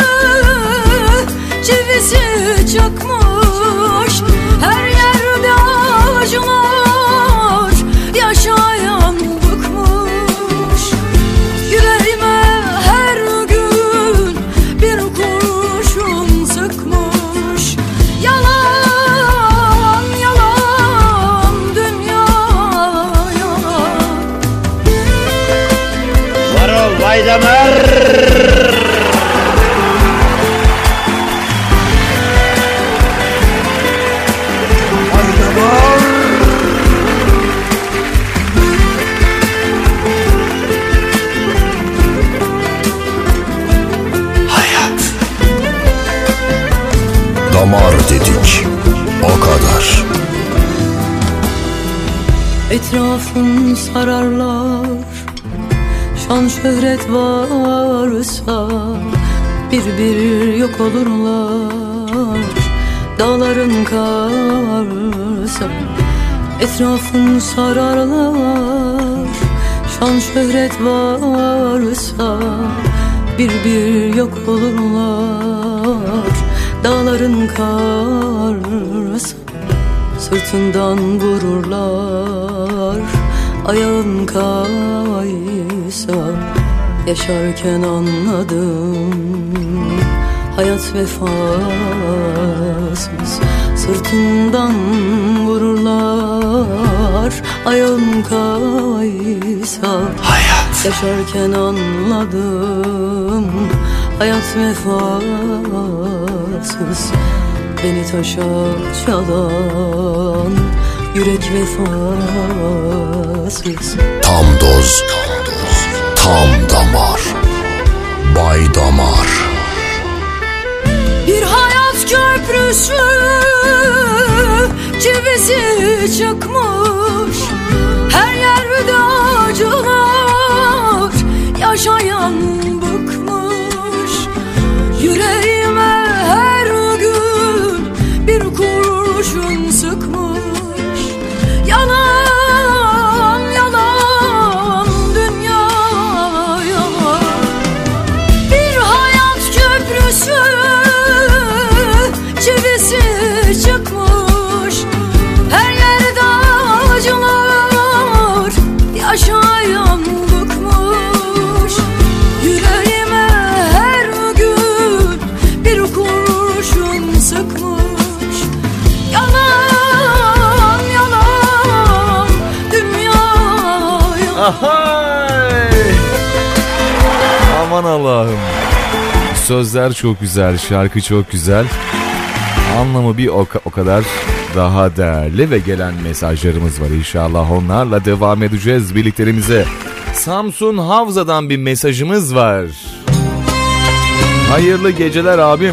çivisi çıkmış, her yerde acılar, yaşayan bıkmış. Yüreğime her gün bir kurşun sıkmış. Yalan yalan dünya yalan. Var ol Bay Damar. Damar dedik, o kadar. Etrafın sararlar, şan şöhret varsa bir bir yok olurlar. Dağların karsa etrafın sararlar, şan şöhret varsa bir bir yok olurlar. Dağların karsa sırtından vururlar. Ayağın kaysa yaşarken anladım, hayat vefasız. Sırtından vururlar. Ayağın kaysa hayat. Yaşarken anladım, hayat vefasız. Beni taşa çalan yürek vefasız. Tam doz, tam damar. Bay Damar. Bir hayat köprüsü çivisi çıkmış, her yerde acılar, yaşayan bıkmış. Yüreğime her gün bir kurşun sıkmış. Yalan yalan dünya yalan. Bir hayat köprüsü çivisi çıkmış, her yerde acılar, yaşayan bıkmış. Yüreğime her gün bir kurşun sıkmış. Yalan yalan dünya yalan. Ahay! Aman Allah'ım. Sözler çok güzel, şarkı çok güzel. Anlamı bir o, o kadar daha değerli ve gelen mesajlarımız var. İnşallah onlarla devam edeceğiz birliklerimize. Samsun Havza'dan bir mesajımız var. Hayırlı geceler abim.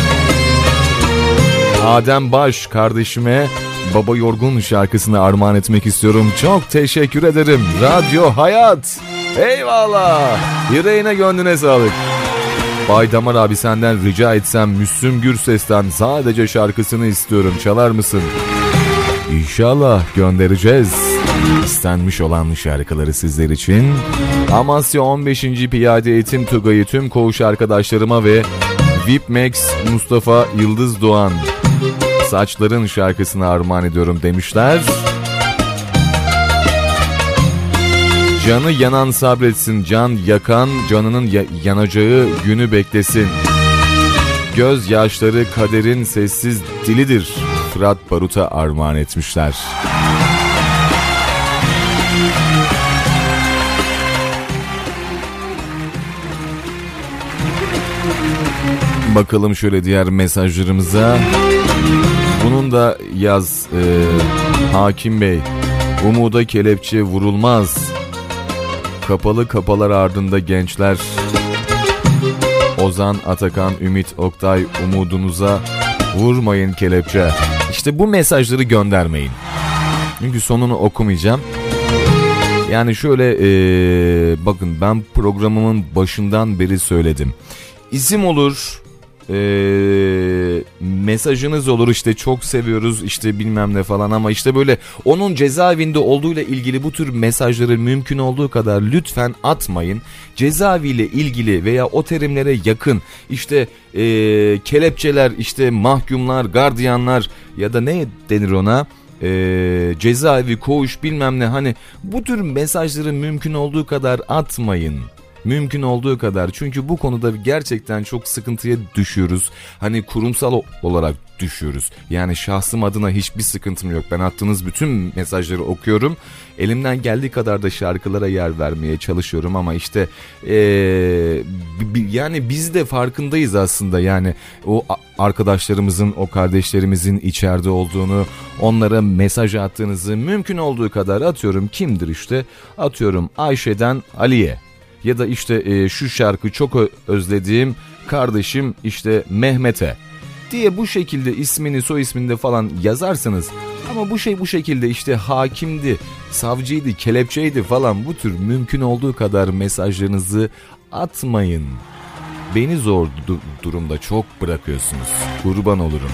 Adem Baş kardeşime Baba Yorgun şarkısını armağan etmek istiyorum. Çok teşekkür ederim. Radyo Hayat. Eyvallah. Yüreğine gönlüne sağlık. Bay Damar abi, senden rica etsem Müslüm Gürses'ten sadece şarkısını istiyorum. Çalar mısın? İnşallah göndereceğiz. İstenmiş olan şarkıları sizler için. Amasya on beşinci Piyade Eğitim Tugayı tüm koğuş arkadaşlarıma ve V I P Max Mustafa Yıldız Doğan Saçların şarkısını armağan ediyorum demişler. Canı yanan sabretsin, can yakan canının ya- yanacağı günü beklesin. Göz yaşları kaderin sessiz dilidir. Fırat Barut'a armağan etmişler. Bakalım şöyle diğer mesajlarımıza. Bunun da yaz e, Hakim Bey. Umuda kelepçe vurulmaz. Kapalı kapılar ardında gençler. Ozan, Atakan, Ümit, Oktay, umudunuza vurmayın kelepçe. İşte bu mesajları göndermeyin. Çünkü sonunu okumayacağım. Yani şöyle ee, bakın ben programımın başından beri söyledim. İsim olur, ee, mesajınız olur, işte çok seviyoruz işte bilmem ne falan, ama işte böyle onun cezaevinde olduğuyla ilgili bu tür mesajları mümkün olduğu kadar lütfen atmayın. Cezaeviyle ilgili veya o terimlere yakın işte ee, kelepçeler, işte mahkumlar, gardiyanlar ya da ne denir ona? Ee, cezaevi, koğuş bilmem ne, hani bu tür mesajları mümkün olduğu kadar atmayın. Mümkün olduğu kadar, çünkü bu konuda gerçekten çok sıkıntıya düşüyoruz. Hani kurumsal olarak düşüyoruz. Yani şahsım adına hiçbir sıkıntım yok. Ben attığınız bütün mesajları okuyorum. Elimden geldiği kadar da şarkılara yer vermeye çalışıyorum ama işte ee, yani biz de farkındayız aslında. Yani o arkadaşlarımızın, o kardeşlerimizin içeride olduğunu, onlara mesaj attığınızı mümkün olduğu kadar atıyorum. Kimdir işte? Atıyorum Ayşe'den Ali'ye. Ya da işte e, şu şarkı çok özlediğim kardeşim işte Mehmet'e diye bu şekilde ismini, soy ismini de falan yazarsanız, ama bu şey bu şekilde işte hakimdi, savcıydı, kelepçeydi falan, bu tür mümkün olduğu kadar mesajlarınızı atmayın. Beni zor du- durumda çok bırakıyorsunuz. Kurban olurum.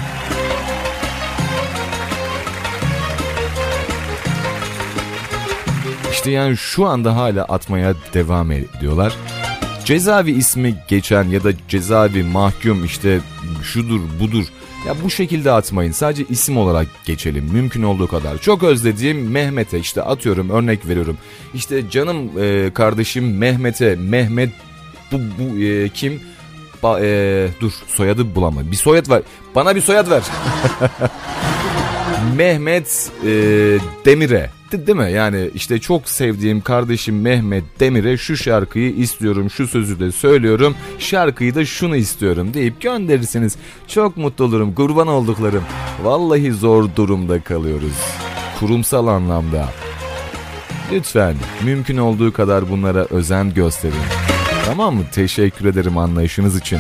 İşte yani şu anda hala atmaya devam ediyorlar. Cezaevi ismi geçen ya da cezaevi mahkum işte şudur budur. Ya bu şekilde atmayın. Sadece isim olarak geçelim mümkün olduğu kadar. Çok özlediğim Mehmet'e işte atıyorum, örnek veriyorum. İşte canım e, kardeşim Mehmet'e. Mehmet bu, bu e, kim? Ba, e, dur soyadı bulamadım. Bir soyad var. Bana bir soyad ver. Mehmet e, Demir'e. Değil mi? Yani işte çok sevdiğim kardeşim Mehmet Demir'e şu şarkıyı istiyorum, şu sözü de söylüyorum, şarkıyı da şunu istiyorum deyip gönderirseniz çok mutlu olurum. Kurban olduklarım. Vallahi zor durumda kalıyoruz. Kurumsal anlamda. Lütfen mümkün olduğu kadar bunlara özen gösterin. Tamam mı? Teşekkür ederim anlayışınız için.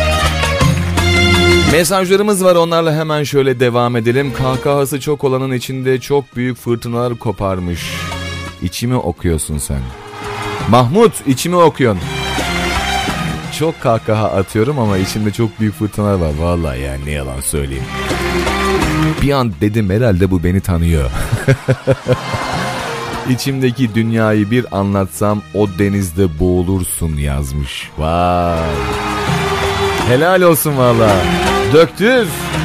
Mesajlarımız var, onlarla hemen şöyle devam edelim. Kahkahası çok olanın içinde çok büyük fırtınalar koparmış. İçimi okuyorsun sen. Mahmut, içimi okuyorsun. Çok kahkaha atıyorum ama içimde çok büyük fırtınalar var. Vallahi yani ne yalan söyleyeyim. Bir an dedim herhalde bu beni tanıyor. İçimdeki dünyayı bir anlatsam o denizde boğulursun yazmış. Vay. Helal olsun valla. Döktür.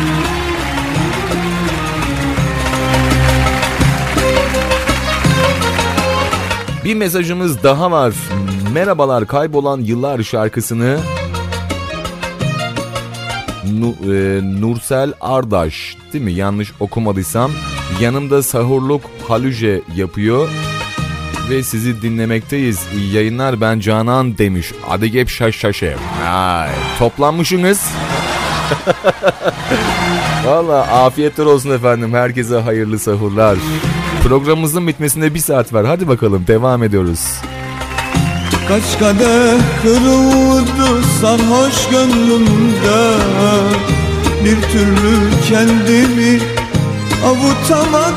Bir mesajımız daha var. Merhabalar, kaybolan yıllar şarkısını N- e, Nursel Ardaş, değil mi? Yanlış okumadıysam. Yanımda sahurluk halüce yapıyor ve sizi dinlemekteyiz. İyi yayınlar, ben Canan demiş. Adı gep şaş şaşe. Ay, toplanmışsınız. Valla afiyetler olsun efendim. Herkese hayırlı sahurlar. Programımızın bitmesine bir saat var. Hadi bakalım devam ediyoruz. Kaç kadeh kırıldı sarhoş gönlümde, bir türlü kendimi avutamadım.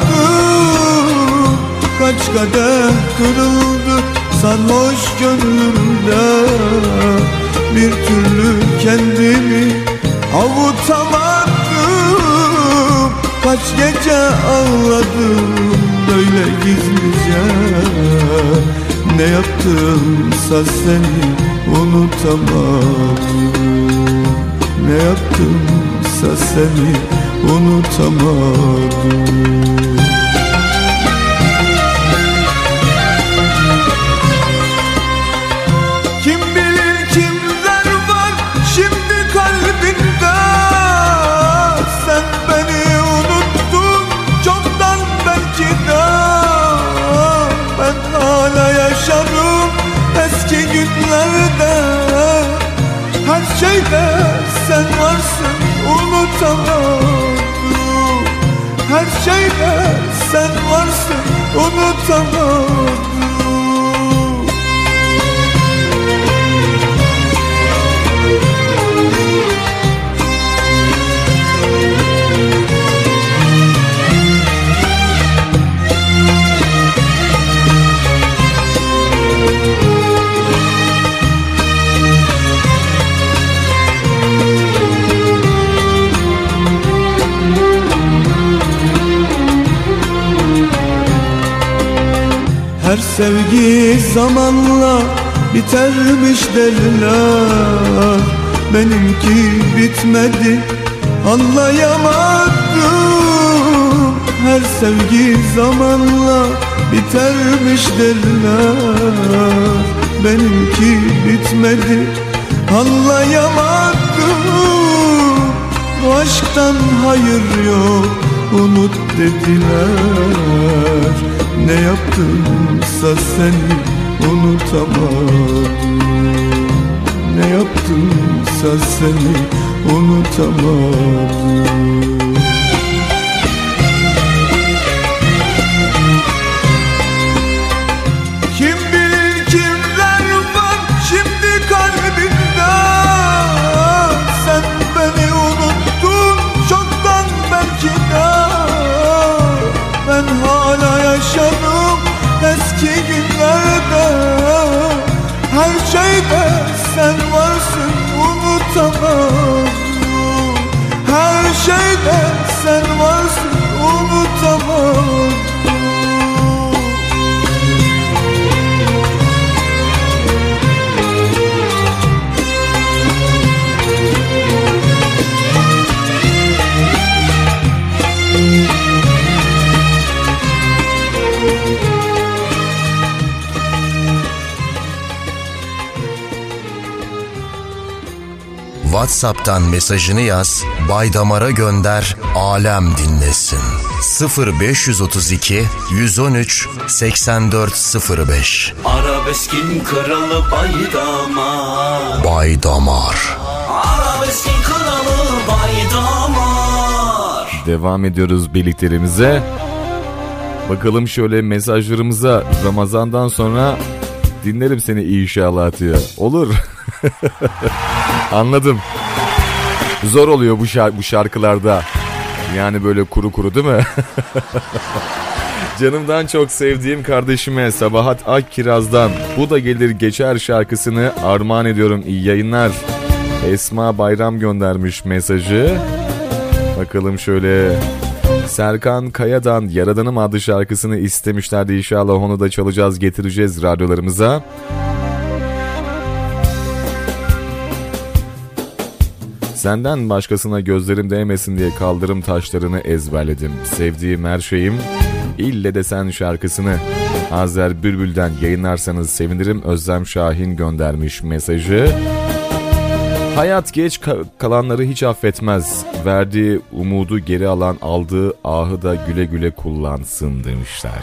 Kaç kadeh kırıldı sarhoş gönlümde, bir türlü kendimi avutamadım. Kaç gece ağladım böyle gizlice, ne yaptımsa seni unutamadım. Ne yaptımsa seni unutamadım. yaşarım eski günlerde. Her şeyde sen varsın unutamadım. Her şeyde sen varsın unutamadım. Her sevgi zamanla bitermiş derler. Benimki bitmedi, anlayamadım. Her sevgi zamanla bitermiş derler. Benimki bitmedi, anlayamadım. Bu aşktan hayır yok, unut dediler. Ne yaptımsa seni unutamadım. Ne yaptımsa seni unutamadım. Kim bilir kimler var şimdi kalbinde. Sen beni unuttun çoktan belki de. Ben hala yaşadım eski günlerde. Her şeyde sen varsın unutamadım. Her şeyde sen varsın unutamadım. WhatsApp'tan mesajını yaz, Baydamar'a gönder, alem dinlesin. sıfır beş otuz iki yüz on üç seksen dört sıfır beş. Arabeskin kralı Baydamar. Baydamar. Arabeskin kralı Baydamar. Devam ediyoruz birliklerimize. Bakalım şöyle mesajlarımıza. Ramazan'dan sonra dinlerim seni inşallah diyor. Olur. Anladım. Zor oluyor bu, şark- bu şarkılarda. Yani böyle kuru kuru değil mi? Canımdan çok sevdiğim kardeşime Sabahat Akkiraz'dan Bu Da Gelir Geçer şarkısını armağan ediyorum. İyi yayınlar. Esma Bayram göndermiş mesajı. Bakalım şöyle. Serkan Kaya'dan Yaradanım adlı şarkısını istemişlerdi. İnşallah onu da çalacağız, getireceğiz radyolarımıza. Senden başkasına gözlerim değmesin diye kaldırım taşlarını ezberledim. Sevdiğim her şeyim ille de sen şarkısını Azer Bülbül'den yayınlarsanız sevinirim. Özlem Şahin göndermiş mesajı. Hayat geç kalanları hiç affetmez. Verdiği umudu geri alan aldığı ahı da güle güle kullansın demişler.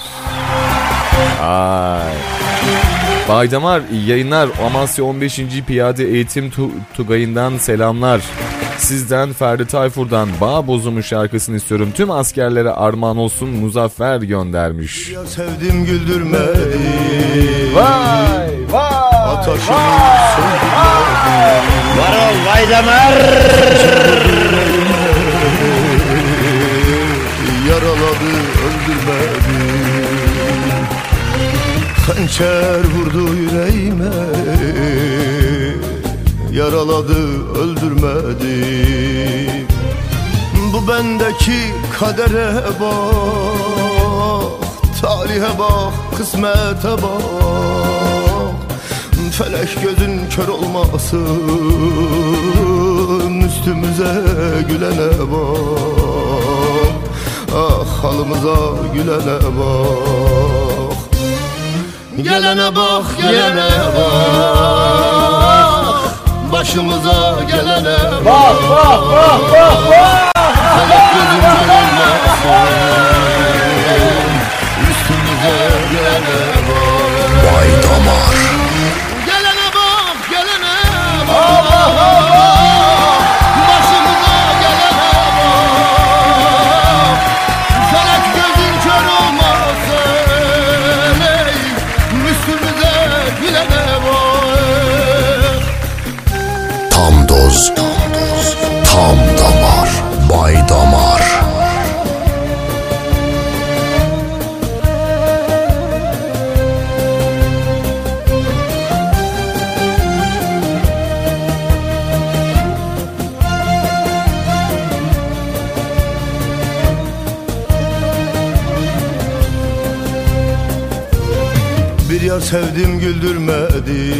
Ay. Baydamar iyi yayınlar. Amasya on beşinci Piyade Eğitim tu- Tugayı'ndan selamlar. Sizden Ferdi Tayfur'dan Bağ Bozumu şarkısını istiyorum. Tüm askerlere armağan olsun Muzaffer göndermiş. Ya sevdim güldürmedi. Vay vay. Ataşımı Var ol Baydamar. yaraladı öldürmedi. Hançer vurdu yüreğime, yaraladı öldürmedi. Bu bendeki kadere bak, talihe bak, kısmete bak. Felek gözün kör olmasın, üstümüze gülene bak. Ah halımıza gülene bak. Gelene bak, gelene bak, başımıza gelene bak. Bak, bak, bak, bak, bak. Felek gözün kör olmasın, üstümüze gelene bak. Baydamar. Bir yar sevdim güldürmedi,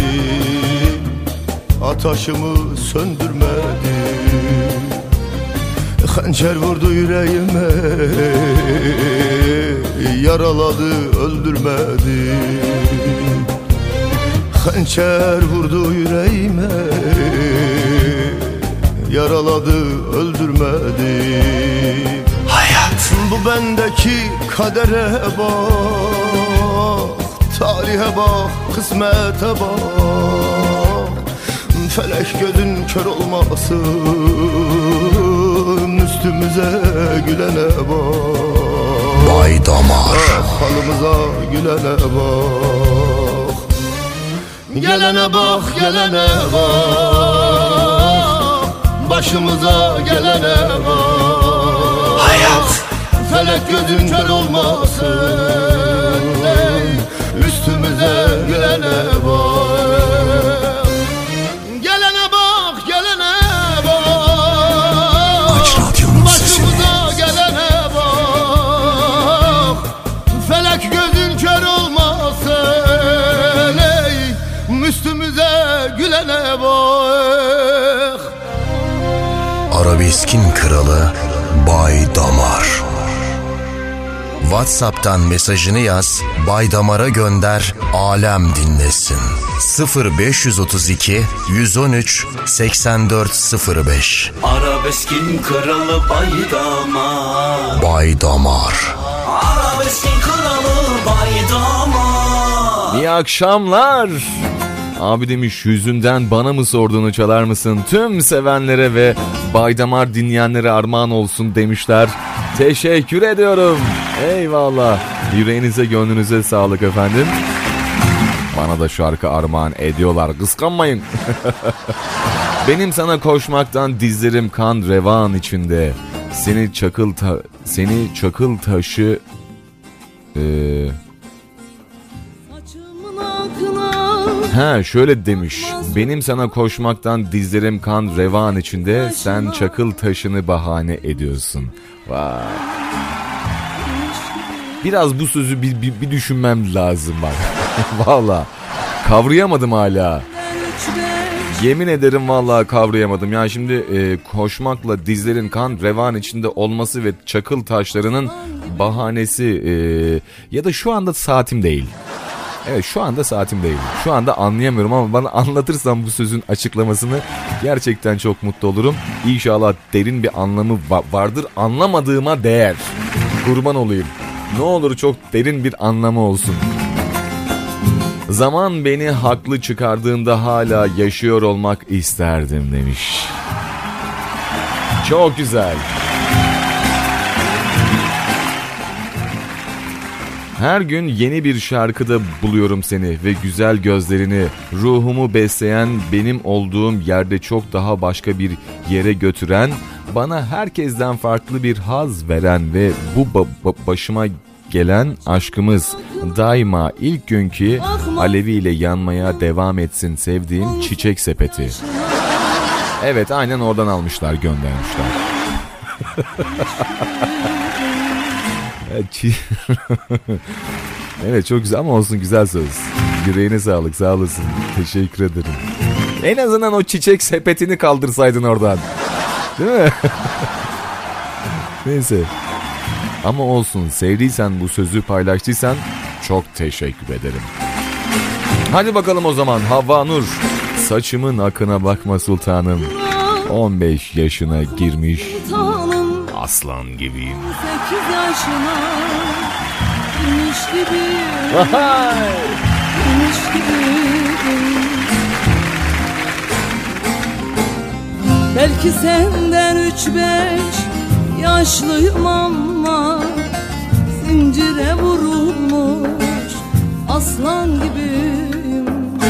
ateşimi söndürmedi. Hançer vurdu yüreğime, yaraladı öldürmedi. Hançer vurdu yüreğime, yaraladı öldürmedi. Hayat bu bendeki kadere bak, tarihe bak, kısmete bak. Felek gözün kör olmasın, üstümüze gülene bak. Bay Damar. Ah, halımıza gülene bak. Gelene bak, gelene bak, başımıza gelene bak. Hayat. Felek gözün kör olmasın, üstümüze gülene bak. Gelene bak, gelene bak, Aç radyonun başımıza gelene bak. Felek gözün kör olmasın, üstümüze gülene bak. Arabeskin kralı Bay Damar. WhatsApp'tan mesajını yaz, Bay Damar'a gönder, alem dinlesin. sıfır beş otuz iki yüz on üç seksen dört sıfır beş. Arabeskin kralı Bay Damar. Bay Damar. Arabeskin kralı Bay Damar. İyi akşamlar. Abi demiş, yüzünden bana mı sorduğunu çalar mısın? Tüm sevenlere ve Bay Damar dinleyenlere armağan olsun demişler. Teşekkür ediyorum. Eyvallah. Yüreğinize gönlünüze sağlık efendim. Bana da şarkı armağan ediyorlar. Kıskanmayın. Benim sana koşmaktan dizlerim kan revan içinde. Seni çakıl ta- seni çakıl taşı eee Ha şöyle demiş. Benim sana koşmaktan dizlerim kan revan içinde, sen çakıl taşını bahane ediyorsun. Vay. Biraz bu sözü bir, bir, bir düşünmem lazım bak. Valla kavrayamadım hala. Yemin ederim vallahi kavrayamadım. Yani şimdi e, koşmakla dizlerin kan revan içinde olması ve çakıl taşlarının bahanesi e, ya da şu anda saatim değil. Evet, şu anda saatim değil. Şu anda anlayamıyorum ama bana anlatırsan bu sözün açıklamasını gerçekten çok mutlu olurum. İnşallah derin bir anlamı va- vardır. Anlamadığıma değer. Kurban olayım. Ne olur çok derin bir anlamı olsun. Zaman beni haklı çıkardığında hala yaşıyor olmak isterdim demiş. Çok güzel. Her gün yeni bir şarkıda buluyorum seni ve güzel gözlerini, ruhumu besleyen, benim olduğum yerde çok daha başka bir yere götüren, bana herkesten farklı bir haz veren ve bu ba- ba- başıma gelen aşkımız daima ilk günkü aleviyle yanmaya devam etsin sevdiğim çiçek sepeti. Evet, aynen oradan almışlar, göndermişler. Evet, çok güzel ama olsun, güzel söz. Yüreğine sağlık, sağ olasın. Teşekkür ederim. En azından o çiçek sepetini kaldırsaydın oradan. Değil mi? Neyse. Ama olsun, sevdiysen, bu sözü paylaştıysan çok teşekkür ederim. Hadi bakalım o zaman. Havva Nur. Saçımın akına bakma sultanım. on beş yaşına girmiş aslan gibiyim. sekiz yaşına girmiş gibi, girmiş gibi. Belki senden üç beş yaşlıyım ama zincire vurulmuş aslan gibiyim.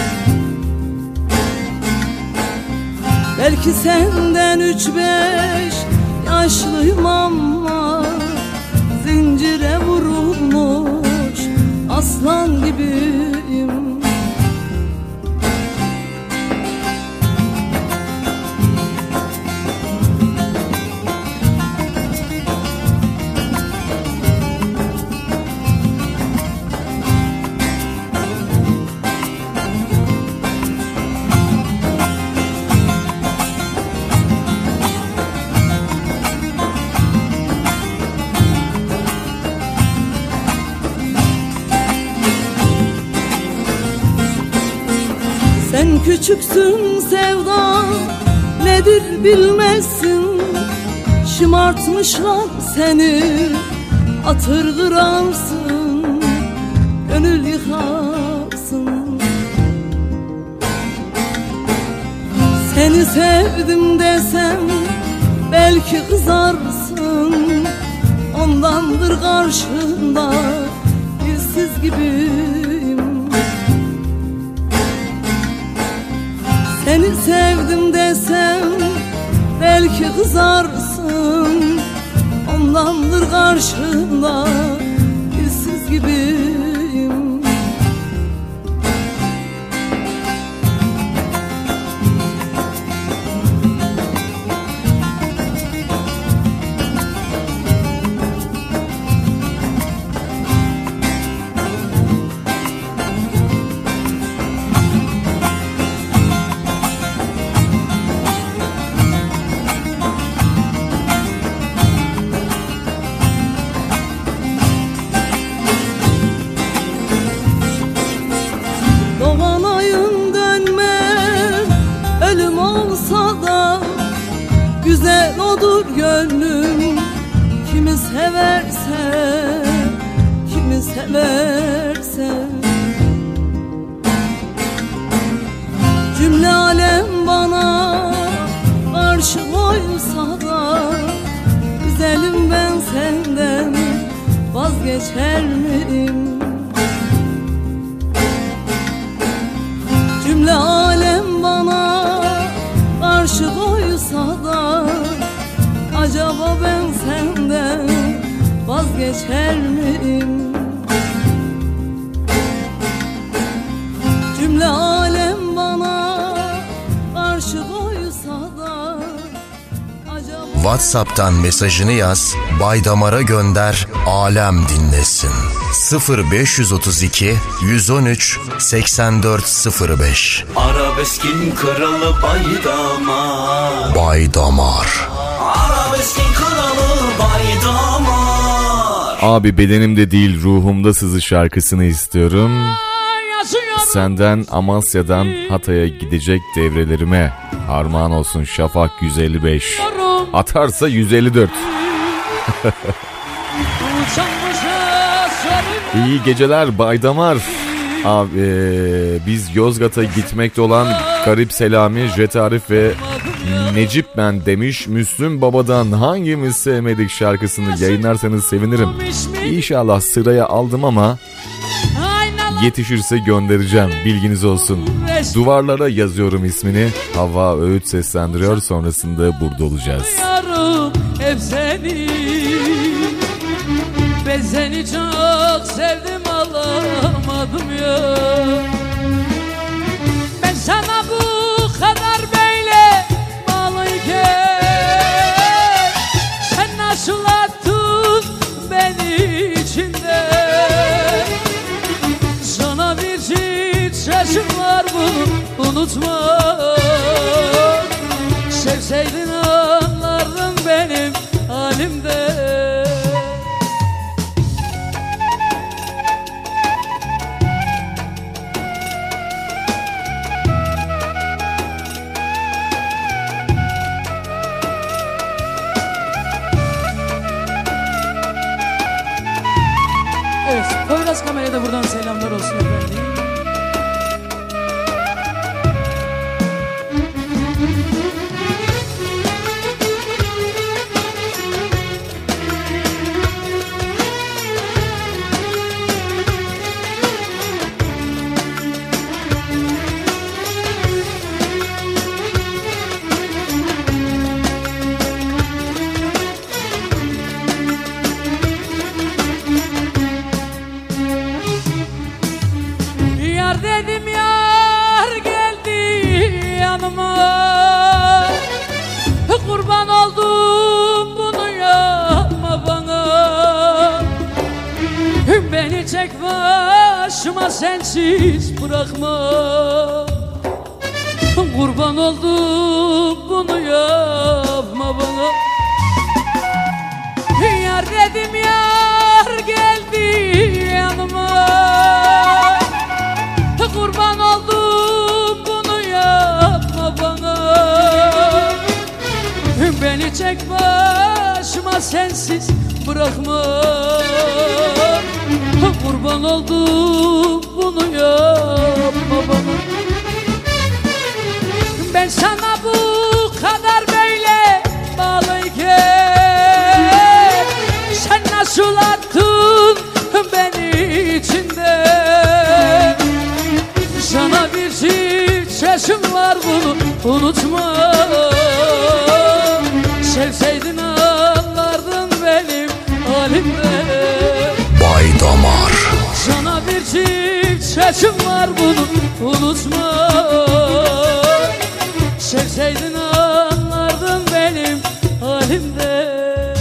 Belki senden üç beş yaşlıyım ama zincire vurulmuş aslan gibiyim. Sen küçüksün sevda nedir bilmezsin. Şımartmışlar seni atır kırarsın, gönül yıkarsın. Seni sevdim desem belki kızarsın. Ondandır karşında dilsiz gibiyim. Seni sevdim desem belki kızarsın. Ondandır karşında dilsiz gibiyim. Güzel odur gönlüm kimi severse, kimi severse. Cümle alem bana karşı koysa da güzelim ben senden vazgeçer miyim? Cümle alem bana karşı koysa da acaba ben senden vazgeçer miyim? Cümle alem bana karşı koysa da acaba... WhatsApp'tan mesajını yaz, Baydamar'a gönder, alem dinlesin. sıfır beş otuz iki yüz on üç seksen dört sıfır beş. Arabeskin kralı Baydamar. Baydamar. Arabeskin kralı Baydamar. Abi bedenimde değil ruhumda sızı şarkısını istiyorum. Senden Amasya'dan Hatay'a gidecek devrelerime armağan olsun Şafak yüz elli beş. Atarsa yüz elli dört. İyi geceler Baydamar. Abi e, biz Yozgat'a gitmekte olan Garip Selami, Jet Arif ve Necip ben demiş. Müslüm Baba'dan hangimiz sevmedik şarkısını yayınlarsanız sevinirim. İnşallah sıraya aldım ama yetişirse göndereceğim, bilginiz olsun. Duvarlara yazıyorum ismini. Havva Öğüt seslendiriyor, sonrasında burada olacağız. Hep seni, ben seni çok sevdim alamadım ya. Ben sana bu kadar böyle bağlıyken sen nasıl attın beni içinde. Sana bir titreşim var bunu unutma. Sevseydin anlardın benim halimde. Evet, Poyraz kameraya da buradan selamlar olsun efendim. Dedim yar geldi yanıma. Kurban oldum bunu yapma bana. Beni tek başıma sensiz bırakma. Kurban oldum bunu yapma bana. Yar dedim yar geldi yanıma. Kurban oldum bunu oldu bunu yapma bana. Ben sana bu kadar böyle bağlıyken sen nasıl attın beni içinden? Sana bir titreşim var bunu unutma. Sevseydin anlardın benim halimden. Bay Damar. Sana bir titreşim var bunu unutma. Sevseydin anlardın benim halimden.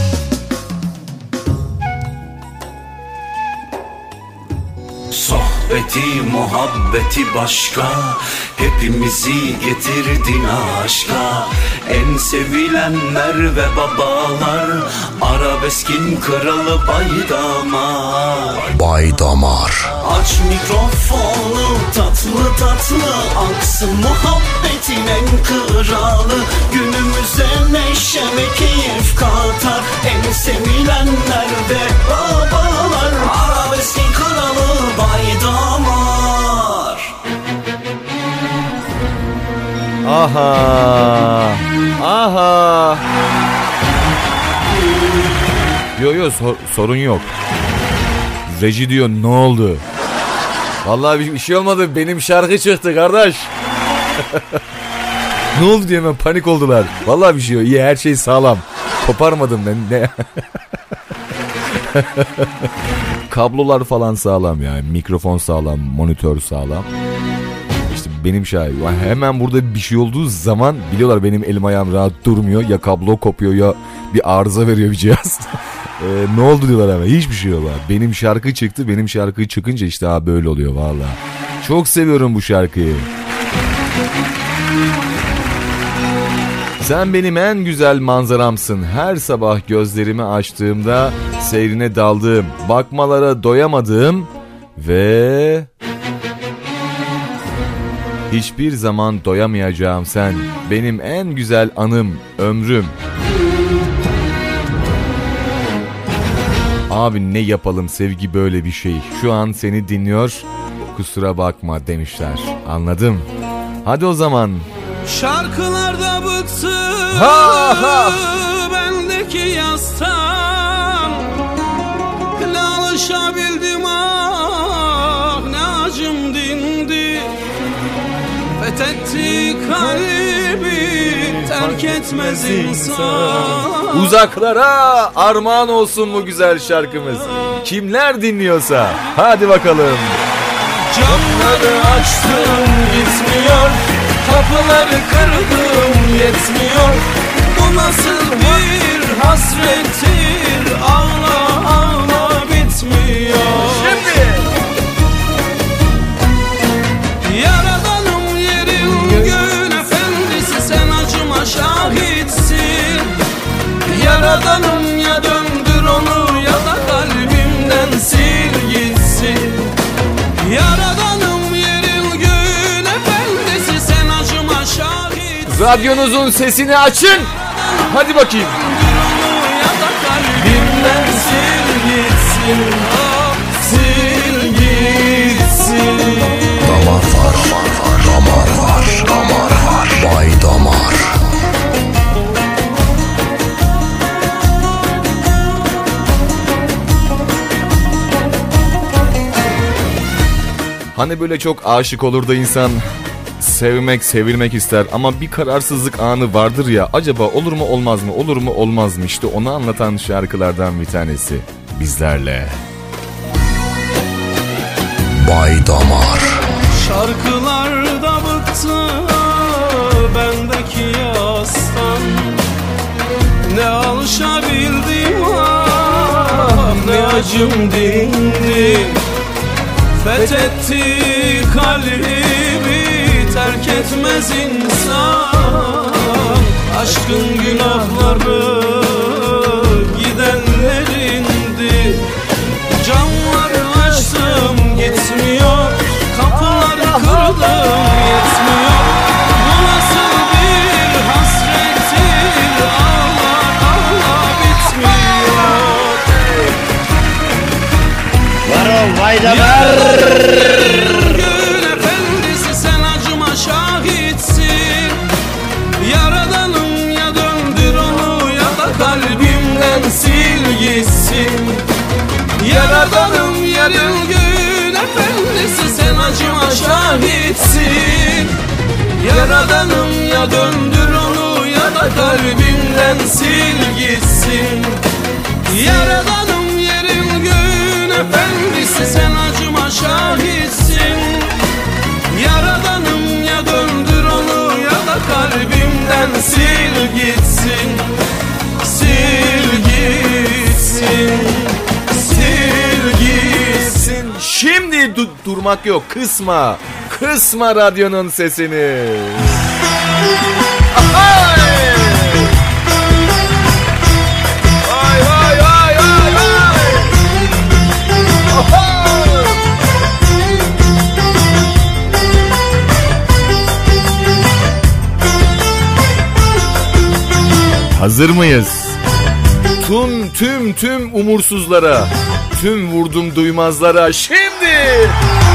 Sohbeti muhabbeti başka, hepimizi getirdin aşka. En sevilenler ve babalar, arabeskin kralı Bay Damar. Bay Damar. Aç mikrofonu, tatlı tatlı aksın muhabbetin en kralı. Günümüze neşe ve keyif katar, en sevilenler ve babalar, arabeskin kralı Bay Damar. Aha. Aha. Yo yo sor, sorun yok. Reji diyor ne oldu? Vallahi bir şey olmadı, benim şarkı çıktı kardeş. Ne oldu diye hemen panik oldular. Vallahi bir şey yok, iyi, her şey sağlam. Koparmadım ben ne. Kablolar falan sağlam yani, mikrofon sağlam, monitör sağlam. İşte benim şarkı hemen burada bir şey olduğu zaman biliyorlar benim elim ayağım rahat durmuyor. Ya kablo kopuyor ya bir arıza veriyor bir cihaz. Ee, ne oldu diyorlar ama hiçbir şey yok. Benim şarkı çıktı, benim şarkı çıkınca işte ha böyle oluyor vallahi. Çok seviyorum bu şarkıyı. Sen benim en güzel manzaramsın. Her sabah gözlerimi açtığımda seyrine daldığım, bakmalara doyamadığım ve hiçbir zaman doyamayacağım sen. Benim en güzel anım, ömrüm. Abi ne yapalım, sevgi böyle bir şey. Şu an seni dinliyor, kusura bakma demişler. Anladım. Hadi o zaman. Şarkılarda bıktım ha, ha. Bendeki yastan. Ne alışabildim ah, ne acım dindi. Fethetti kalbi, terk etmez insan. Uzaklara armağan olsun bu güzel şarkımız. Kimler dinliyorsa. Hadi bakalım. Camları açtım gitmiyor, kapıları kırdım yetmiyor. Bu nasıl bir hasrettir, ağla ağla bitmiyor. Şimdi Yaradanım yerin göğün efendisi, sen acıma şahitsin. Yaradanım ya döndür onu ya da kalbimden sil gitsin. Yaradanım yerin göğün efendisi, sen acıma şahitsin. Radyonuzun sesini açın. Hadi bakayım. Döndür onu ya da kalbimden sil gitsin. Oh, sil gitsin. Damar var, damar var, damar var. Bay Damar. Hani böyle çok aşık olur da insan sevmek, sevilmek ister ama bir kararsızlık anı vardır ya, acaba olur mu olmaz mı, olur mu olmaz mı, işte onu anlatan şarkılardan bir tanesi bizlerle. Bay Damar. Şarkılarda bıktı bendeki yastan. Ne alışabildim ah, ne acım dindi. Fethetti kalbimi, terk etmez insan. Aşkın günahları gidenlerindi. Camları açtım gitmiyor, kapıları kırdım yetmiyor. Bu nasıl bir hasrettir, ağla ağla bitmiyor. Varol Bay Damar. Gün efendisi sen acıma şahitsin. Yaradanım ya döndür onu ya da kalbimden sil gitsin. Yaradanım ya gün efendisi sen acıma şahitsin. Yaradanım ya döndür onu ya da kalbimden sil gitsin. Yaradanım yerin gün efendisi sen acıma şahitsin. Yaradanım ya döndür onu ya da kalbimden sil gitsin. Sil gitsin. Sil gitsin. Şimdi du- durmak yok, kısma. Kısma radyonun sesini. Ay! Ay ay ay ay ay! Hazır mıyız? Tüm tüm tüm umursuzlara, tüm vurdum duymazlara şimdi.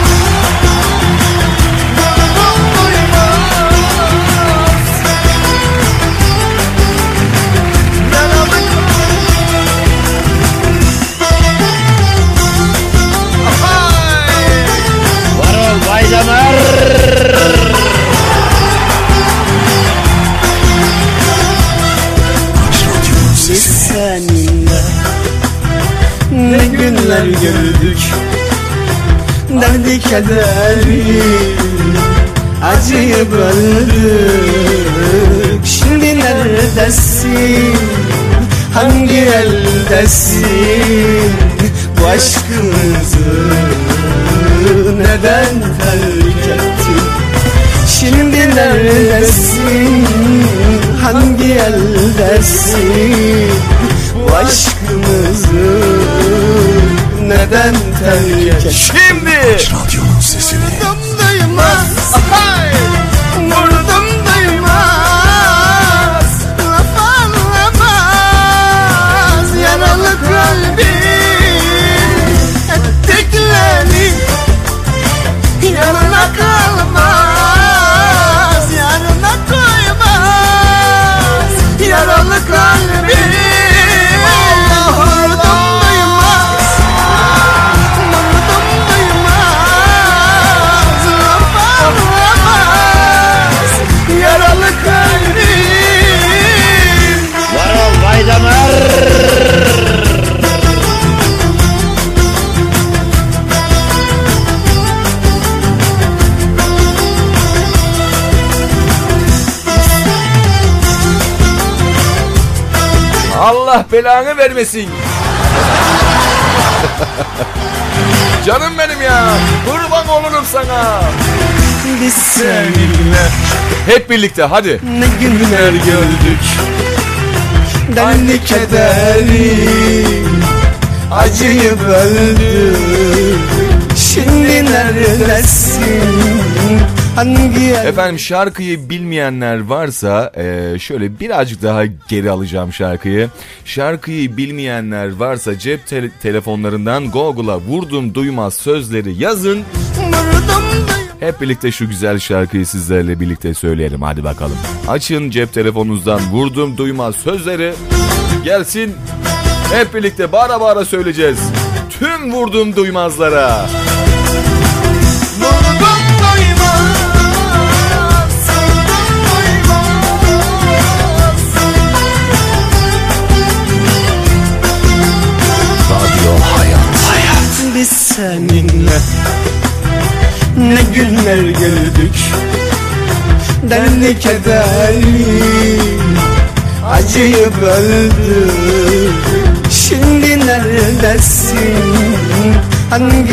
Var ol Baydamar. Biz seninle ne günler gördük, derdi kederi acıyı böldük. Şimdi neredesin, hangi eldesin, bu aşkımızı neden terk ettin? Şimdi neredesin, hangi eldesin, bu aşkımızı neden terk ettin? Şimdi Radyonun sesini Vurdum duymaz, vurdum duymaz, laf anlamaz, yaralı kalbim ettikleri yanına kalmaz, yanına koymaz, yaralı kalbim. Vurdum duymaz, vurdum duymaz, laf anlamaz, yaralı kalbim. Var ol Baydamar. Allah belanı vermesin. Canım benim ya. Kurban olurum sana. Biz seninle Hep birlikte hadi. ne günler gördük, derdi kederi acıyı böldük. Şimdi neredesin, hangi yer? Efendim şarkıyı bilmeyenler varsa e, şöyle birazcık daha geri alacağım şarkıyı. Şarkıyı bilmeyenler varsa cep te- telefonlarından Google'a vurdum duymaz sözleri yazın. Hep birlikte şu güzel şarkıyı sizlerle birlikte söyleyelim hadi bakalım. Açın cep telefonunuzdan vurdum duymaz sözleri gelsin. Hep birlikte bağıra bağıra söyleyeceğiz. Tüm vurdum duymazlara. Radyo Hayat. Biz seninle ne günler gördük, derdi kederi acıyı böldük. Şimdi neredesin, hangi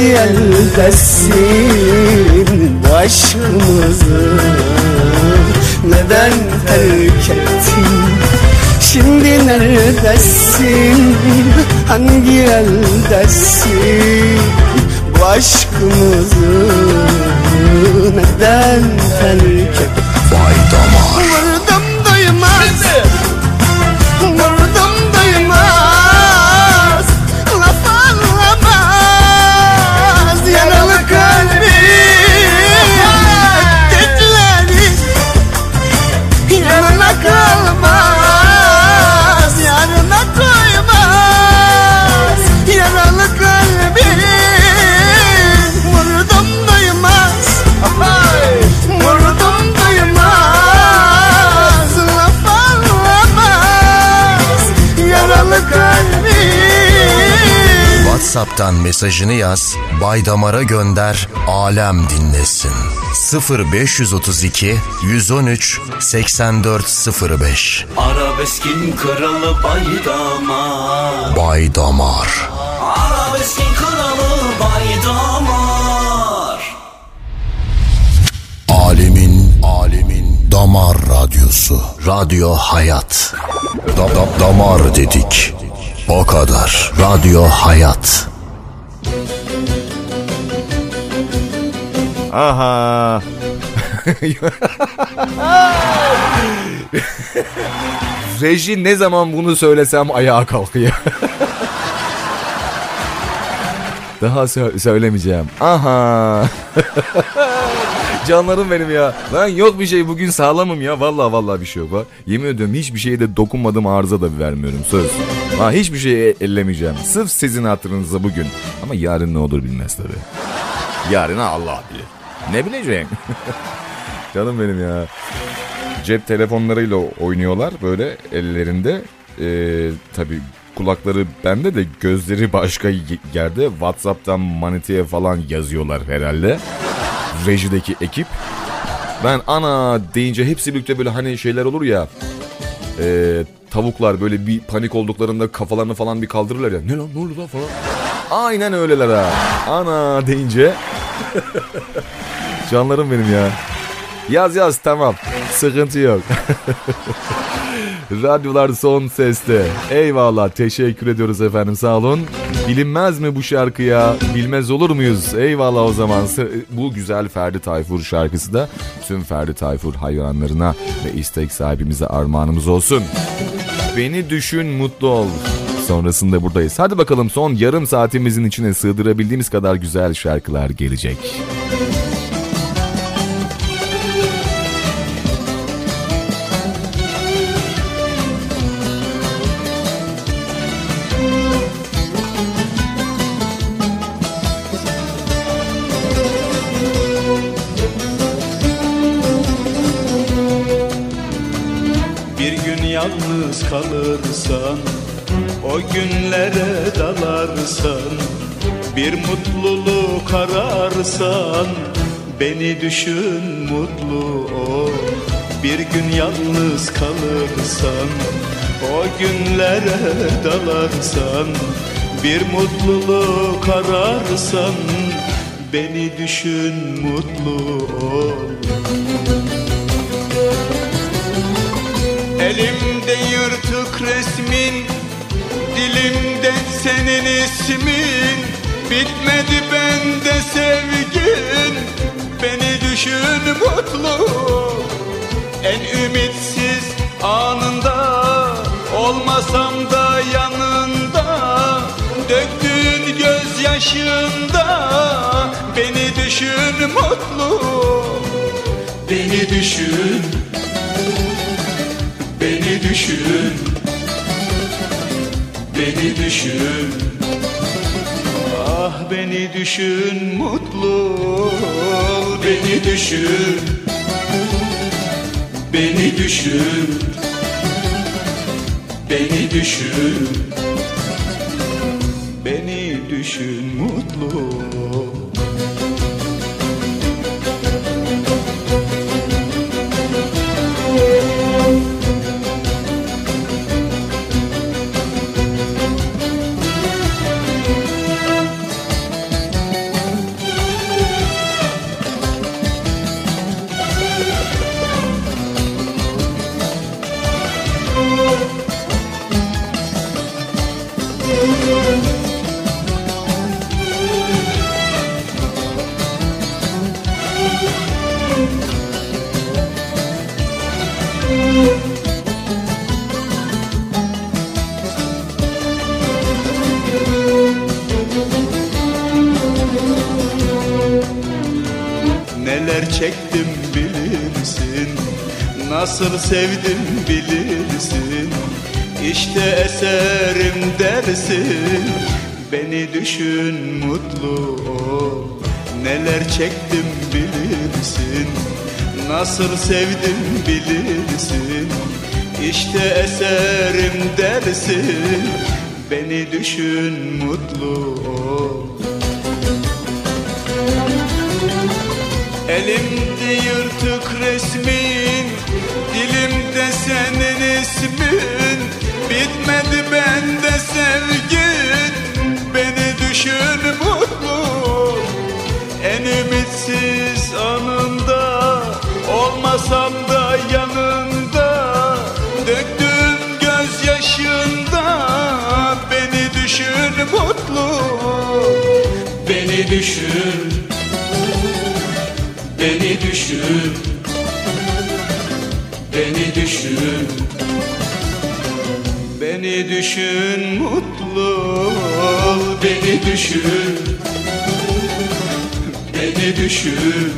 eldesin, bu aşkımızı neden terk ettin? Şimdi neredesin, hangi eldesin, bu aşkımızı neden terk ettin? Baydamar. Vurdum duymaz, vurdum duymaz, laf anlamaz, yaralı WhatsApp'tan mesajını yaz, Baydamar'a gönder, alem dinlesin. sıfır beş otuz iki yüz on üç seksen dört sıfır beş. Arabeskin kralı Baydamar. Baydamar. Arabeskin kralı Baydamar. Alemin, alemin damar radyosu. Radyo hayat. Da, da, damar dedik. O kadar. Radyo hayat. Aha. Reji ne zaman bunu söylesem ayağa kalkıyor. Daha sö- söylemeyeceğim. Aha. Canlarım benim ya. Lan yok bir şey, bugün sağlamım ya. Vallahi vallahi bir şey yok. Ha. Yemin ediyorum hiçbir şeye de dokunmadım, arıza da vermiyorum. Söz. Ha, hiçbir şeye ellemeyeceğim. Sırf sizin hatırınıza bugün. Ama yarın ne olur bilmez tabii. Yarın Allah bilir. Ne bileceğim. Canım benim ya. Cep telefonlarıyla oynuyorlar böyle ellerinde. Ee, tabii kulakları bende de gözleri başka yerde. WhatsApp'tan maniteye falan yazıyorlar herhalde. Rejideki ekip. Ben ana deyince hepsi birlikte böyle hani şeyler olur ya. E, tavuklar böyle bir panik olduklarında kafalarını falan bir kaldırırlar ya. Ne lan ne oldu lan falan. Aynen öyleler ha. Ana deyince. Canlarım benim ya. Yaz yaz tamam. Sıkıntı yok. Radyolar son seste. Eyvallah, teşekkür ediyoruz efendim, sağ olun. Bilinmez mi bu şarkı ya? Bilmez olur muyuz? Eyvallah o zaman. Bu güzel Ferdi Tayfur şarkısı da tüm Ferdi Tayfur hayranlarına ve istek sahibimize armağanımız olsun. Beni düşün, mutlu ol. Sonrasında buradayız. Hadi bakalım, son yarım saatimizin içine sığdırabildiğimiz kadar güzel şarkılar gelecek. Yalnız kalırsan, o günlere dalarsan, bir mutluluk ararsan, beni düşün, mutlu ol. Bir gün yalnız kalırsan, o günlere dalarsan, bir mutluluk ararsan, beni düşün, mutlu ol. Elimde yırtık resmin, dilimde senin ismin, bitmedi bende sevgin, beni düşün, mutlu. En ümitsiz anında, olmasam da yanında, döktüğün gözyaşında, beni düşün, mutlu. Beni düşün, beni düşün, beni düşün. Ah beni düşün, mutlu ol. Beni düşün, beni düşün, beni düşün, beni düşün, mutlu ol. Neler çektim bilirsin, nasıl sevdim bilirsin. İşte eserim dersin, beni düşün, mutlu ol. Neler çektim bilirsin, nasıl sevdim bilirsin. İşte eserim dersin, beni düşün mutlu ol. Elimde yırtık resmin, dilimde senin ismin. Bitmedi bende sevgin, beni düşün mutlu ol. En ümitsiz anında, olmasam da yanında, döktüğüm gözyaşında beni düşün mutlu ol. Beni düşün, beni düşün, beni düşün, beni düşün mutlu ol. Beni düşün, beni düşün,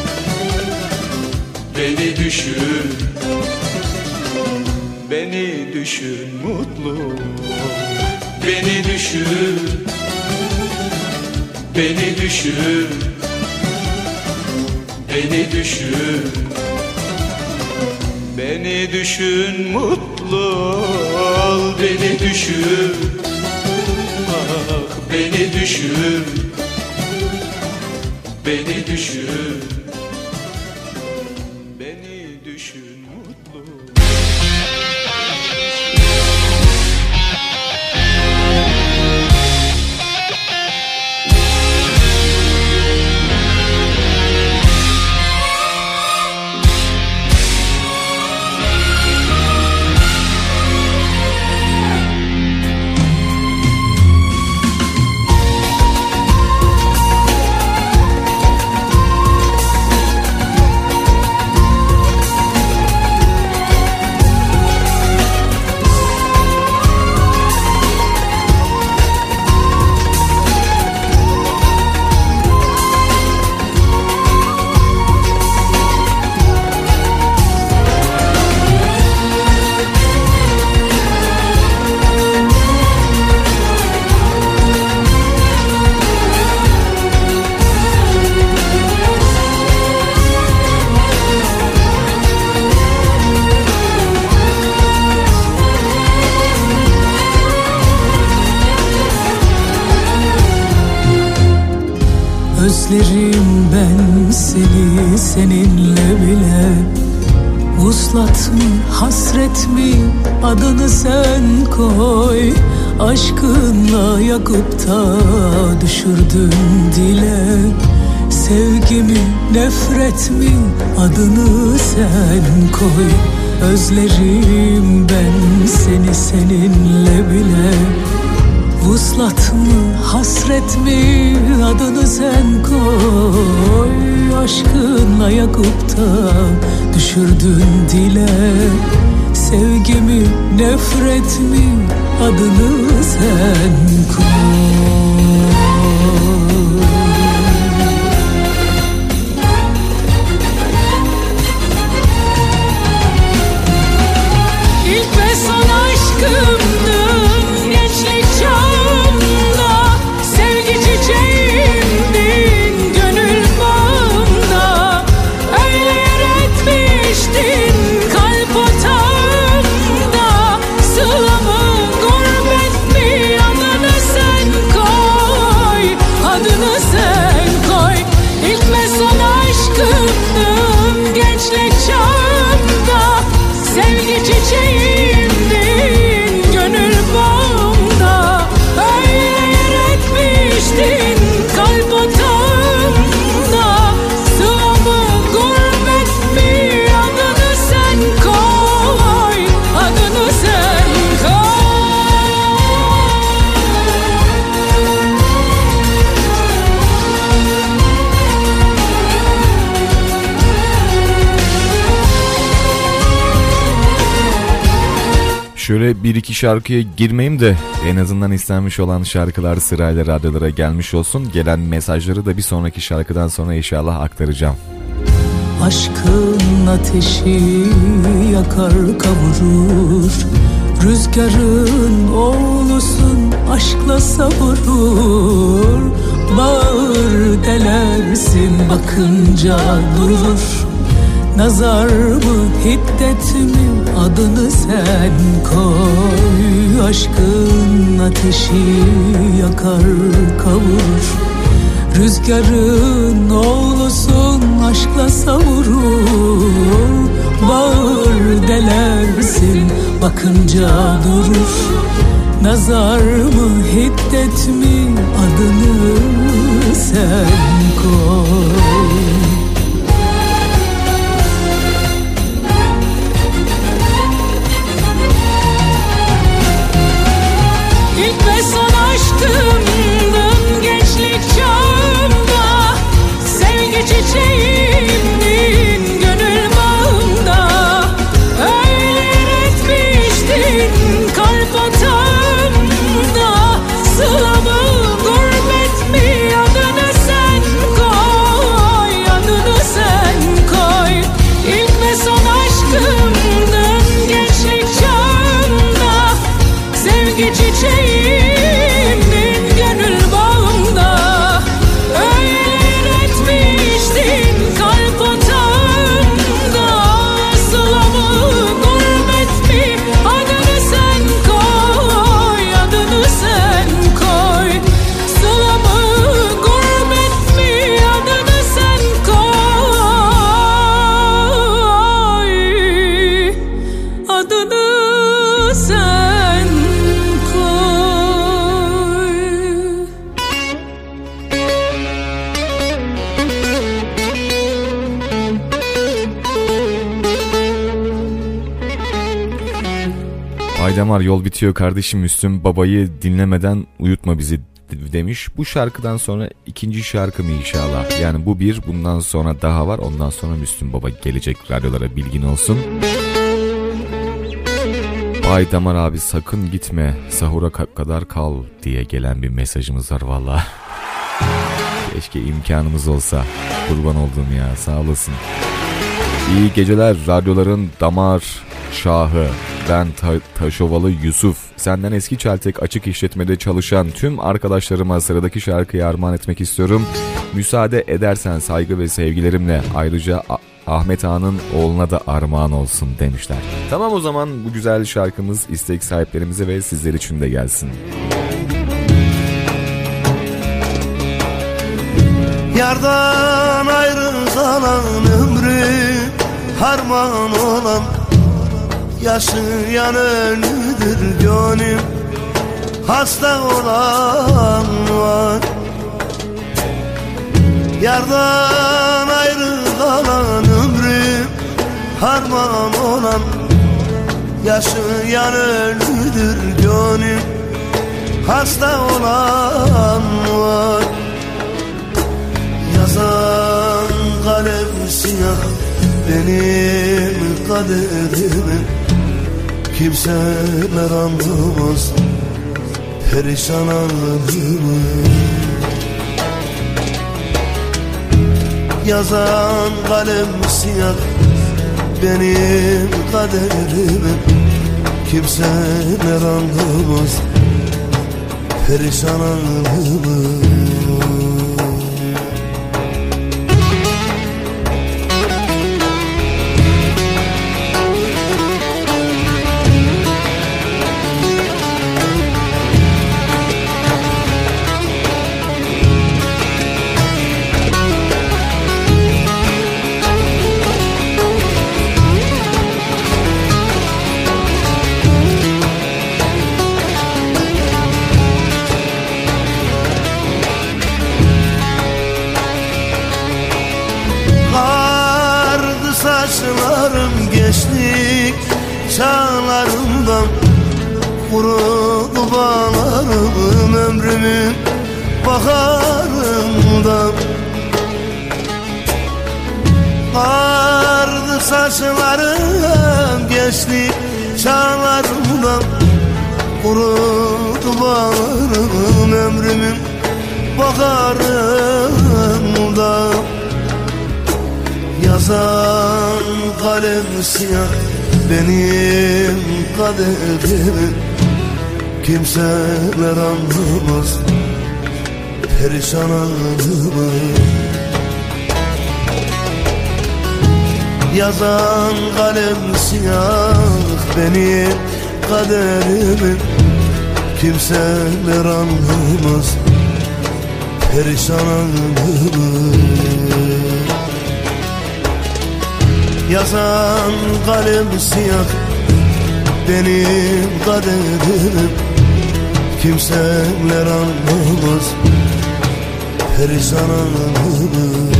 beni düşün, beni düşün mutlu ol. Beni düşün, beni düşün, beni düşün, beni düşün mutlu ol. Beni düşün, ah beni düşün, beni düşün, beni düşün mutlu ol. Özlerim ben seni seninle bile. Vuslat mı hasret mi adını sen koy. Aşkınla yakıp da düşürdün dile. Sevgi mi nefret mi adını sen koy. Özlerim ben seni seninle bile. Vuslat mı hasret mi adını sen koy. Aşkınla yakıp da düşürdün dile. Sevgi mi nefret mi adını sen koy. İlk ve son aşkımdın gençlik çağımda. Sevgi çiçeğimdin gönül bağımda. Öyle yer etmiştin kalp otağımda. Sılamı gurbet mi adını sen koy. Adını sen koy. İlk ve son aşkımdın gençlik çağımda. Sevgi çiçeğimdin gönül bağımda. Öyle yer etmiştin kalp otağımda. Sılamı gurbet mi adını sen koy. Adını sen Şöyle bir iki şarkıya girmeyeyim de en azından istenmiş olan şarkılar sırayla radyolara gelmiş olsun. Gelen mesajları da bir sonraki şarkıdan sonra inşallah aktaracağım. Aşkın ateşi yakar kavurur. Rüzgarın oğlusun aşkla savurur. Bağır delersin bakınca durur. Nazar mı hiddet mi adını sen koy. Aşkın ateşi yakar kavurur. Rüzgarın oğlusun aşkla savurur. Bağır delersin bakınca durur. Nazar mı hiddet mi adını sen koy. İlk ve son aşkımdın gençlik çağımda. Sevgi çiçeğimdin gönül bağımda. Öyle etmiştin kalp atağımda. Sılamı gurbet mi adını sen koy. Adını sen koy. İlk ve son aşkımdın gençlik çağımda. Sevgi çiçeğimdin gönül bağımda. Öyle etmiştin kalp otağımda. Sılamı gurbet mi adını sen koy. Adını sen koy. Sılamı gurbet mi adını sen koy. Adını sen Aydamar yol bitiyor kardeşim, Müslüm Baba'yı dinlemeden uyutma bizi demiş. Bu şarkıdan sonra ikinci şarkı mı inşallah? Yani bu bir, bundan sonra daha var. Ondan sonra Müslüm Baba gelecek radyolara, bilgin olsun. Aydamar abi sakın gitme, sahura kadar kal diye gelen bir mesajımız var valla. Keşke imkanımız olsa. Kurban olduğum ya, sağ olasın. İyi geceler radyoların damar şahı. Ben Ta- Taşovalı Yusuf. Senden eski Çeltek açık işletmede çalışan tüm arkadaşlarıma sıradaki şarkıyı armağan etmek istiyorum. Müsaade edersen saygı ve sevgilerimle, ayrıca A- Ahmet Ağa'nın oğluna da armağan olsun demişler. Tamam, o zaman bu güzel şarkımız istek sahiplerimize ve sizler için de gelsin. Yardan ayrı kalan ömrü harman olan, yaşayan ölüdür gönlüm, hasta olan var. Yardan ayrı kalan ömrüm harman olan, yaşayan ölüdür gönlüm, hasta olan var. Yazan kalem siyah benim kaderimi, kimseler anlamaz perişan halimi. Yazan kalem siyah benim kaderimi, kimseler anlamaz perişan halimi. Saçlarım gençlik çağlarımdan, kurudu bağlarım ömrümün baharından. Ardı saçlarım gençlik çağlarımdan, kurudu bağlarım ömrümün baharından. Yazan kalem siyah benim kaderimi, kimseler anlamaz perişan halimi. Yazan kalem siyah benim kaderimi, kimseler anlamaz perişanlığımı. Yazan kalem siyah benim kaderim, kimseler anlamaz perişanlığımı.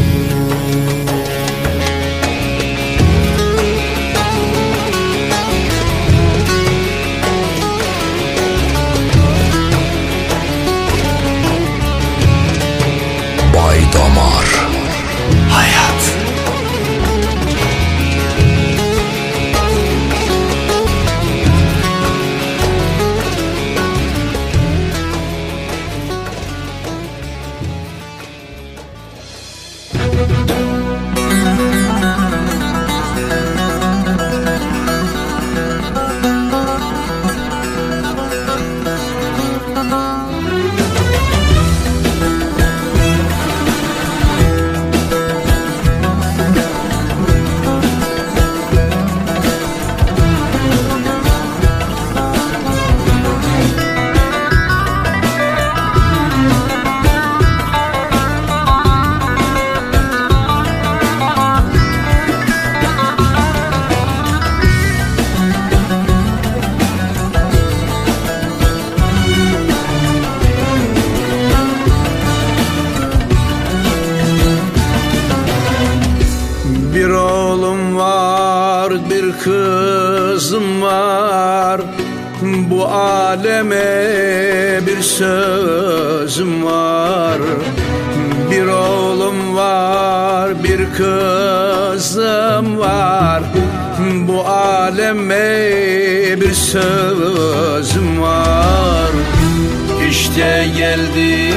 Bay Damar Hayat. Bir oğlum var, bir kızım var. Bu aleme bir sözüm var. Bir oğlum var, bir kızım var. Bu aleme bir sözüm var. İşte geldim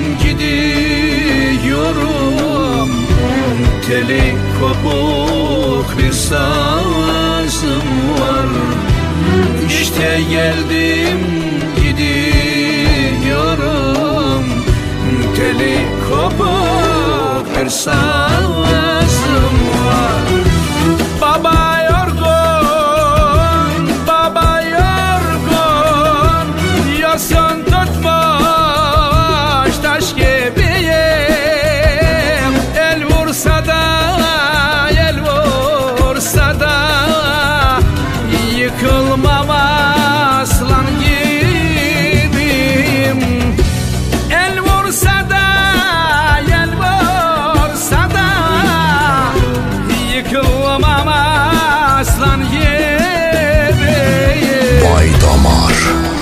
gidiyorum, teli kopuk bir sazım var. İşte geldim gidiyorum, teli kopuk bir sazım var. Baba yorgun, baba yorgun, yasan tutmuş taş gibiyim. El vursa da, el vursa da yıkılmam aslan gibiyim. El vursa da, el vursa da yıkılmam aslan gibiyim. Bay Damar.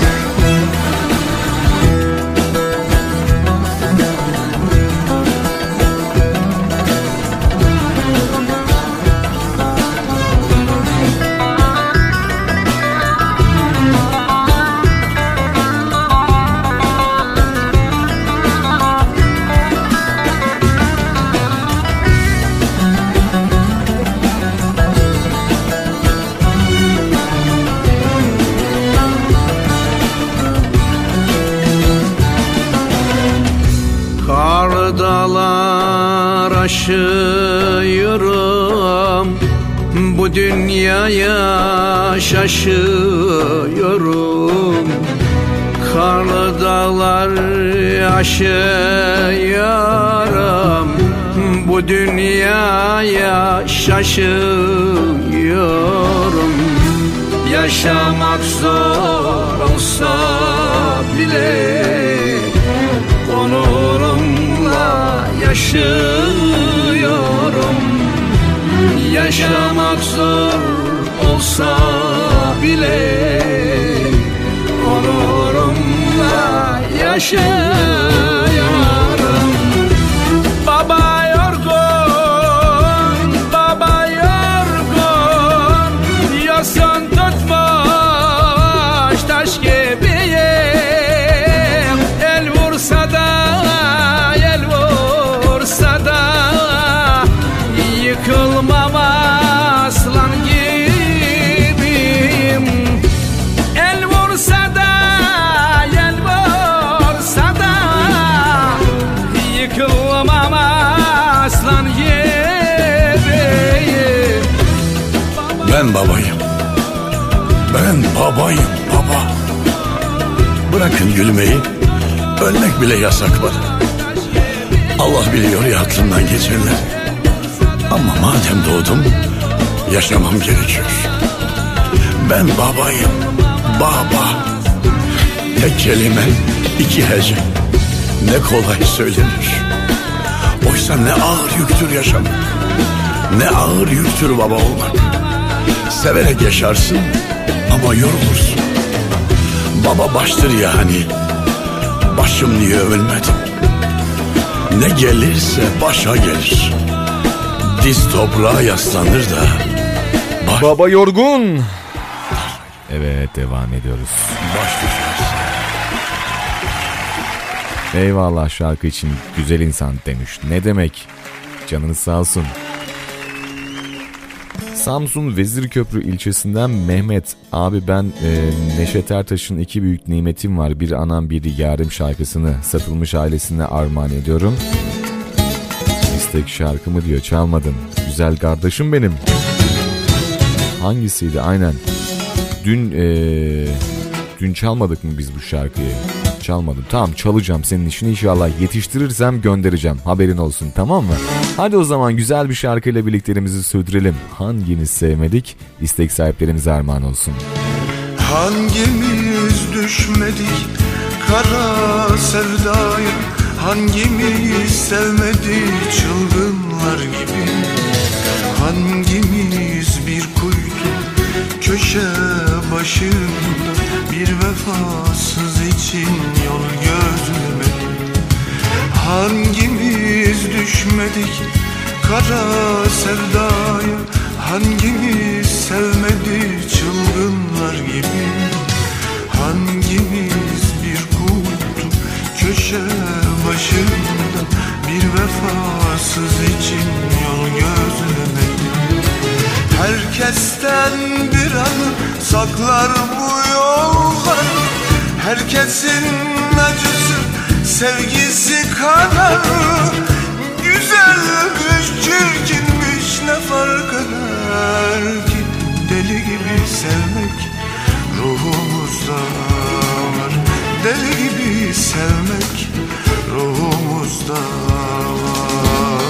Kar dağlar aşıyorum, bu dünyaya şaşıyorum. Karlı dağlar aşıyorum, bu dünyaya şaşıyorum. Yaşamak zor olsa bile onurumla yaşıyorum. Yaşamak zor olsa bile onurumla yaşıyorum. Baba yorgun, baba yorgun, yasan tutmuş taş gibiyim. El vursa da, el vursa da yıkılmam aslan gibiyim. El vursa da, el vursa da yıkılmam aslan gibiyim. Ben babayım. Ben babayım baba. Bırakın gülmeyi, ölmek bile yasak bana. Allah biliyor ya aklımdan geçenler. Ama madem doğdum, yaşamam gerekiyor. Ben babayım, baba. Tek kelime, iki hece. Ne kolay söylenir. Oysa ne ağır yüktür yaşamak. Ne ağır yüktür baba olmak. Severek yaşarsın ama yorulursun. Baba baştır ya hani. Başım diye ölmedim. Ne gelirse başa gelir. Diz toprağa yaslanır da baş... Baba yorgun. Evet, devam ediyoruz. Baş düşersin. Eyvallah şarkı için güzel insan demiş. Ne demek? Canınız sağ olsun. Samsun Vezirköprü ilçesinden Mehmet. Abi ben e, Neşet Ertaş'ın iki büyük nimetim var. Bir anam biri yarim şarkısını satılmış ailesine armağan ediyorum. İstek şarkımı diyor, çalmadın. Güzel kardeşim benim. Hangisiydi? Aynen. Dün e, dün çalmadık mı biz bu şarkıyı? Çalmadım. Tamam, çalacağım senin için, inşallah yetiştirirsem göndereceğim. Haberin olsun, tamam mı? Hadi o zaman güzel bir şarkıyla birliklerimizi sürdürelim. Hangimiz sevmedik? İstek sahiplerimize armağan olsun. Hangimiz düşmedik kara sevdaya? Hangimiz sevmedik çılgınlar gibi? Hangimiz bir kuytu köşe başında bir vefasız için yol gözlemedik? Hangimiz düşmedik kara sevdaya? Hangimiz sevmedik çılgınlar gibi? Hangimiz bir kuytu köşe başında bir vefasız için yol gözlemedik? Herkesten bir anı saklar bu yollar. Herkesin acısı sevgisi kadar. Güzelmiş çirkinmiş ne fark eder ki? Deli gibi sevmek ruhumuzda var. Deli gibi sevmek ruhumuzda var.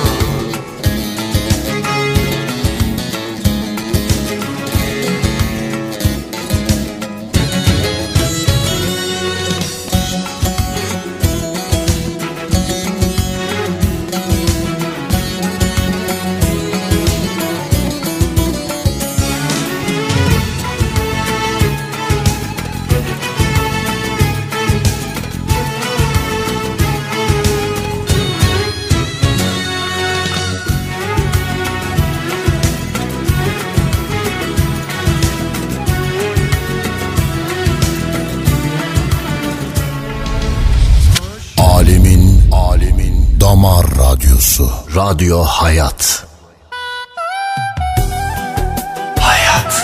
Damar Radyosu. Radyo Hayat. Hayat.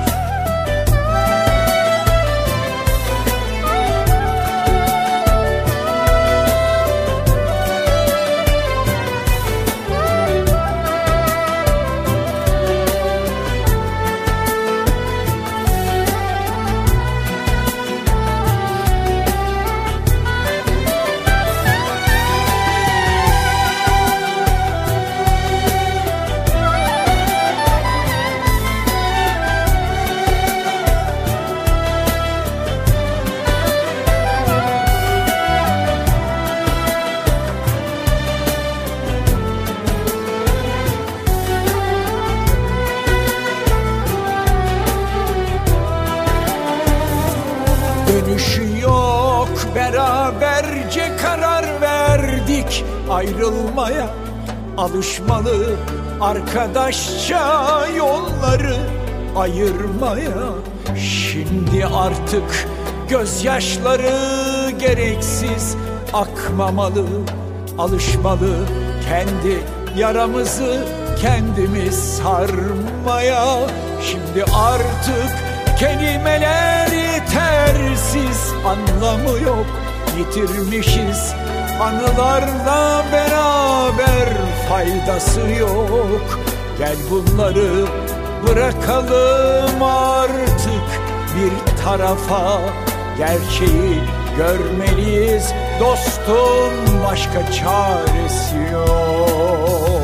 Ayrılmaya alışmalı, arkadaşça yolları ayırmaya. Şimdi artık gözyaşları gereksiz akmamalı, alışmalı kendi yaramızı kendimiz sarmaya. Şimdi artık kelimeler yetersiz, anlamı yok, yitirmişiz. Anılarla beraber faydası yok. Gel bunları Bırakalım artık bir tarafa, gerçeği görmeliyiz dostum, başka çaresi yok.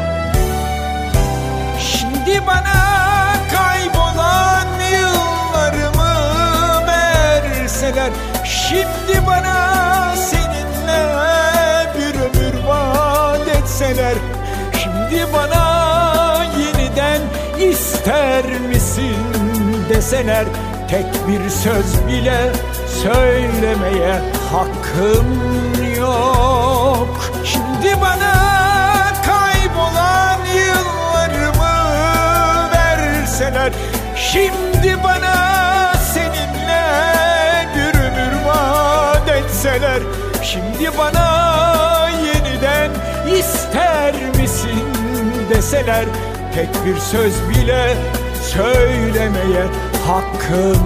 Şimdi bana kaybolan yıllarımı verseler, şimdi bana seninle bir ömür vaat etseler, şimdi bana yeniden ister misin deseler, tek bir söz bile söylemeye hakkım yok. Şimdi bana kaybolan yıllarımı verseler, şimdi bana seninle bir ömür vaat etseler, şimdi bana yeniden ister misin deseler, tek bir söz bile söylemeye hakkım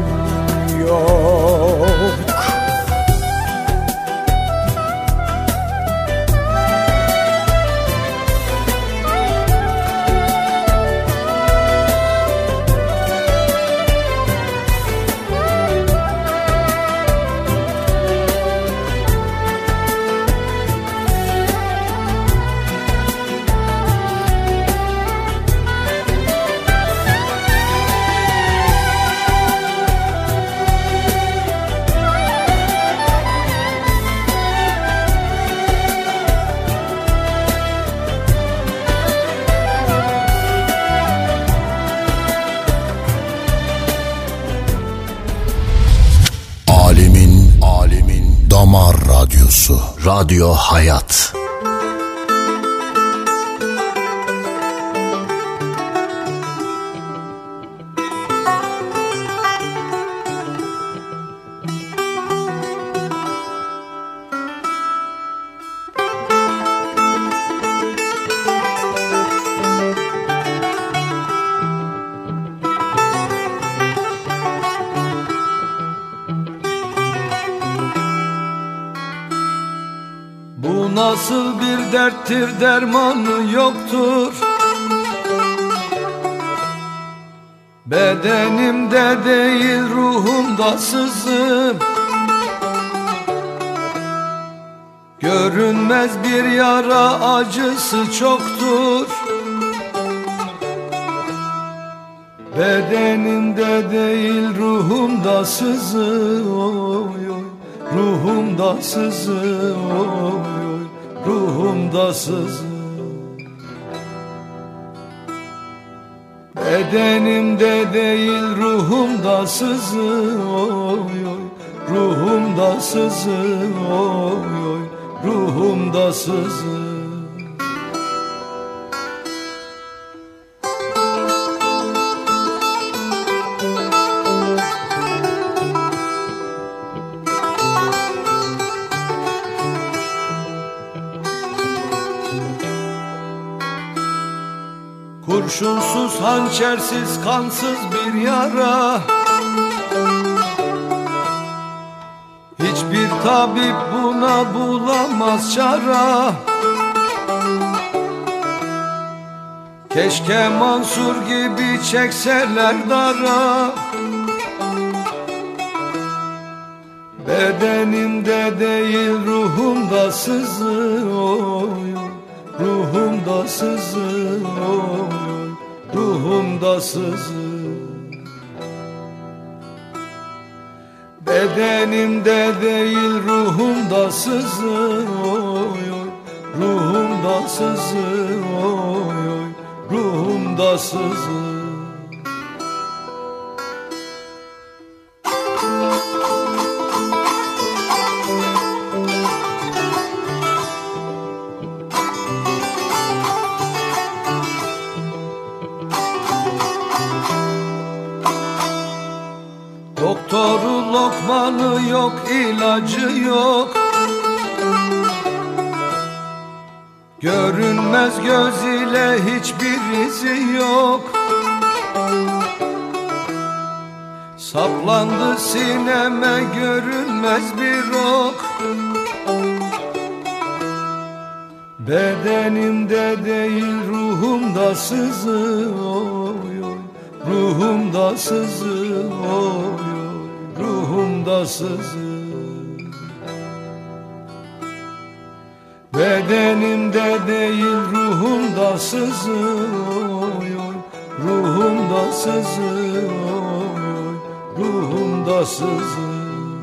yok. Damar Radyosu, Radyo Hayat. Nasıl bir derttir, dermanı yoktur. Bedenimde değil ruhumda sızım. Görünmez bir yara, acısı çoktur. Bedenimde değil ruhumda sızım, oy oy. Ruhumda sızım, oy oy. Ruhumda sızım. Bedenimde değil ruhumda sızım, oy oy. Ruhumda sızım, oy oy. Ruhumda sızım. Kurşunsuz, hançersiz, kansız bir yara. Hiçbir tabip buna bulamaz çara. Keşke Mansur gibi çekseler dara. Bedenimde değil ruhumda sızı, oy oy. Ruhumda sızı, oy oy. Ruhumda sızı. Bedenimde değil ruhumda sızı, oy oy. Ruhumda sızı, oy oy. Ruhumda sızı. Doktoru lokmanı yok, ilacı yok. Görünmez göz ile hiçbir izi yok. Saplandı sineme görünmez bir ok. Bedenimde değil ruhumda sızı, oy oy. ruhumda sızı, oy oy, ruhumda sızı. Bedenimde değil ruhumda sızı, oy oy, ruhumda sızı, oy oy, ruhumda sızı.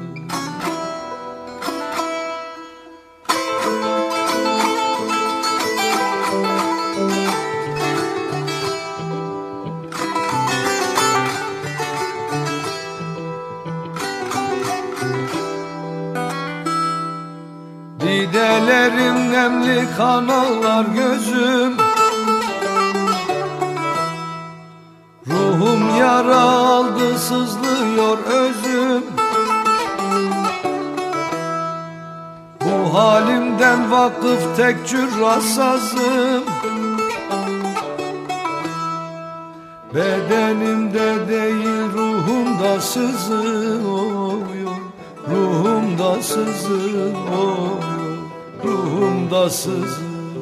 Didelerim nemli kanallar gözüm, ruhum yara aldı sızlıyor özüm. Bu halimden vakıf tek cürrasazım, bedenimde değil ruhumda sızı, oy oy, ruhumda sızı, oy, ruhumda sızı.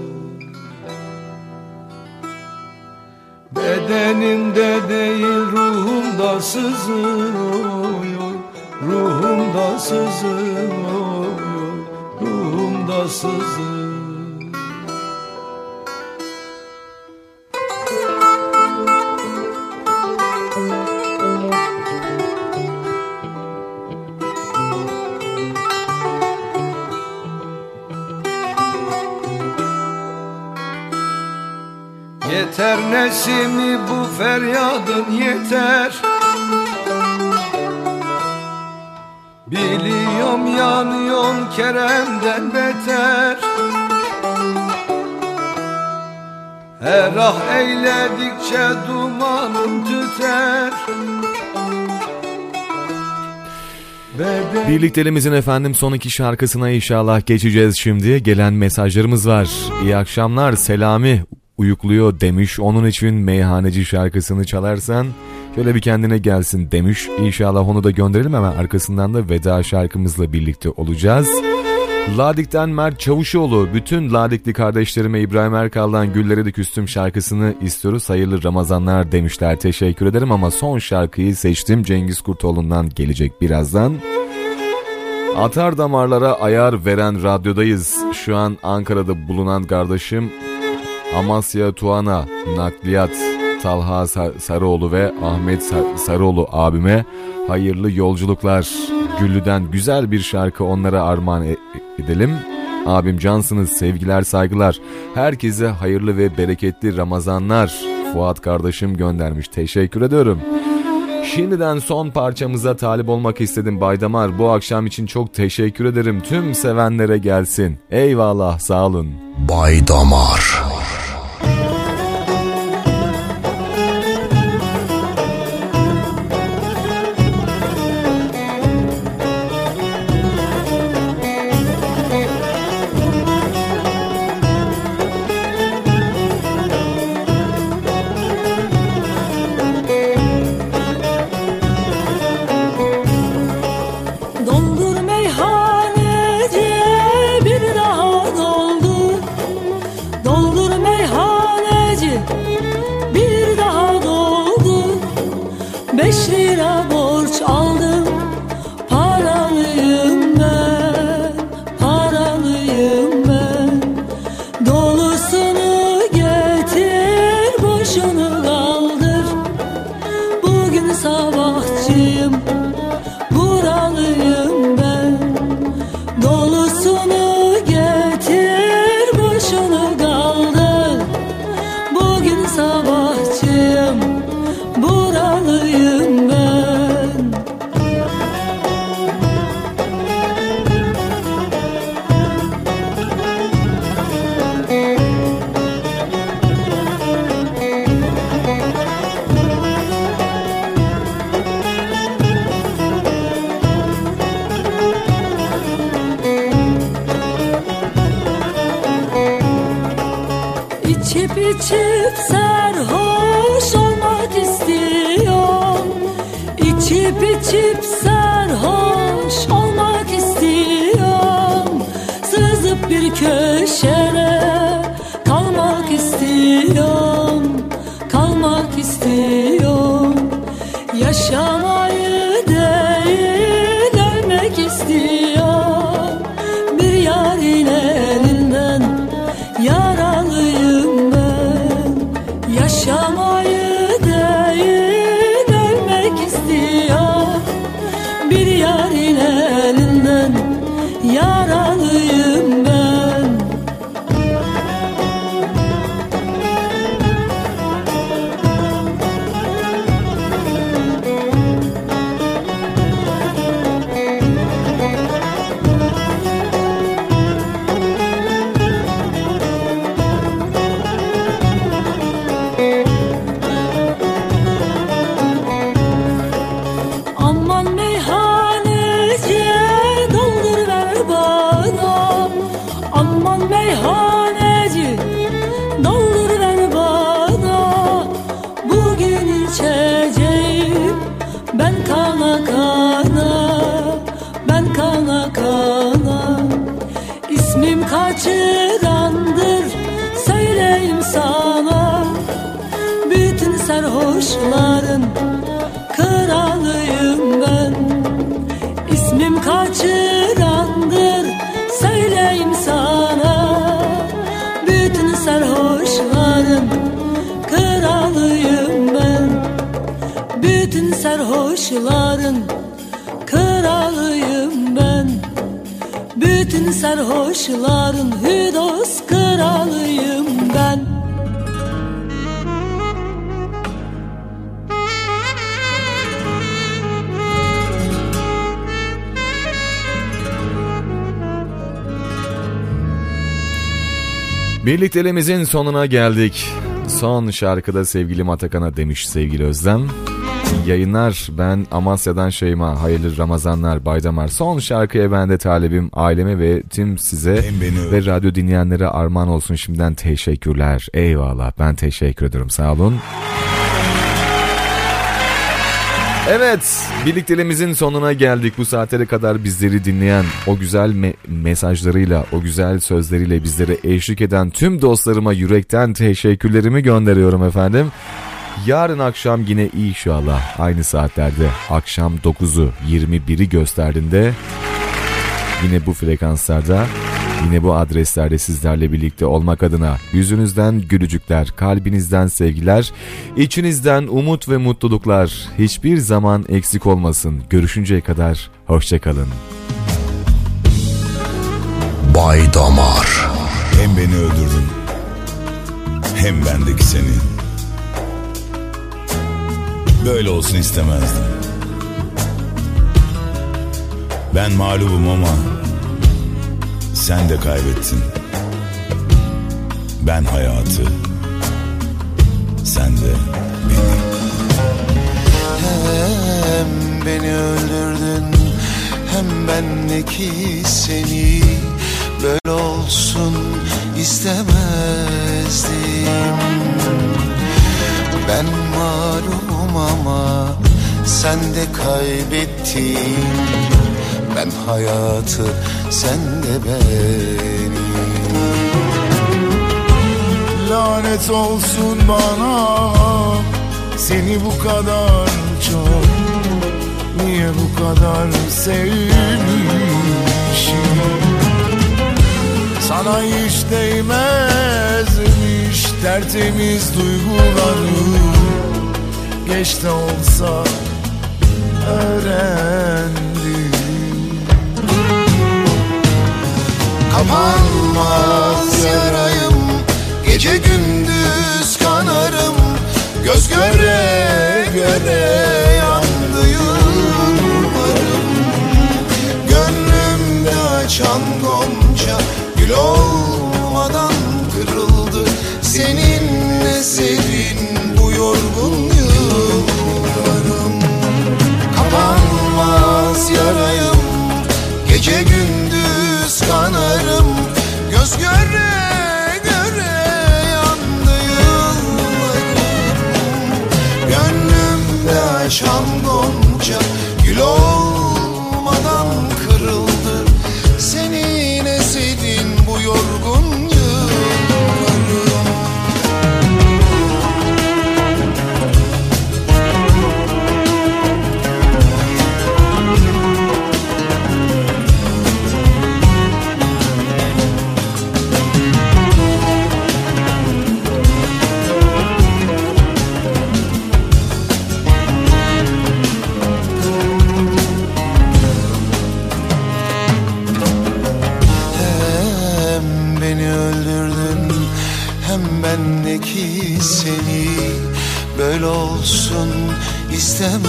Bedenimde değil ruhumda sızı, oy oy, ruhumda sızı, oy oy, ruhumda sızı. Yeter nesimi bu feryadın yeter, biliyorum yanıyorsun Kerem'den beter. Her ah eyledikçe dumanım tüter. Birlikteliğimizin efendim son iki şarkısına inşallah geçeceğiz şimdi. Gelen mesajlarımız var. İyi akşamlar, Selami uyukluyor demiş. Onun için Meyhaneci şarkısını çalarsan şöyle bir kendine gelsin demiş. İnşallah onu da gönderelim, hemen arkasından da veda şarkımızla birlikte olacağız. Ladik'ten Mert Çavuşoğlu, bütün Ladikli kardeşlerime İbrahim Erkal'dan Güllere de Küstüm şarkısını istiyoruz. Hayırlı Ramazanlar demişler. Teşekkür ederim ama son şarkıyı seçtim. Cengiz Kurtoğlu'ndan gelecek birazdan. Atar damarlara ayar veren radyodayız. Şu an Ankara'da bulunan kardeşim Amasya Tuana Nakliyat Talha Sarıoğlu ve Ahmet Sarıoğlu abime hayırlı yolculuklar. Güllü'den güzel bir şarkı onlara armağan edelim. Abim cansınız, sevgiler saygılar. Herkese hayırlı ve bereketli Ramazanlar. Fuat kardeşim göndermiş, teşekkür ediyorum. Şimdiden son parçamıza talip olmak istedim Baydamar. Bu akşam için çok teşekkür ederim. Tüm sevenlere gelsin. Eyvallah, sağ olun. Baydamar. Köşede kalmak istiyorum, kalmak istiyorum. yaşamayı değil ölmek istiyor. Bir yarın elinden yaralıyım ben. Aman meyhaneci doldur ver bana. Aman meyhaneci doldur ver bana. Bugün içeceğim ben kana kana. Ben kana kana. İsmim kaçırandır söyleyeyim sana. Bütün sarhoşların kralıyım ben. İsmim kaçırandır söyleyeyim sana. Bütün sarhoşların kralıyım ben. Bütün sarhoşların kralıyım ben. Bütün sarhoşların hüdos kralıyım ben. Birlikteliğimizin sonuna geldik. Son şarkıda sevgilim Atakan'a demiş sevgili Özlem. Yayınlar, ben Amasya'dan Şeyma. Hayırlı Ramazanlar Baydamar. Son şarkıya ben de talibim. Aileme ve tüm size ve radyo dinleyenlere armağan olsun. Şimdiden teşekkürler. Eyvallah, ben teşekkür ederim. Sağ olun. Evet, birlikteliğimizin sonuna geldik. Bu saatlere kadar bizleri dinleyen, o güzel me- mesajlarıyla, o güzel sözleriyle bizlere eşlik eden tüm dostlarıma yürekten teşekkürlerimi gönderiyorum efendim. Yarın akşam yine inşallah aynı saatlerde, akşam dokuzu yirmi biri gösterdiğinde yine bu frekanslarda, yine bu adreslerde sizlerle birlikte olmak adına yüzünüzden gülücükler, kalbinizden sevgiler, içinizden umut ve mutluluklar hiçbir zaman eksik olmasın. Görüşünceye kadar hoşçakalın. Bay Damar. Hem beni öldürdün, hem bendeki seni. Böyle olsun istemezdim. Ben mağlubum ama sen de kaybettin. Ben hayatı, sen de beni. Hem beni öldürdün, hem bendeki seni. Böyle olsun istemezdim. Ben mağlubum ama sen de kaybettin. Ben hayatı, sen de beni. Lanet olsun bana, seni bu kadar çok, niye bu kadar sevmişim. Sana hiç değmezmiş tertemiz duyguları. Geç de olsa öğrendim. Kapanmaz yarayım, gece gündüz kanarım. Göz göre göre yandı yıllarım. Gönlümde açan gonca gül olmadan kırıldı. Seninle sevin bu yorgun yıllarım. Kapanmaz yarayım, gece gündüz kanarım. Göz göre göre yandı yıllarım. Gönlümde açan gonca gül olmadan kırıldı. Senin esedin bu yorgun yıllarım. böyle olsun istemezdim.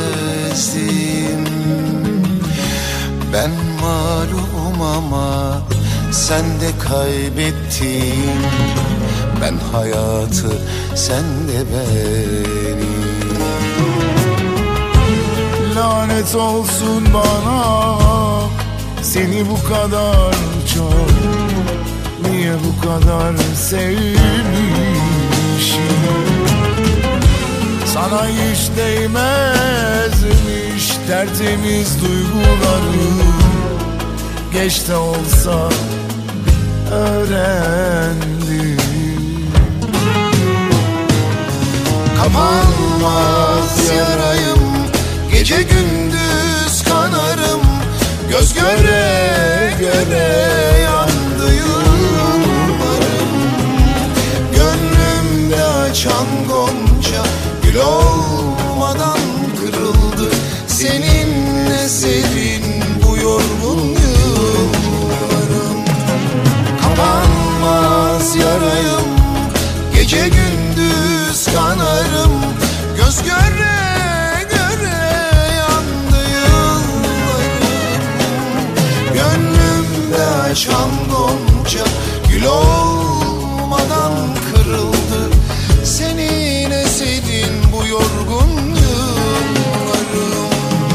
Ben mağlubum ama sen de kaybettin. Ben hayatı, sen de beni. Lanet olsun bana, seni bu kadar çok, niye bu kadar sevmişim. Sana hiç değmezmiş tertemiz duygularım. Geç de olsa öğrendim. Kapanmaz yarayım, gece gündüz kanarım. Göz göre göre yandı yıllarım. Gönlümde açan gonca gül olmadan kırıldı. Seninle serin bu yorgun yıllarım. Kapanmaz yarayım, gece gündüz kanarım. Göz göre göre yandı yıllarım. Gönlümde açan gonca gül olmadan kırıldı. Senin eserin bu yorgun yıllarım.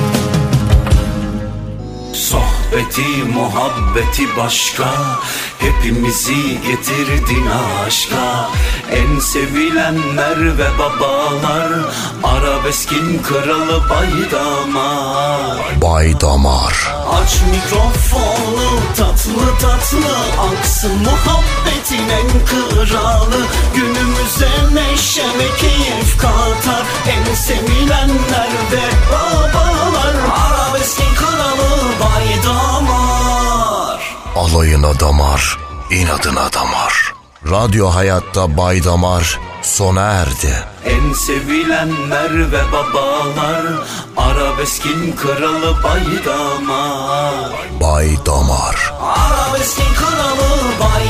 Sohbeti muhabbeti başka, hepimizi getirdin aşka. En sevilenler ve babalar, arabeskin kralı Baydamar. Baydamar. Aç mikrofonu, tatlı tatlı aksın muhabbetin en kralı. Günümüze neşe ve keyif katar en sevilenler ve babalar. Arabeskin kralı Baydamar. Alayına damar, inadına damar. Radyo Hayat'ta Baydamar sona erdi. En sevilenler ve babalar, arabeskin kralı Baydamar. Baydamar. Arabeskin kralı Baydamar.